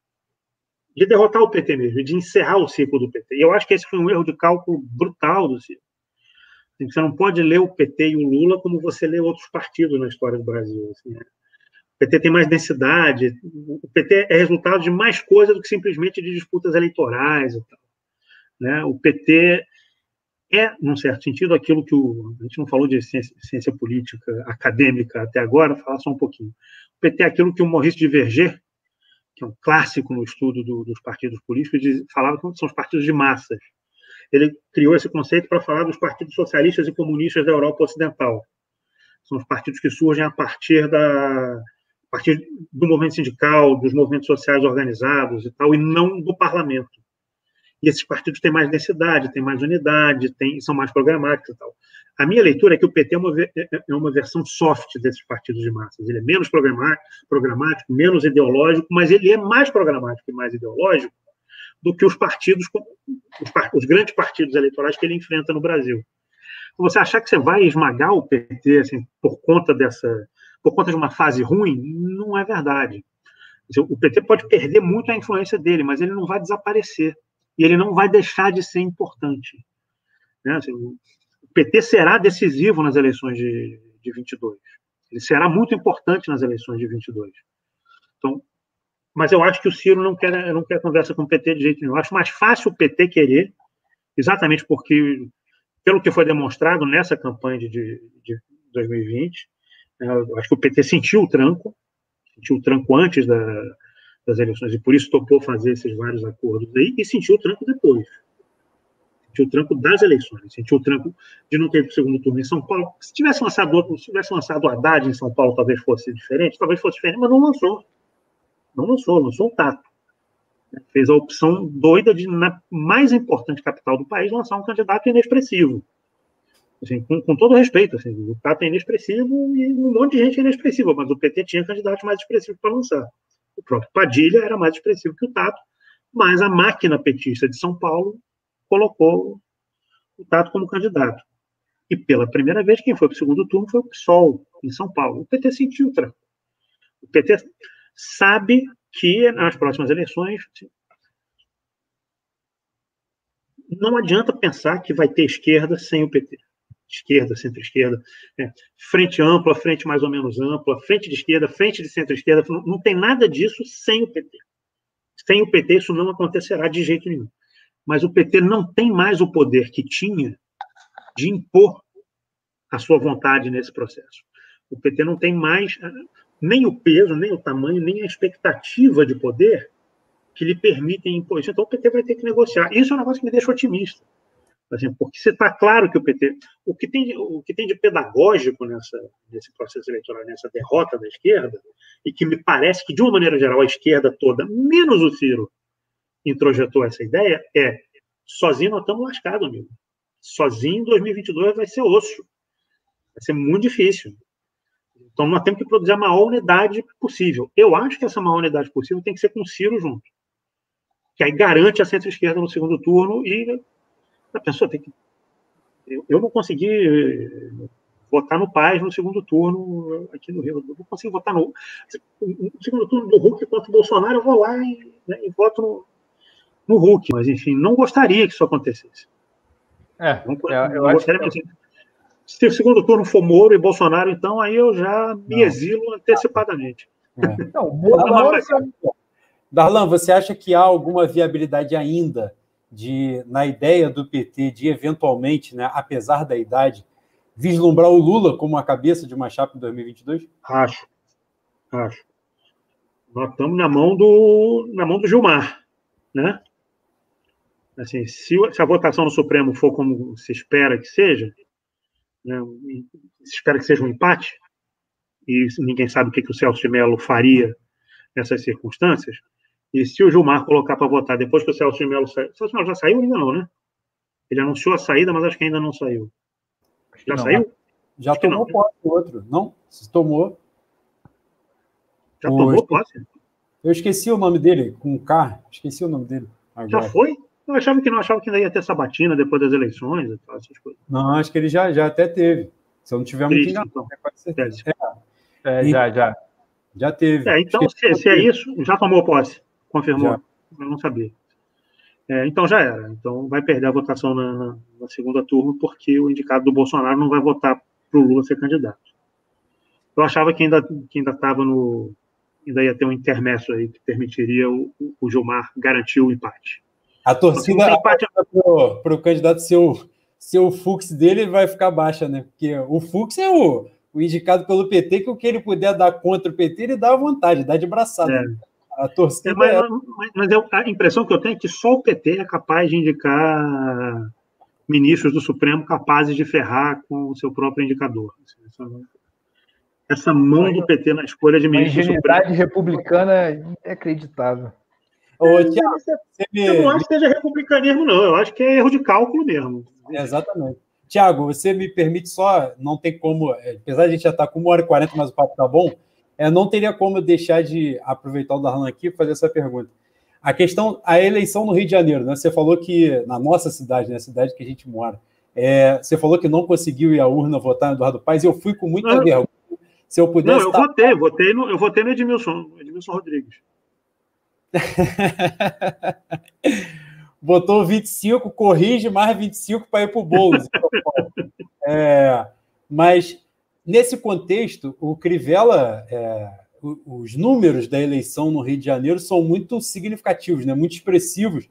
de derrotar o P T mesmo, de encerrar o ciclo do P T. E eu acho que esse foi um erro de cálculo brutal do Ciro. Você não pode ler o P T e o Lula como você lê outros partidos na história do Brasil. Assim, né? O P T tem mais densidade, o P T é resultado de mais coisa do que simplesmente de disputas eleitorais e tal. Né? O P T é, num certo sentido, aquilo que o... A gente não falou de ciência, ciência política acadêmica até agora, vou falar só um pouquinho. O P T é aquilo que o Maurice de Verger, que é um clássico no estudo do, dos partidos políticos, diz, falava que são os partidos de massas. Ele criou esse conceito para falar dos partidos socialistas e comunistas da Europa Ocidental. São os partidos que surgem a partir, da, a partir do movimento sindical, dos movimentos sociais organizados e tal, e não do parlamento. E esses partidos têm mais densidade, têm mais unidade, têm, são mais programáticos e tal. A minha leitura é que o P T é uma, é uma versão soft desses partidos de massas. Ele é menos programático, menos ideológico, mas ele é mais programático e mais ideológico do que os partidos, os, os grandes partidos eleitorais que ele enfrenta no Brasil. Você achar que você vai esmagar o P T assim, por conta dessa, por conta de uma fase ruim, não é verdade. O P T pode perder muito a influência dele, mas ele não vai desaparecer. E ele não vai deixar de ser importante. Né? Assim, o P T será decisivo nas eleições de, de vinte e dois. Ele será muito importante nas eleições de vinte e dois. Então, mas eu acho que o Ciro não quer, não quer conversa com o P T de jeito nenhum. Eu acho mais fácil o P T querer, exatamente porque, pelo que foi demonstrado nessa campanha de, de dois mil e vinte, eu acho que o P T sentiu o tranco, sentiu o tranco antes da... das eleições, e por isso topou fazer esses vários acordos aí, e sentiu o tranco depois. Sentiu o tranco das eleições, sentiu o tranco de não ter o segundo turno em São Paulo. Se tivesse lançado outro, se tivesse lançado o Haddad em São Paulo, talvez fosse diferente, talvez fosse diferente, mas não lançou. Não lançou, lançou o Tato. Fez a opção doida de, na mais importante capital do país, lançar um candidato inexpressivo. Assim, com, com todo respeito, assim, o Tato é inexpressivo e um monte de gente é inexpressiva, mas o P T tinha candidatos mais expressivos para lançar. O próprio Padilha era mais expressivo que o Tato, mas a máquina petista de São Paulo colocou o Tato como candidato. E pela primeira vez, quem foi para o segundo turno foi o PSOL, em São Paulo. O P T sentiu o tranco. O P T sabe que nas próximas eleições não adianta pensar que vai ter esquerda sem o P T. Esquerda, centro-esquerda, é, frente ampla, frente mais ou menos ampla, frente de esquerda, frente de centro-esquerda, não, não tem nada disso sem o P T. Sem o P T isso não acontecerá de jeito nenhum. Mas o P T não tem mais o poder que tinha de impor a sua vontade nesse processo. O P T não tem mais nem o peso, nem o tamanho, nem a expectativa de poder que lhe permitem impor isso. Então o P T vai ter que negociar. Isso é um negócio que me deixa otimista. Assim, porque se está claro que o P T... O que tem de, o que tem de pedagógico nessa, nesse processo eleitoral, nessa derrota da esquerda, e que me parece que, de uma maneira geral, a esquerda toda, menos o Ciro, introjetou essa ideia, é sozinho nós estamos lascados, amigo. Sozinho em dois mil e vinte e dois vai ser osso. Vai ser muito difícil. Então nós temos que produzir a maior unidade possível. Eu acho que essa maior unidade possível tem que ser com o Ciro junto. Que aí garante a centro-esquerda no segundo turno e a pessoa tem que... Eu, eu não consegui votar no Paz no segundo turno aqui no Rio. Eu não consigo votar no... No segundo turno do Huck contra o Bolsonaro, eu vou lá e, né, e voto no, no Huck. Mas, enfim, não gostaria que isso acontecesse.
É,
não,
eu,
não
eu
gostaria
acho que...
assim, se o segundo turno for Moro e Bolsonaro, então aí eu já me não. exilo antecipadamente.
É. Não, Moro, Moro, Darlan, você acha que há alguma viabilidade ainda de, na ideia do P T de eventualmente, né, apesar da idade, vislumbrar o Lula como a cabeça de uma chapa em dois mil e vinte e dois?
Acho. Acho. Nós estamos na mão do, na mão do Gilmar, né? Assim, se, se a votação no Supremo for como se espera que seja, né? Espero que seja um empate, e ninguém sabe o que, que o Celso de Mello faria nessas circunstâncias. E se o Gilmar colocar para votar depois que o Celso de Mello saiu... O Celso de Mello já saiu ainda não, né? Ele anunciou a saída, mas acho que ainda não saiu. Já
não,
saiu?
Já
acho
tomou
não,
posse o outro. Não? Se tomou.
Já
o...
tomou posse?
Eu esqueci o nome dele, com K. Esqueci o nome dele agora.
Já foi? Eu achava que não, achava que ainda ia ter sabatina depois das eleições e tal, essas coisas.
Não, acho que ele já, já até teve. Se eu não tiver muito enganado,
então.
com certeza.
É, é, já, já.
Já teve.
É, então, se, se é isso, já tomou posse. Confirmou.
Já.
Eu não sabia. É, então já era. Então vai perder a votação na, na, na segunda turma, porque o indicado do Bolsonaro não vai votar para o Lula ser candidato. Eu achava que ainda que ainda estava no. Ainda ia ter um intermédio aí que permitiria o, o Gilmar garantir o empate.
A torcida
então, empate...
para o candidato ser o, ser o Fux dele vai ficar baixa, né? Porque o Fux é o, o indicado pelo P T, que o que ele puder dar contra o P T, ele dá à vontade, dá de braçada.
É.
Né? A torcida.
É, mas, mas, mas eu, a impressão que eu tenho é que só o P T é capaz de indicar ministros do Supremo capazes de ferrar com o seu próprio indicador. Essa, essa mão do P T na escolha de ministro do Supremo.
A ingenuidade republicana é acreditável.
Ô, Thiago,
é, me... Eu não acho que seja republicanismo, não. Eu acho que é erro de cálculo mesmo.
É, exatamente. Tiago, você me permite só, não tem como, apesar de a gente já estar com uma hora e quarenta, mas o papo tá bom, é, não teria como deixar de aproveitar o Darlan aqui e fazer essa pergunta. A questão, a eleição no Rio de Janeiro, né? Você falou que, na nossa cidade, na né, cidade que a gente mora, é, você falou que não conseguiu ir à urna votar no Eduardo Paes, eu fui com muita não, vergonha. Se eu pudesse.
Não, eu
estar...
votei, votei no, eu votei no Edmilson, Edmilson Rodrigues.
Botou vinte e cinco, corrige mais vinte e cinco para ir para o Boulos. é, mas, nesse contexto, o Crivella, é, os números da eleição no Rio de Janeiro são muito significativos, né? Muito expressivos,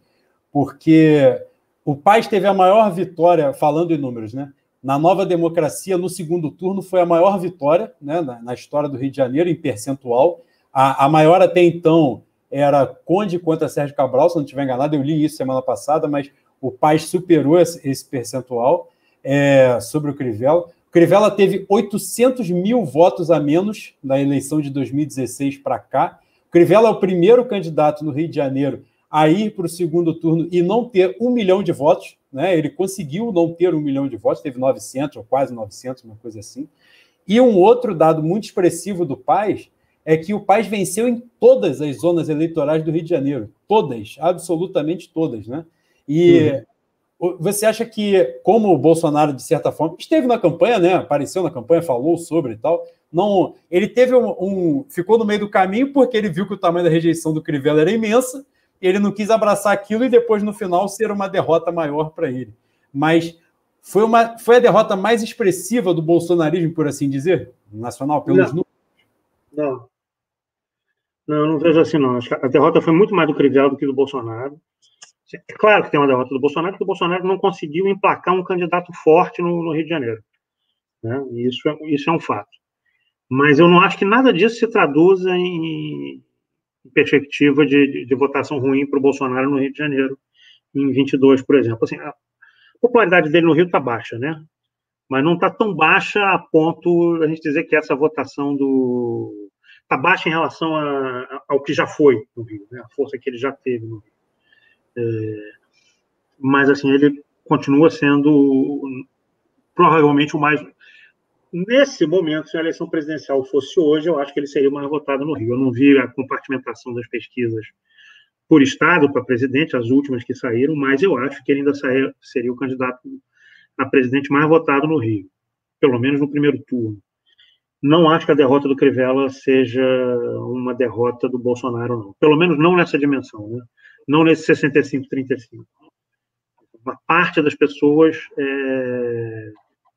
porque o Paes teve a maior vitória, falando em números, né? Na Nova Democracia, no segundo turno, foi a maior vitória, né? na, na história do Rio de Janeiro, em percentual. A, a maior até então era Conde contra Sérgio Cabral, se não estiver enganado, eu li isso semana passada, mas o Paes superou esse, esse percentual é, sobre o Crivella. O Crivella teve oitocentos mil votos a menos na eleição de dois mil e dezesseis para cá. O Crivella é o primeiro candidato no Rio de Janeiro a ir para o segundo turno e não ter um milhão de votos, né? Ele conseguiu não ter um milhão de votos, teve novecentos ou quase novecentos, uma coisa assim. E um outro dado muito expressivo do Paes é que o Paes venceu em todas as zonas eleitorais do Rio de Janeiro. Todas, absolutamente todas, né? E uhum. Você acha que, como o Bolsonaro, de certa forma, esteve na campanha, né? Apareceu na campanha, falou sobre e tal, não, ele teve um, um... ficou no meio do caminho porque ele viu que o tamanho da rejeição do Crivella era imensa, ele não quis abraçar aquilo e depois, no final, ser uma derrota maior para ele. Mas foi, uma, foi a derrota mais expressiva do bolsonarismo, por assim dizer, nacional, pelos
números? Não. Não, eu não vejo assim, não. Acho que a derrota foi muito mais do Crivella do que do Bolsonaro. É claro que tem uma derrota do Bolsonaro, porque o Bolsonaro não conseguiu emplacar um candidato forte no, no Rio de Janeiro. Né? Isso, é, isso é um fato. Mas eu não acho que nada disso se traduza em perspectiva de, de, de votação ruim para o Bolsonaro no Rio de Janeiro, em vinte e dois, por exemplo. Assim, a popularidade dele no Rio está baixa, né? Mas não está tão baixa a ponto a gente dizer que essa votação do... está baixa em relação a, a, ao que já foi no Rio, né? A força que ele já teve no Rio. É, mas, assim, ele continua sendo provavelmente o mais... Nesse momento, se a eleição presidencial fosse hoje, eu acho que ele seria o mais votado no Rio. Eu não vi a compartimentação das pesquisas por estado para presidente, as últimas que saíram, mas eu acho que ele ainda sair, seria o candidato a presidente mais votado no Rio, pelo menos no primeiro turno. Não acho que a derrota do Crivella seja uma derrota do Bolsonaro, não. Pelo menos não nessa dimensão, né? Não nesse sessenta e cinco a trinta e cinco. Uma parte das pessoas é...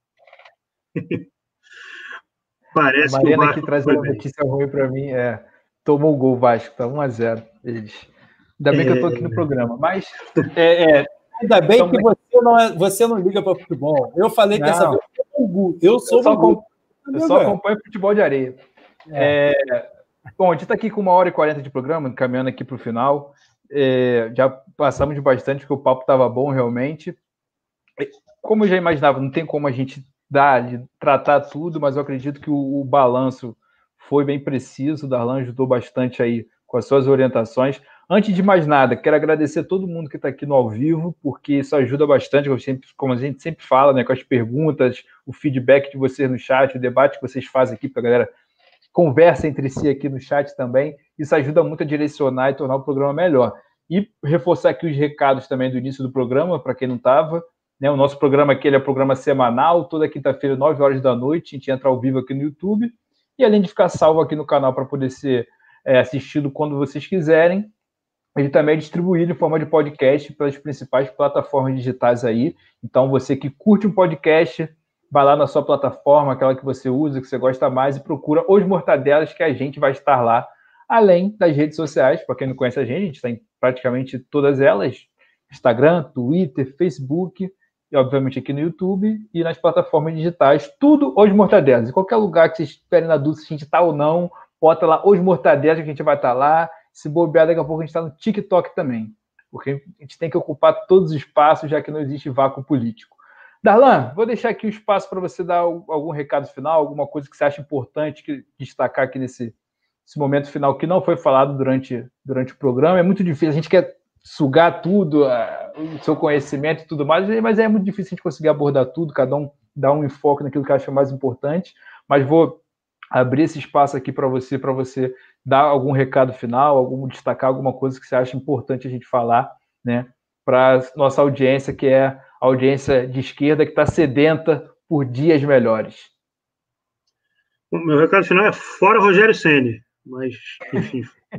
parece
a
que o
Mariana
Vasco
aqui traz uma notícia ruim para mim, é, tomou o gol Vasco, tá um a zero eles. Ainda bem é... que eu tô aqui no programa, mas é, é...
ainda bem então, que você não, é, você não liga para futebol. Eu falei que essa vez eu sou
eu só, com... eu só acompanho futebol de areia. É. É... Bom, a gente está aqui com uma hora e quarenta de programa, caminhando aqui para o final. É... Já passamos de bastante, porque o papo estava bom realmente. Como eu já imaginava, não tem como a gente dar, de tratar tudo, mas eu acredito que o, o balanço foi bem preciso. O Darlan ajudou bastante aí com as suas orientações. Antes de mais nada, quero agradecer a todo mundo que está aqui no ao vivo, porque isso ajuda bastante, como, sempre, como a gente sempre fala, né, com as perguntas, o feedback de vocês no chat, o debate que vocês fazem aqui para a galera conversa entre si aqui no chat também. Isso ajuda muito a direcionar e tornar o programa melhor. E reforçar aqui os recados também do início do programa, para quem não estava. Né, o nosso programa aqui ele é um programa semanal, toda quinta-feira, nove horas da noite, a gente entra ao vivo aqui no YouTube. E além de ficar salvo aqui no canal para poder ser é, assistido quando vocês quiserem, ele também é distribuído em forma de podcast pelas principais plataformas digitais aí. Então, você que curte um podcast, vai lá na sua plataforma, aquela que você usa, que você gosta mais, e procura Os Mortadelas, que a gente vai estar lá. Além das redes sociais, para quem não conhece a gente, a gente está em praticamente todas elas. Instagram, Twitter, Facebook, e obviamente aqui no YouTube, e nas plataformas digitais. Tudo Os Mortadelas. Em qualquer lugar que vocês estiverem na dúvida se a gente está ou não, bota lá Os Mortadelas, que a gente vai estar lá. Se bobear, daqui a pouco a gente está no TikTok também, porque a gente tem que ocupar todos os espaços, já que não existe vácuo político. Darlan, vou deixar aqui o espaço para você dar algum recado final, alguma coisa que você acha importante que, destacar aqui nesse, nesse momento final, que não foi falado durante, durante o programa. É muito difícil, a gente quer sugar tudo, uh, o seu conhecimento e tudo mais, mas é muito difícil a gente conseguir abordar tudo, cada um dar um enfoque naquilo que acha mais importante, mas vou abrir esse espaço aqui para você, para você dar algum recado final, algum destacar alguma coisa que você acha importante a gente falar, né, para nossa audiência, que é a audiência de esquerda que está sedenta por dias melhores.
O meu recado final é fora Rogério Ceni, mas, enfim,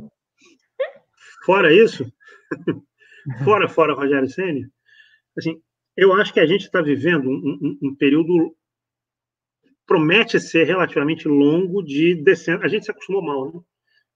fora isso, fora, fora Rogério Ceni, assim, eu acho que a gente está vivendo um, um, um período promete ser relativamente longo de descendo. A gente se acostumou mal, né?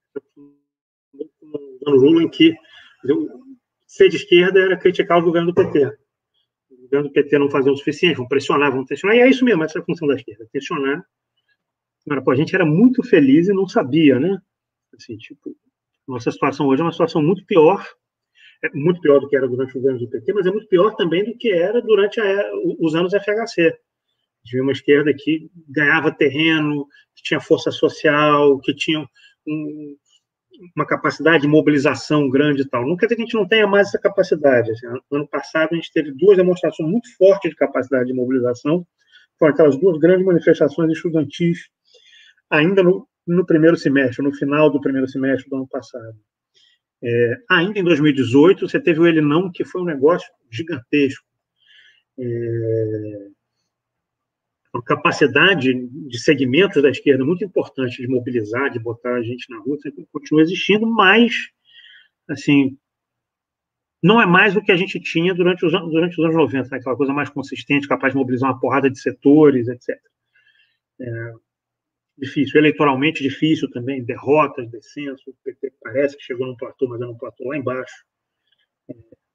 No Lula, em que ser de esquerda era criticar o governo do P T. O governo do P T não fazia o suficiente, vão pressionar, vão pressionar, e é isso mesmo, essa é a função da esquerda, pressionar. Agora, pô, a gente era muito feliz e não sabia, né? Assim, tipo, nossa situação hoje é uma situação muito pior, é muito pior do que era durante o governo do P T, mas é muito pior também do que era durante a, os anos F H C. De uma esquerda que ganhava terreno, que tinha força social, que tinha um, uma capacidade de mobilização grande e tal. Não quer dizer que a gente não tenha mais essa capacidade. Assim, no ano passado, a gente teve duas demonstrações muito fortes de capacidade de mobilização, foram aquelas duas grandes manifestações estudantis, ainda no, no primeiro semestre, no final do primeiro semestre do ano passado. É, ainda em dois mil e dezoito, você teve o Ele Não, que foi um negócio gigantesco. É, uma capacidade de segmentos da esquerda muito importante de mobilizar, de botar a gente na rua, continua existindo, mas, assim, não é mais o que a gente tinha durante os, durante os anos noventa, né? Aquela coisa mais consistente, capaz de mobilizar uma porrada de setores, etcétera. É difícil, eleitoralmente difícil também, derrotas, descenso, o P T parece que chegou num platô, mas é um platô lá embaixo. É,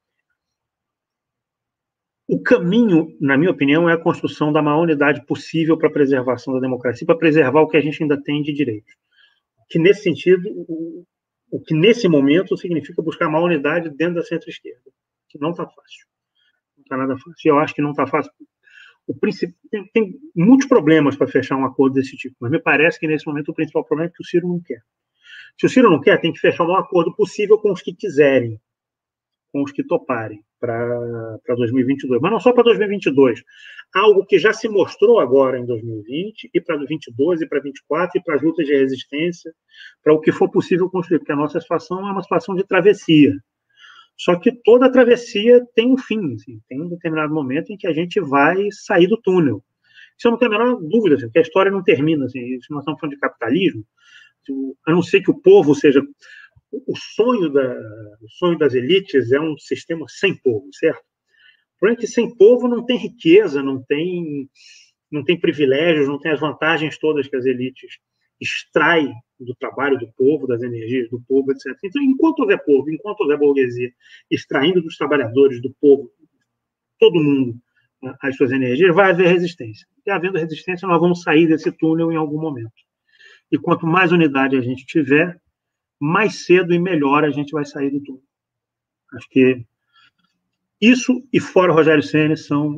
O caminho, na minha opinião, é a construção da maior unidade possível para a preservação da democracia, para preservar o que a gente ainda tem de direito. Que, nesse sentido, o, o que, nesse momento, significa buscar a maior unidade dentro da centro-esquerda, que não está fácil. Não está nada fácil. E eu acho que não está fácil. O princip... tem, tem muitos problemas para fechar um acordo desse tipo, mas me parece que, nesse momento, o principal problema é que o Ciro não quer. Se o Ciro não quer, tem que fechar o maior acordo possível com os que quiserem, com os que toparem para dois mil e vinte e dois. Mas não só para dois mil e vinte e dois. Algo que já se mostrou agora em dois mil e vinte, e para vinte e dois, e para vinte e quatro, e para as lutas de resistência, para o que for possível construir, porque a nossa situação é uma situação de travessia. Só que toda travessia tem um fim, assim, tem um determinado momento em que a gente vai sair do túnel. Isso eu não tenho a menor dúvida, assim, porque a história não termina. Assim, se nós estamos falando de capitalismo, a não ser que o povo seja... O sonho, da, o sonho das elites é um sistema sem povo, certo? O problema é que sem povo não tem riqueza, não tem, não tem privilégios, não tem as vantagens todas que as elites extraem do trabalho do povo, das energias do povo, etcétera. Então, enquanto houver povo, enquanto houver burguesia extraindo dos trabalhadores, do povo, todo mundo, as suas energias, vai haver resistência. E havendo resistência, nós vamos sair desse túnel em algum momento. E quanto mais unidade a gente tiver, mais cedo e melhor a gente vai sair do túnel. Acho que isso e fora Rogério Ceni são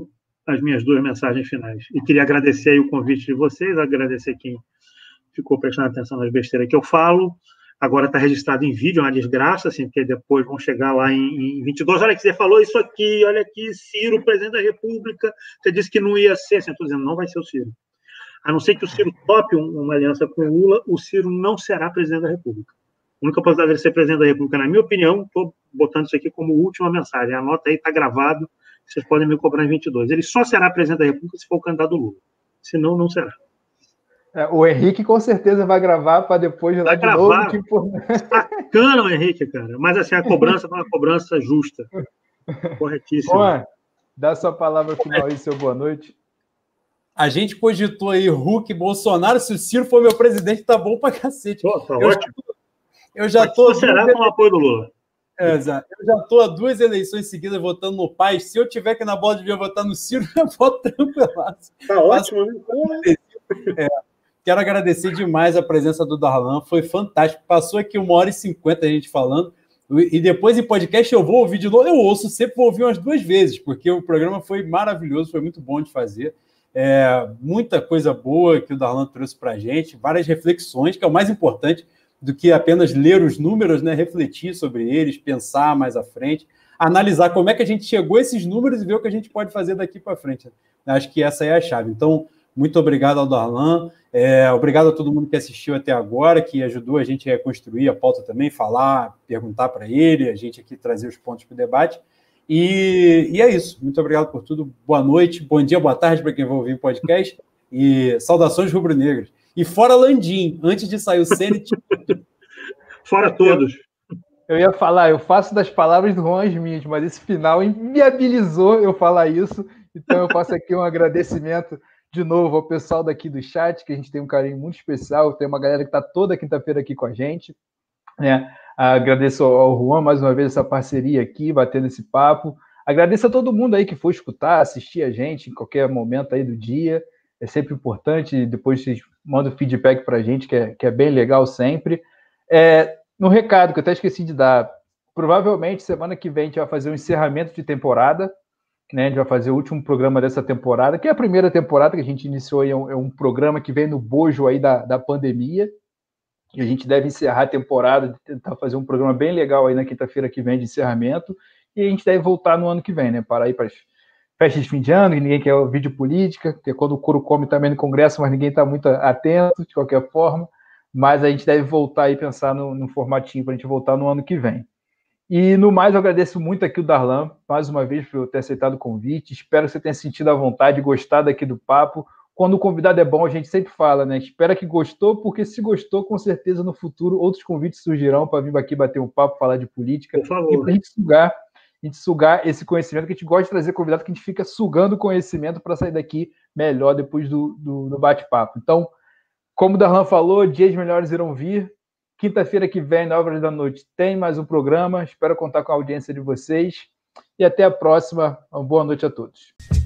as minhas duas mensagens finais. E queria agradecer aí o convite de vocês, agradecer quem ficou prestando atenção nas besteiras que eu falo. Agora está registrado em vídeo, é uma desgraça, assim, porque depois vão chegar lá em, em vinte e dois. Olha que você falou isso aqui, olha aqui, Ciro, presidente da República. Você disse que não ia ser, assim, eu estou dizendo, não vai ser o Ciro. A não ser que o Ciro tope uma aliança com o Lula, o Ciro não será presidente da República. A única possibilidade dele ser presidente da República, na minha opinião, estou botando isso aqui como última mensagem. Anota aí, está gravado, vocês podem me cobrar em vinte e dois. Ele só será presidente da República se for o candidato do Lula. Senão, não será.
É, o Henrique com certeza vai gravar para depois ir lá
vai
de
gravar.
novo. Tipo...
Bacana o Henrique, cara. Mas assim, a cobrança é uma cobrança justa. Corretíssimo.
Juan, dá sua palavra final aí, seu boa noite.
A gente cogitou aí Huck, Bolsonaro, se o Ciro for meu presidente, tá bom pra cacete.
Pô, tá
eu,
ótimo.
Já, eu já tô...
será com o apoio do Lula.
É, exato. Eu já tô há duas eleições seguidas votando no Paz. Se eu tiver que na bola de via votar no Ciro, eu voto tranquilaço.
Tá ótimo, né?
É. Quero agradecer demais a presença do Darlan, foi fantástico. Passou aqui uma hora e cinquenta a gente falando, e depois em podcast eu vou ouvir de novo. Eu ouço, sempre vou ouvir umas duas vezes, porque o programa foi maravilhoso, foi muito bom de fazer. É, muita coisa boa que o Darlan trouxe para a gente, várias reflexões, que é o mais importante do que apenas ler os números, né? Refletir sobre eles, pensar mais à frente, analisar como é que a gente chegou a esses números e ver o que a gente pode fazer daqui para frente. Acho que essa é a chave. Então, muito obrigado ao Darlan, é, obrigado a todo mundo que assistiu até agora, que ajudou a gente a construir a pauta também, falar, perguntar para ele, a gente aqui trazer os pontos para o debate. E, e é isso. Muito obrigado por tudo. Boa noite, bom dia, boa tarde para quem vai ouvir o podcast. E saudações rubro-negras. E fora Landim, antes de sair o Sênit...
Fora todos.
Eu, eu ia falar, eu faço das palavras do Juan as minhas, mas esse final inviabilizou eu falar isso. Então eu faço aqui um agradecimento de novo ao pessoal daqui do chat, que a gente tem um carinho muito especial, tem uma galera que está toda quinta-feira aqui com a gente, né? Agradeço ao Juan mais uma vez essa parceria aqui, batendo esse papo, agradeço a todo mundo aí que foi escutar, assistir a gente em qualquer momento aí do dia, é sempre importante, depois vocês mandam feedback para a gente, que é, que é bem legal sempre. É, no recado que eu até esqueci de dar, provavelmente semana que vem a gente vai fazer um encerramento de temporada, né, a gente vai fazer o último programa dessa temporada, que é a primeira temporada que a gente iniciou, é um, é um programa que vem no bojo aí da, da pandemia, e a gente deve encerrar a temporada, tentar fazer um programa bem legal aí na quinta-feira que vem de encerramento, e a gente deve voltar no ano que vem, né, para ir para as festas de fim de ano, que ninguém quer o vídeo política, que é quando o couro come também no Congresso, mas ninguém está muito atento, de qualquer forma, mas a gente deve voltar e pensar no, no formatinho para a gente voltar no ano que vem. E, no mais, eu agradeço muito aqui o Darlan, mais uma vez, por eu ter aceitado o convite. Espero que você tenha sentido à vontade, gostado aqui do papo. Quando o convidado é bom, a gente sempre fala, né? Espera que gostou, porque se gostou, com certeza, no futuro, outros convites surgirão para vir aqui bater um papo, falar de política.
Por favor.
E para a gente sugar, a gente sugar esse conhecimento, que a gente gosta de trazer convidado, que a gente fica sugando conhecimento para sair daqui melhor depois do, do, do bate-papo. Então, como o Darlan falou, dias melhores irão vir. Quinta-feira que vem, nove horas da noite, tem mais um programa. Espero contar com a audiência de vocês. E até a próxima. Uma boa noite a todos.